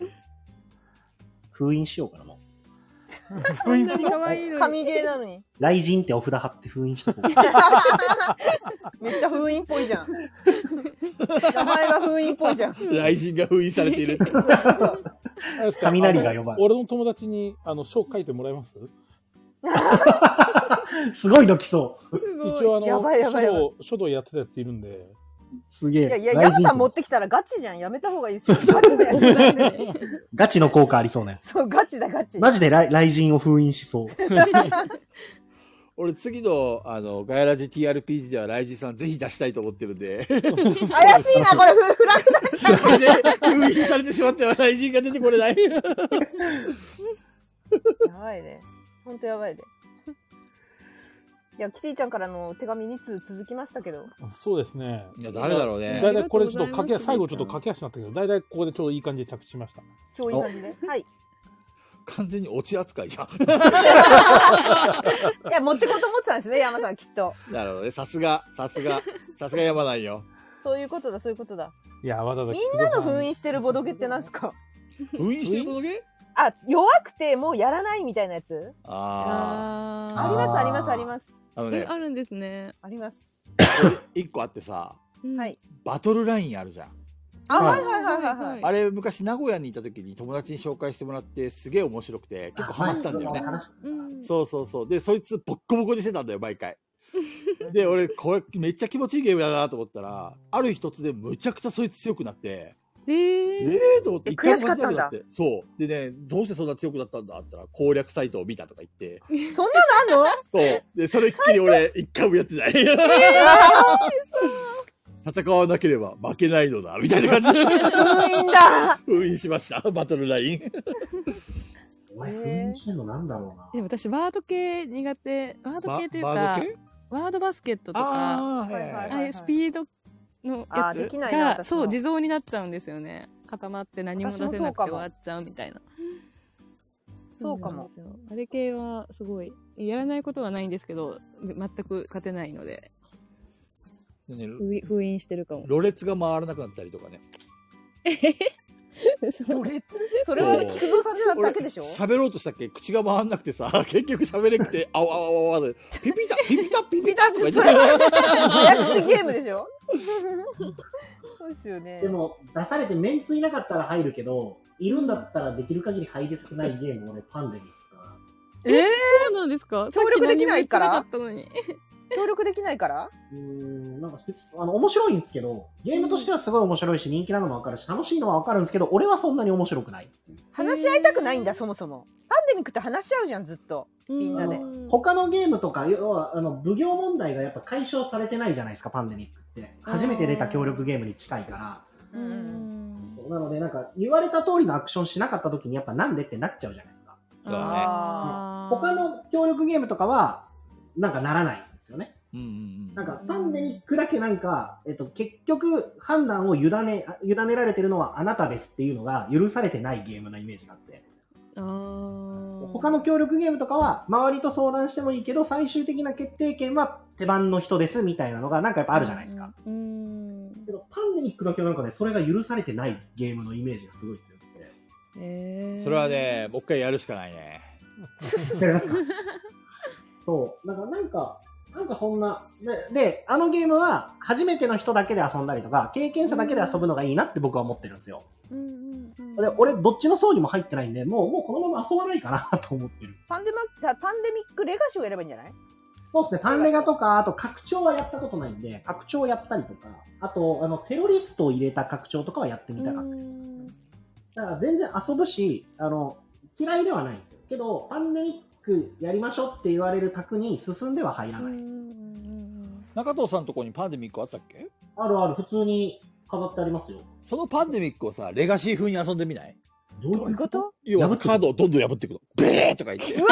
封印しようかな、もう。 こんなに可愛いのに。 神ゲーなのに。 ライジンってお札貼って封印しとこう。 めっちゃ封印っぽいじゃん。名前が封印っぽいじゃん。 ライジンが封印されている。 雷が呼ばれる。 俺の友達に書書いてもらえます？ すごいの来そう。 一応書道やってたやついるんで。 すげえ。 いや、山さん持ってきたらガチじゃん。やめた方がいいですよ。ガチで。 ガチの効果ありそうね。 そう、ガチだ、ガチ。 マジで雷神を封印しそう。 俺次の、ガヤラジ TRPG ではライジンさんぜひ出したいと思ってるんで。 怪しいな、これ、フラグだ。封印されてしまってはライジンが出てこれない。 やばいね。ほんとやばいね。いや、キティちゃんからの手紙2通続きましたけど。 そうですね。 いや、誰だろうね。 だいたいこれちょっと最後ちょっと駆け足になったけど、だいたいここでちょうどいい感じで着地しました。 超いい感じで。はい。 完全にオチ扱いじゃん。 いや、持ってこうと思ってたんですね、山さん、きっと。 なるほどね。さすが山なんよ。 そういうことだ、そういうことだ。 いや、わざわざみんなの封印してるボドゲって何ですか？ 封印してるボドゲ？ あ、弱くてもうやらないみたいなやつ？あります、あります、あります。 ね、 あるんですね。 あります。 一個あってさ、 はい。 バトルラインあるじゃん。 はい。 あれ昔名古屋にいた時に友達に紹介してもらってすげえ面白くて結構ハマったんだよね。そうでそいつボッコボコにしてたんだよ毎回。で俺これめっちゃ気持ちいいゲームだなと思ったらある日突然むちゃくちゃそいつ強くなって。と思って一回も勝てなくなって。そうでねどうしてそんな強くなったんだって言ったら攻略サイトを見たとか言って。 そんなのあんの？ そうでそれっきり俺一回もやってない。戦わなければ負けないのだみたいな感じで封印しましたバトルライン。 お前封印してんのなんだろうな。 でも私ワード系苦手。ワード系というかワードバスケットとかああいうスピードのやつがそう地蔵になっちゃうんですよね。固まって何も出せなくて終わっちゃうみたいな。 そうかも。 あれ系はすごいやらないことはないんですけど全く勝てないので。封印してるかも。 ろれつが回らなくなったりとかね。 ろれつ？それは菊蔵さんでだっただけでしょ？ 喋ろうとしたっけ口が回らなくてさ、結局喋れなくて、あわあわあわで、ピピタとか言って。 早口ゲームでしょ？そうですよね。 でも、出されてメンツいなかったら入るけど、いるんだったらできる限り入りたくないゲームをね、パンデミックかな。 そうなんですか？ 協力できないから？ 協力できないからなんか面白いんですけど、ゲームとしてはすごい面白いし、人気なのもわかるし、楽しいのはわかるんですけど、俺はそんなに面白くない。 話し合いたくないんだ、そもそも。パンデミックって話し合うじゃん、ずっと。みんなで。 他のゲームとか、要は、奉行問題がやっぱ解消されてないじゃないですか、パンデミックって。初めて出た協力ゲームに近いから。なので、なんか、言われた通りのアクションしなかった時に、やっぱなんでってなっちゃうじゃないですか。 そうだね。 他の協力ゲームとかは、なんかならない。ですよね。なんかパンデミックだけなんか、結局判断を委ねられてるのはあなたですっていうのが許されてないゲームのイメージがあって、他の協力ゲームとかは周りと相談してもいいけど最終的な決定権は手番の人ですみたいなのがなんかやっぱあるじゃないですか。けどパンデミックだけはなんかねそれが許されてないゲームのイメージがすごい強くて。 それはね、もう一回やるしかないね。 そう。なんかそんな、で、あのゲームは初めての人だけで遊んだりとか、経験者だけで遊ぶのがいいなって僕は思ってるんですよ。俺、どっちの層にも入ってないんで、もうこのまま遊ばないかなと思ってる。 パンデミックレガシーをやればいいんじゃない？ そうですね、パンレガとか、あと拡張はやったことないんで、拡張やったりとか、あと、テロリストを入れた拡張とかはやってみたかったです。だから全然遊ぶし、嫌いではないんですよ。けど、パンデミックやりましょうって言われる卓に進んでは入らない。 中藤さんのところにパンデミックあったっけ？ あるある、普通に飾ってありますよ。 そのパンデミックをさ、レガシー風に遊んでみない？ どういうこと？ 要はカードをどんどん破っていくの。ベーとか言って。うわ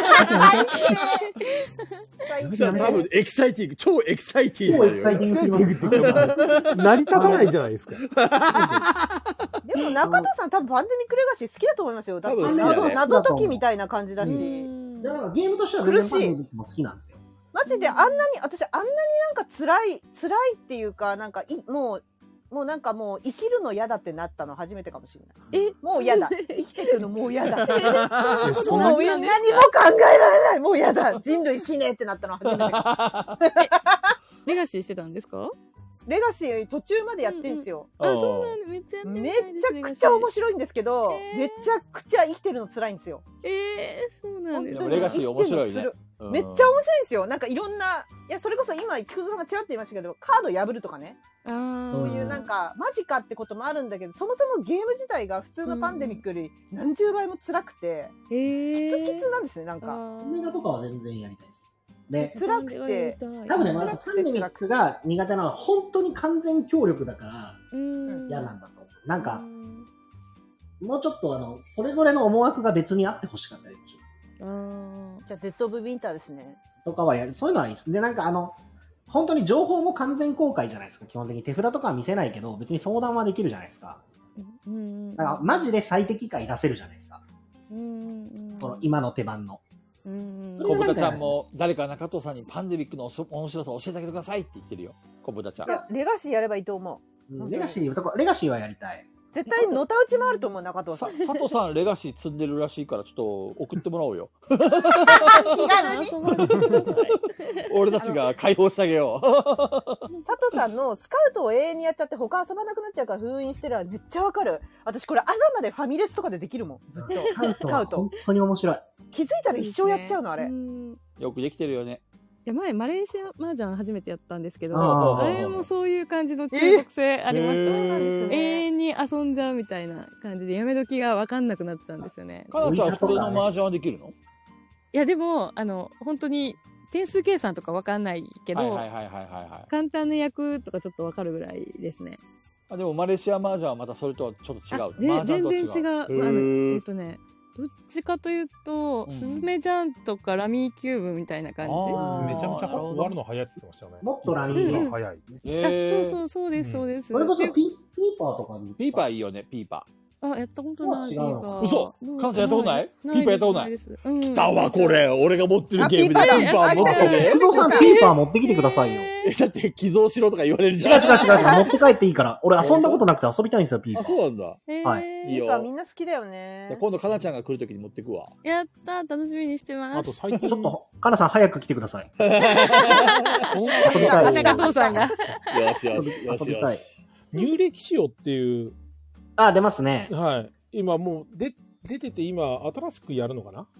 多分エキサイティング、超エキサイティング。 超エキサイティングすぎます。 成り立たないじゃないですか。 でも中藤さん多分パンデミックレガシー好きだと思いますよ。 多分謎解きみたいな感じだし。 だからゲームとしては全然パンデミックも好きなんですよ。 マジで私あんなになんか辛いっていうか、なんかもうなんかもう生きるの嫌だってなったの初めてかもしれない。もう嫌だ。生きてくのもう嫌だ。もう何も考えられない。もう嫌だ。人類死ねってなったの初めて。 レガシーしてたんですか？ レガシー途中までやってんすよ。 そうなんだ。めっちゃやってみたいです。 めちゃくちゃ面白いんですけど、めちゃくちゃ生きてるの辛いんですよ。 そうなんです。 でもレガシー面白いね。 めっちゃ面白いんですよ。なんかいろんな、いや、それこそ今、菊蔵さんがちらっと言いましたけど、カード破るとかね。そういうなんか、マジかってこともあるんだけど、そもそもゲーム自体が普通のパンデミックより何十倍も辛くて、キツキツなんですね、なんか。 メガとかは全然やりたいです。 で、辛くて。 多分ね、パンデミックが苦手なのは本当に完全協力だから、嫌なんだと思う。なんか、もうちょっとそれぞれの思惑が別にあってほしかったりします。 じゃあ、デッド・オブ・ウィンターですね。 とかはそういうのはいいです。で、なんか本当に情報も完全公開じゃないですか。基本的に手札とかは見せないけど、別に相談はできるじゃないですか。だからマジで最適解出せるじゃないですか。この今の手番の。 小豚ちゃんも誰か中藤さんにパンデミックの面白さを教えてあげてくださいって言ってるよ。小豚ちゃん。 いや、レガシーやればいいと思う。レガシーはやりたい。 絶対のたうちもあると思う、中藤さん。 佐藤さんレガシー積んでるらしいからちょっと送ってもらおうよ。 気軽に俺たちが解放してあげよう。 佐藤さんのスカウトを永遠にやっちゃって他遊ばなくなっちゃうから封印してるのはめっちゃわかる。私これ朝までファミレスとかでできるもん。ずっと。 スカウト。本当に面白い。 気づいたら一生やっちゃうの、あれ。 よくできてるよね。 いや前マレーシア麻雀初めてやったんですけど、あれもそういう感じの中毒性ありましたね。永遠に遊んじゃうみたいな感じでやめ時が分かんなくなっちゃうんですよね。 かなちゃん普通の麻雀はできるの？いやでも本当に点数計算とか分かんないけど、簡単な役とかちょっと分かるぐらいですね。 でもマレーシア麻雀はまたそれとはちょっと違う。 全然違う。どっちかというと、スズメジャンとかラミーキューブみたいな感じ。 めちゃめちゃ終わるの早いって言ってましたね。 もっとラミーが早い。 そうです、そうです。 それこそピーパーとかに。 ピーパーいいよね、ピーパー。 やったことない。 嘘？かなちゃんやったことない？ピーパーやったことない？来たわ、これ。俺が持ってるゲームでピーパー持ってる。 工藤さん、ピーパー持ってきてくださいよ。 だって、寄贈しろとか言われるじゃん。 違う。持って帰っていいから。俺遊んだことなくて遊びたいんですよ、ピーパー。 そうなんだ。 はい。 いいよ。 みんな好きだよね。 じゃ今度、かなちゃんが来るときに持ってくわ。 やったー、楽しみにしてます。 あと最近。 ちょっと、かなさん早く来てください。 中藤さんが。 よし。 ニューレキシオっていう。 出ますね。 はい。今もう出てて今新しくやるのかな？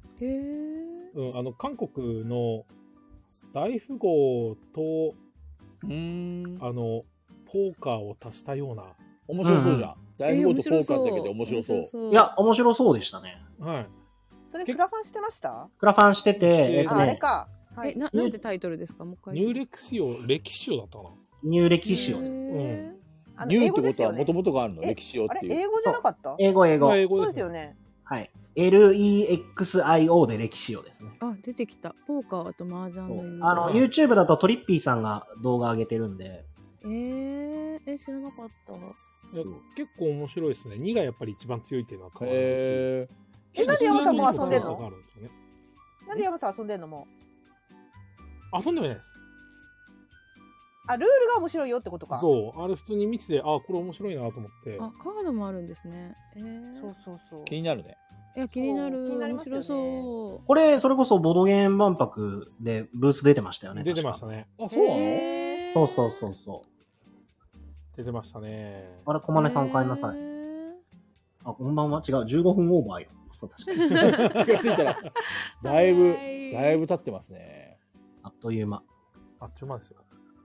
韓国の大富豪とポーカーを足したような面白そうじゃん。大富豪とポーカーだけで面白そう。 いや面白そうでしたね。 はい。 それクラファンしてました？ クラファンしてて、 あれか。 なんてタイトルですか？もう一回。 ニューレキシオ、レキシオだったかな。 ニューレキシオです。 ニューってことはもともとがあるの？歴史をっていう。 あれ英語じゃなかった？ 英語。 そうですよね。 はい。LEXIO で歴史をですね。 出てきた。ポーカーと麻雀の。YouTube だとトリッピーさんが動画上げてるんで。 知らなかった。 結構面白いですね。2がやっぱり一番強いっていうのは変わるし。なんで山さんも遊んでんの？なんで山さん遊んでんのもう？遊んでもないです。 あ、ルールが面白いよってことか。 そう。あれ普通に見てて、あ、これ面白いなと思って。 あ、カードもあるんですね。 そうそうそう。 気になるね。 いや、気になる。面白そう。 これ、それこそボドゲーム万博でブース出てましたよね。 出てましたね。 あ、そうなの？そう。 出てましたね。 あれ、小金さん買いなさい。あ、こんばんは。違う、15分オーバーよ。そう、確かに。気がついたら、だいぶ経ってますね。 あっという間。 あっちゅう間ですよ。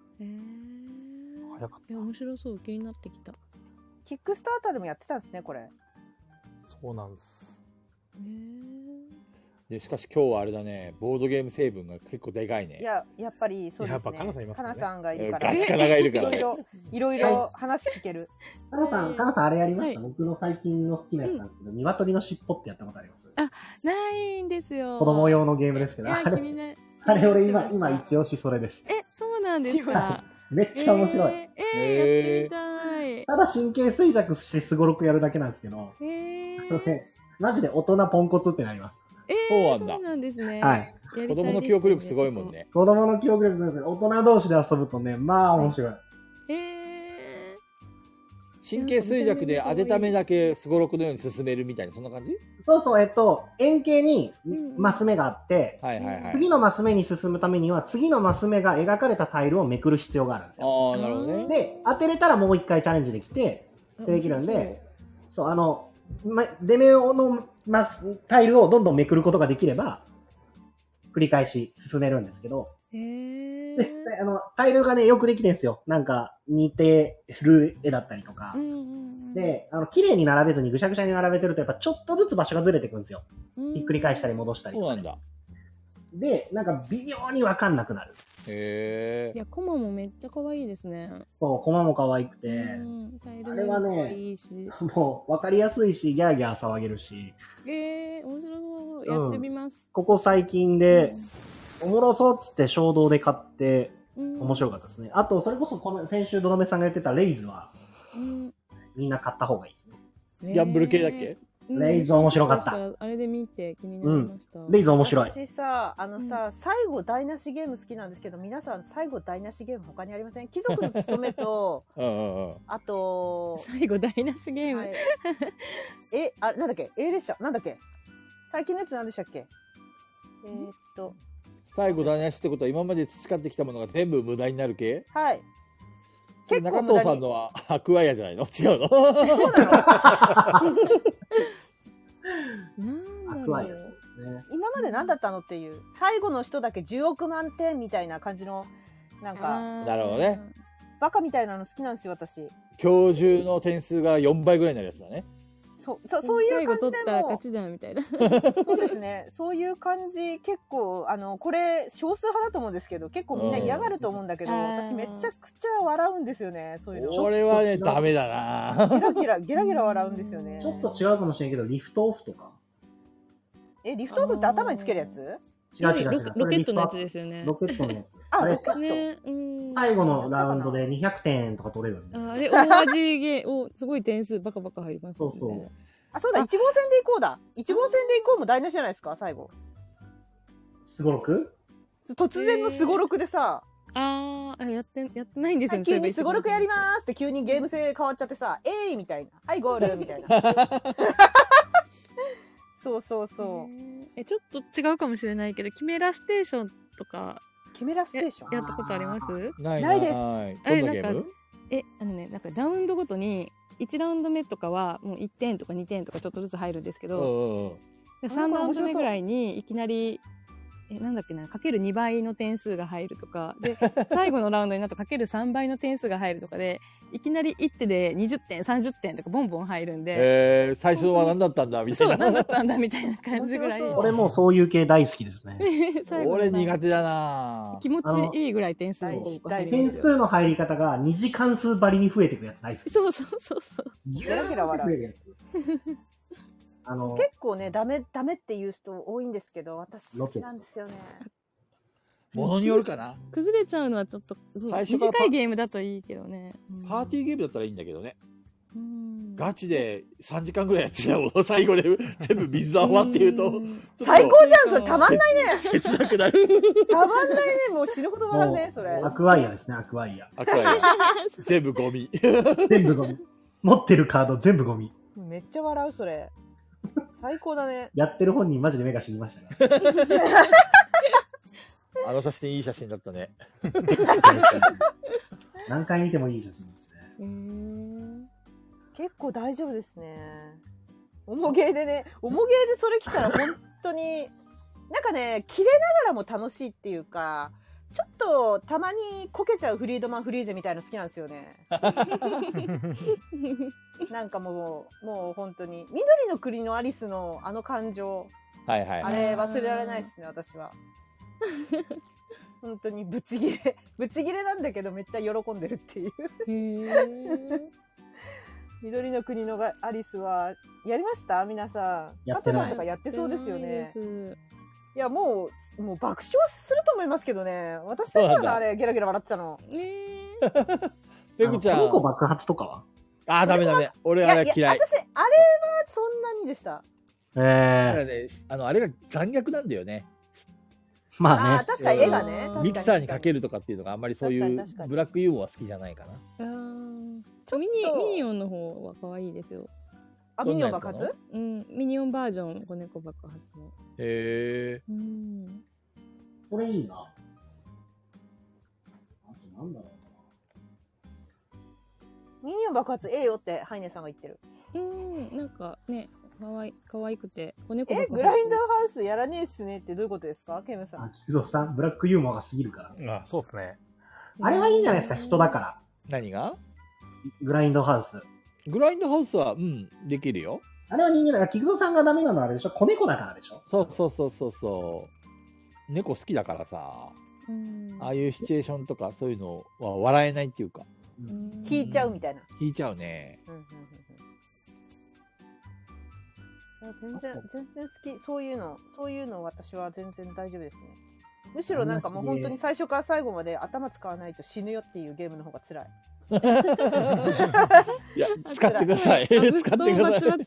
早かった。 いや、面白そう。気になってきた。 キックスターターでもやってたんですね、これ。 そうなんです。 で、しかし今日はあれだね、ボードゲーム成分が結構でかいね。 いや、やっぱりそうですね。 やっぱカナさんいますからね。 カナさんがいるから。 ガチカナがいるからね。 いろいろ話聞ける。 カナさんあれやりました？僕の最近の好きなやつなんですけど、鶏の尻尾ってやったことあります？ あ、ないんですよ。 子供用のゲームですけど、あれ俺今一押しそれです。 そうなんですか。 めっちゃ面白い。 やってみたい。 ただ神経衰弱してすごろくやるだけなんですけど、マジで大人ポンコツってなります。 そうなんですね。 はい。 子供の記憶力すごいもんね。 子供の記憶力すごいですね。大人同士で遊ぶとね、まあ面白い。 神経衰弱で当てた目だけすごろくのように進めるみたいな、そんな感じ？ そう、円形にマス目があって、次のマス目に進むためには、次のマス目が描かれたタイルをめくる必要があるんですよ。 ああ、なるほどね。 で、当てれたらもう一回チャレンジできて、できるんで、そう、出目のタイルをどんどんめくることができれば、繰り返し進めるんですけど、絶対タイルがね、よくできてるんですよ。なんか、似てる絵だったりとか。で、綺麗に並べずにぐしゃぐしゃに並べてると、やっぱちょっとずつ場所がずれてくるんですよ。ひっくり返したり戻したりとか、 そうなんだ。 で、なんか微妙にわかんなくなる。 いや、コマもめっちゃ可愛いですね。 そう、コマも可愛くて、あれはね、もうわかりやすいし、ギャーギャー騒げるし。 面白そう。やってみます。 ここ最近で、おもろそうっつって衝動で買って、面白かったですね。あと、それこそ先週ドロメさんが言ってたレイズは、みんな買った方がいいですね。 ギャンブル系だっけ？ レイズ面白かった。 あれで見て気になりました。 レイズ面白い。 私さ、最後台無しゲーム好きなんですけど、皆さん最後台無しゲーム他にありません？貴族の務めと、あと、 最後台無しゲーム。 なんだっけ？ A 列車なんだっけ？最近のやつなんでしたっけ？ 最後台無しってことは今まで培ってきたものが全部無駄になる系？ はい。 中藤さんのはアクアイアじゃないの？違うの？ そうなの？今まで何だったのっていう、最後の人だけ10億万点みたいな感じの、なんか、 なるほどね。 バカみたいなの好きなんですよ、私。 今日中の点数が4倍ぐらいになるやつだね。 そういう感じでも。 最後取ったら勝ちだみたいな。 そうですね。そういう感じ、結構、これ、少数派だと思うんですけど、結構みんな嫌がると思うんだけど、私めちゃくちゃ笑うんですよね、そういうの。 俺はね、ダメだな。 ゲラゲラ笑うんですよね。 ちょっと違うかもしれんけど、リフトオフとか。 リフトオフって頭につけるやつ？ 違う。 ロケットのやつですよね。 ロケットのやつ。 あ、ロケット。 最後のラウンドで200点とか取れるんで。 あれ、大味ゲー、すごい点数バカバカ入りますね。 そう。 あ、そうだ、1号線で行こうだ。1号線で行こうも台無しじゃないですか、最後。 すごろく？ 突然のすごろくでさ。 やってないんですよね。 急にすごろくやりますって急にゲーム性変わっちゃってさ、みたいな。はい、ゴールみたいな。そう。 ちょっと違うかもしれないけど、キメラステーションとか。 キメラステーションやったことあります？ ないです。 どんなゲーム？ なんかラウンドごとに、1ラウンド目とかはもう1点とか2点とかちょっとずつ入るんですけど、3ラウンド目ぐらいにいきなり、なんだっけな、かける2倍の点数が入るとか、で、最後のラウンドになるとかける3倍の点数が入るとかで、いきなり1手で20点、30点とかボンボン入るんで。 最初は何だったんだみたいな。 そう、何だったんだみたいな感じぐらい。 俺もそういう系大好きですね。 俺苦手だな。 気持ちいいぐらい点数を点数の入り方が2次関数ばりに増えていくやつ大好き。 そう。 ゲラゲラ笑う。結構ね、ダメっていう人多いんですけど、私好きなんですよね。 ものによるかな。 崩れちゃうのはちょっと短いゲームだといいけどね。 パーティーゲームだったらいいんだけどね。 ガチで3時間ぐらいやってたもん、最後で全部水泡っていうと。 最高じゃん、それたまんないね。 切なくなる。 たまんないね、もう死ぬほど笑うね、それ。 アクアイアですね、アクアイア。 アクアイア。全部ゴミ。 全部ゴミ。持ってるカード全部ゴミ。 めっちゃ笑う、それ。最高だね。 やってる本人マジで目が死にましたね。 あの写真いい写真だったね。 何回見てもいい写真ですね。 結構大丈夫ですね。重ゲーでね、重ゲーでそれ来たら本当に、なんかね、切れながらも楽しいっていうか、ちょっとたまにこけちゃうフリードマン・フリーゼみたいの好きなんですよね。なんかもう本当に、緑の国のアリスのあの感情、 はいはい、 あれ忘れられないですね、私は。本当にブチギレなんだけどめっちゃ喜んでるっていう。緑の国のアリスはやりました皆さん。佐藤さんとかやってそうですよね。いやもう爆笑すると思いますけどね。私だけはあれゲラゲラ笑ってたの。 ペグちゃん。 猫爆発とかは？ あ、ダメ。俺あれ嫌い。 私あれはそんなにでした。 あれが残虐なんだよね。 まあね。 確かに絵がね。 ミキサーにかけるとかっていうのがあんまりそういうブラックユーモアは好きじゃないかな。 ミニオンの方は可愛いですよ。 あ、ミニオン爆発？ うん、ミニオンバージョン子猫爆発の。 へえ。 それいいな。あとなんだろうな。ミニオン爆発よってハイネさんが言ってる。 なんかね。可愛くて子猫爆発。 グラインドハウスやらねえっすねってどういうことですか、ケムさん。 菊蔵さん、ブラックユーモアが過ぎるから。 そうですね。 あれはいいんじゃないですか、人だから。 何が？ グラインドハウス。 グラインドハウスは、できるよ。 あれは人間だから、菊蔵さんがダメなのはあれでしょ、子猫だからでしょ。 そう。猫好きだからさ、ああいうシチュエーションとかそういうのは笑えないっていうか。 引いちゃうみたいな。 引いちゃうね。 全然好き。そういうの私は全然大丈夫ですね。むしろなんかもう本当に最初から最後まで頭使わないと死ぬよっていうゲームの方が辛い。 いや、使ってください。使ってください。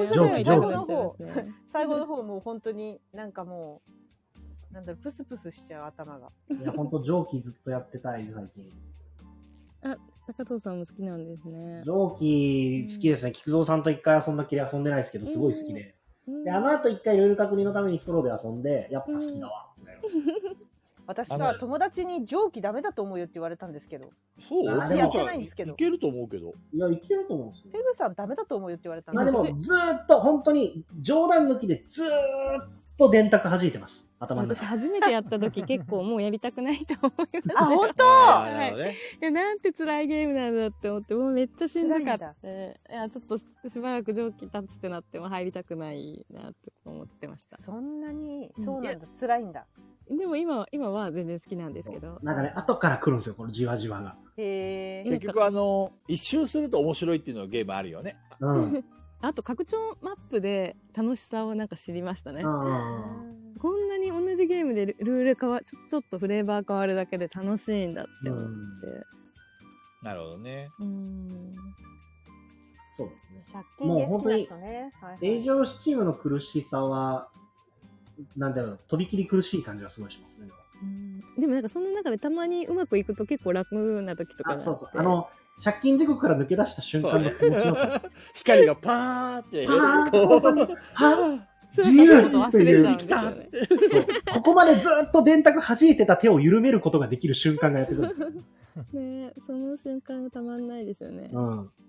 最後の方もう本当になんかもう、なんだろう、プスプスしちゃう頭が。 いや、本当蒸気ずっとやってたい、最近。 中藤さんも好きなんですね。 蒸気好きですね。菊蔵さんと一回遊んだきり遊んでないですけど、すごい好きで。で、あの後一回ルール確認のためにソロで遊んで、やっぱ好きだわ。 私さ、友達に蒸気ダメだと思うよって言われたんですけど。 そう？ 私やってないんですけど。 いけると思うけど。 いや、いけると思うんですよ。 ペグさんダメだと思うよって言われたんでも、ずーっと本当に冗談抜きでずーっと電卓弾いてます。頭の中。 私初めてやった時結構もうやりたくないと思いました。 あ、本当？ はい。なんて辛いゲームなんだって思って、もうめっちゃしんどかった。いや、ちょっとしばらく蒸気立つってなっても入りたくないなって思ってました。 そんなに、そうなんだ、辛いんだ。 でも今は全然好きなんですけど。 なんかね、後から来るんですよ、このじわじわが。 結局一周すると面白いっていうのがゲームあるよね。 あと拡張マップで楽しさをなんか知りましたね。こんなに同じゲームでルールちょっとフレーバー変わるだけで楽しいんだって思って。 なるほどね。 そうですね。 借金で好きな人ね。 エイジオスチームの苦しさは、なんだろう、とびきり苦しい感じはすごいしますね。 でもなんかその中でたまにうまくいくと結構楽な時とかがあって。 そうそう。借金地獄から抜け出した瞬間の気持ちよさ。 光がパーって、 自由っていう。 ここまでずっと電卓弾いてた手を緩めることができる瞬間がやってくる。 ね、その瞬間がたまんないですよね。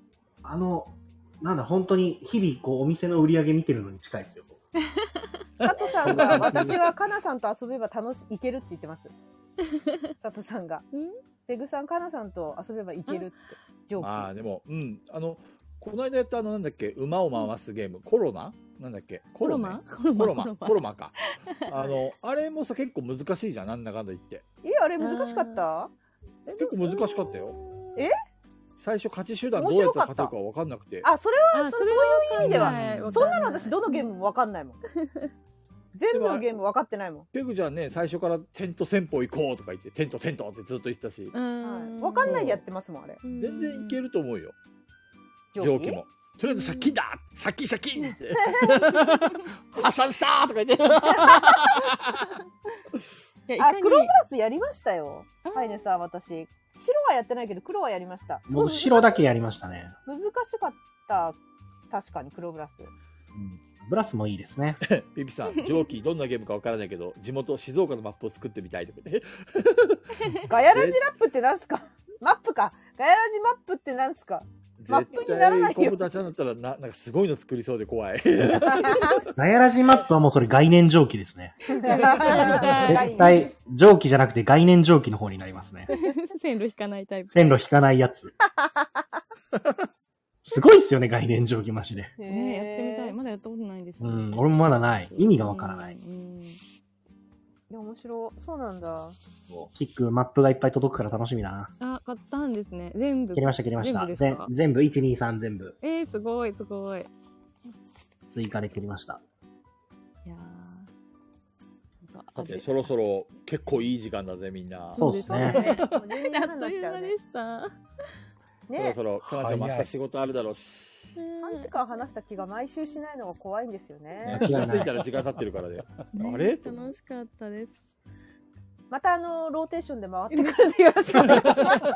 なんだ、本当に日々こうお店の売り上げ見てるのに近いですよ。 佐藤さんが、私はかなさんと遊べばいけるって言ってます。佐藤さんが。ペグさん、かなさんと遊べばいけるって。 でも、この間やったなんだっけ、馬を回すゲーム、コロナなんだっけ、コロマか。あれもさ、結構難しいじゃん、なんだかんだ言って。 あれ難しかった？ 結構難しかったよ。最初勝ち手段どうやって勝てるか分かんなくて。 それはそういう意味では。そんなの私どのゲームも分かんないもん。全部のゲーム分かってないもん。 ペグちゃんね、最初からテント戦法行こうとか言って、テントってずっと言ってたし。 分かんないでやってますもん、あれ。 全然いけると思うよ。 蒸気も。とりあえず借金だ借金って破産したとか言って。 黒ブラスやりましたよ。ハイネさん、私。白はやってないけど、黒はやりました。 僕、白だけやりましたね。 難しかった。確かに、黒ブラス。 ブラスもいいですね。 ピピさん、蒸気どんなゲームかわからないけど、地元静岡のマップを作ってみたいとかね。 ガヤラジラップってなんすか？マップか。ガヤラジマップってなんすか？マップにならないよ。 コンピューターチャンネルだったらなんかすごいの作りそうで怖い。 ガヤラジマップはもうそれ概念蒸気ですね。絶対蒸気じゃなくて概念蒸気の方になりますね。 線路引かないタイプ。 線路引かないやつ。すごいっすよね、概念蒸気マジで。 やってみたい。まだやったことないんですよ。 俺もまだない。意味がわからない。 いや、面白い。そうなんだ。 キック、マップがいっぱい届くから楽しみだな。 あ、買ったんですね。全部。 切りました。全部、1、2、3全部。 すごい。 追加で切りました。 いやさて、そろそろ結構いい時間だぜ、みんな。 そうですね。 あっという間でした。 そろそろ、かなちゃんも明日仕事あるだろうし。 3時間話した気が毎週しないのが怖いんですよね。 気がついたら時間経ってるからね。あれ楽しかったです。 またローテーションで回ってくるんでよろしくお願いします。ありがとう。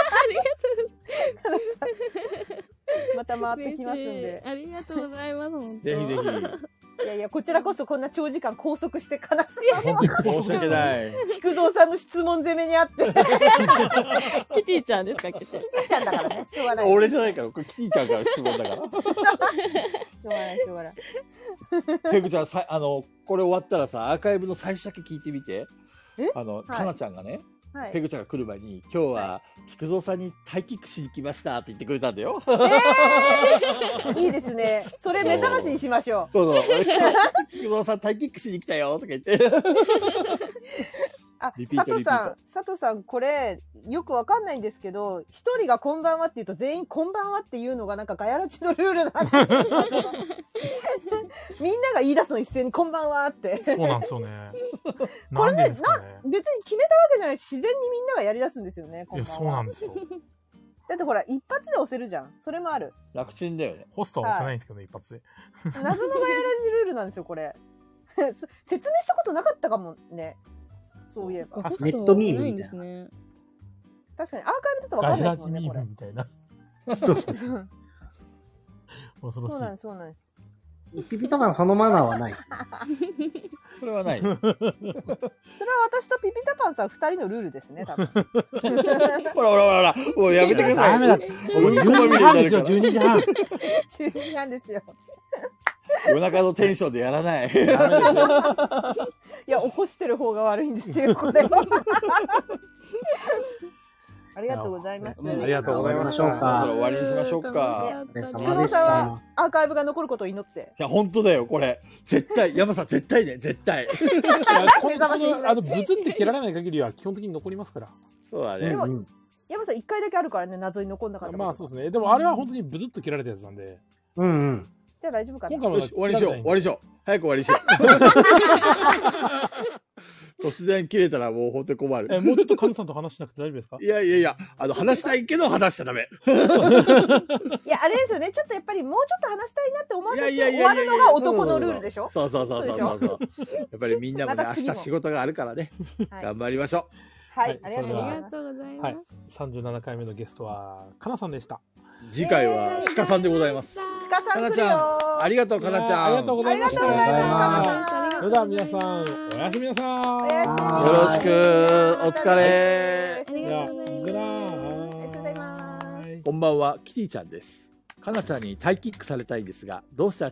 また回ってきますんで。 ありがとうございます。 ぜひぜひ。 いやいや、こちらこそこんな長時間拘束してかなす申し訳ない。 菊蔵さんの質問攻めにあって。 キティちゃんですか、キティちゃんだからね。しょうがない。 俺じゃないから、これキティちゃんから質問だから。しょうがない。 ペグちゃん、これ終わったらさ、アーカイブの最初だけ聞いてみて。かなちゃんがね、ペグちゃんが来る前に、今日は菊蔵さんにタイキックしに来ましたって言ってくれたんだよ。 いいですね。それ目覚ましにしましょう。 そう。俺菊蔵さんタイキックしに来たよとか言って。 佐藤さん、これ、よくわかんないんですけど、一人がこんばんはって言うと全員こんばんはっていうのがなんかガヤラチのルールなんですよ。みんなが言い出すの一斉にこんばんはって。 そうなんですよね。なんでですかね。 別に決めたわけじゃないし、自然にみんながやり出すんですよね、 いや、そうなんですよ。 だってほら、一発で押せるじゃん。それもある。 楽ちんだよね。 ホストは押せないんですけどね、一発で。 謎のガヤラジルールなんですよ、これ。説明したことなかったかもね。そういえば。 ネットミームみたいな。 確かにアーカイブだと分かんないですもんね、これ。 みたいな。 そうなんです。 ピピタパンそのマナーはない。 それはない。 それは私とピピタパンさん2人のルールですね、多分。 ほら、もうやめてください。 ダメだって。12時半ですよ、12時半。 12時半ですよ。 夜中のテンションでやらない。いや、起こしてる方が悪いんですよ、これは。ありがとうございます。 ありがとうございましょうか。終わりにしましょうか。 菊蔵さんはアーカイブが残ることを祈って。 いや、本当だよ、これ。絶対、山さん、絶対ね、絶対。 ブツって切られない限りは基本的に残りますから。 そうだね。 でも、山さん1回だけあるからね、謎に残んなかった。 まあそうですね。でもあれは本当にブツッと切られたやつなんで。 じゃあ大丈夫かな。 よし、終わりにしよう。早く終わりにしよう。突然切れたらもう本当に困る。 もうちょっとカズさんと話しなくて大丈夫ですか？ いや、話したいけど話しちゃダメ。 いや、あれですよね。ちょっとやっぱりもうちょっと話したいなって思わせて終わるのが男のルールでしょ？ そう。やっぱりみんなもね、明日仕事があるからね。頑張りましょう。はい、ありがとうございます。 37回目のゲストはかなさんでした。 次回は鹿さんでございます。 鹿さん来るよ。 ありがとう、かなちゃん。 ありがとうございました。それでは皆さん、おやすみなさい。 よろしく、お疲れ。こんばんは、キティちゃんです。かなちゃんにタイキックされたいんですが、どうしたら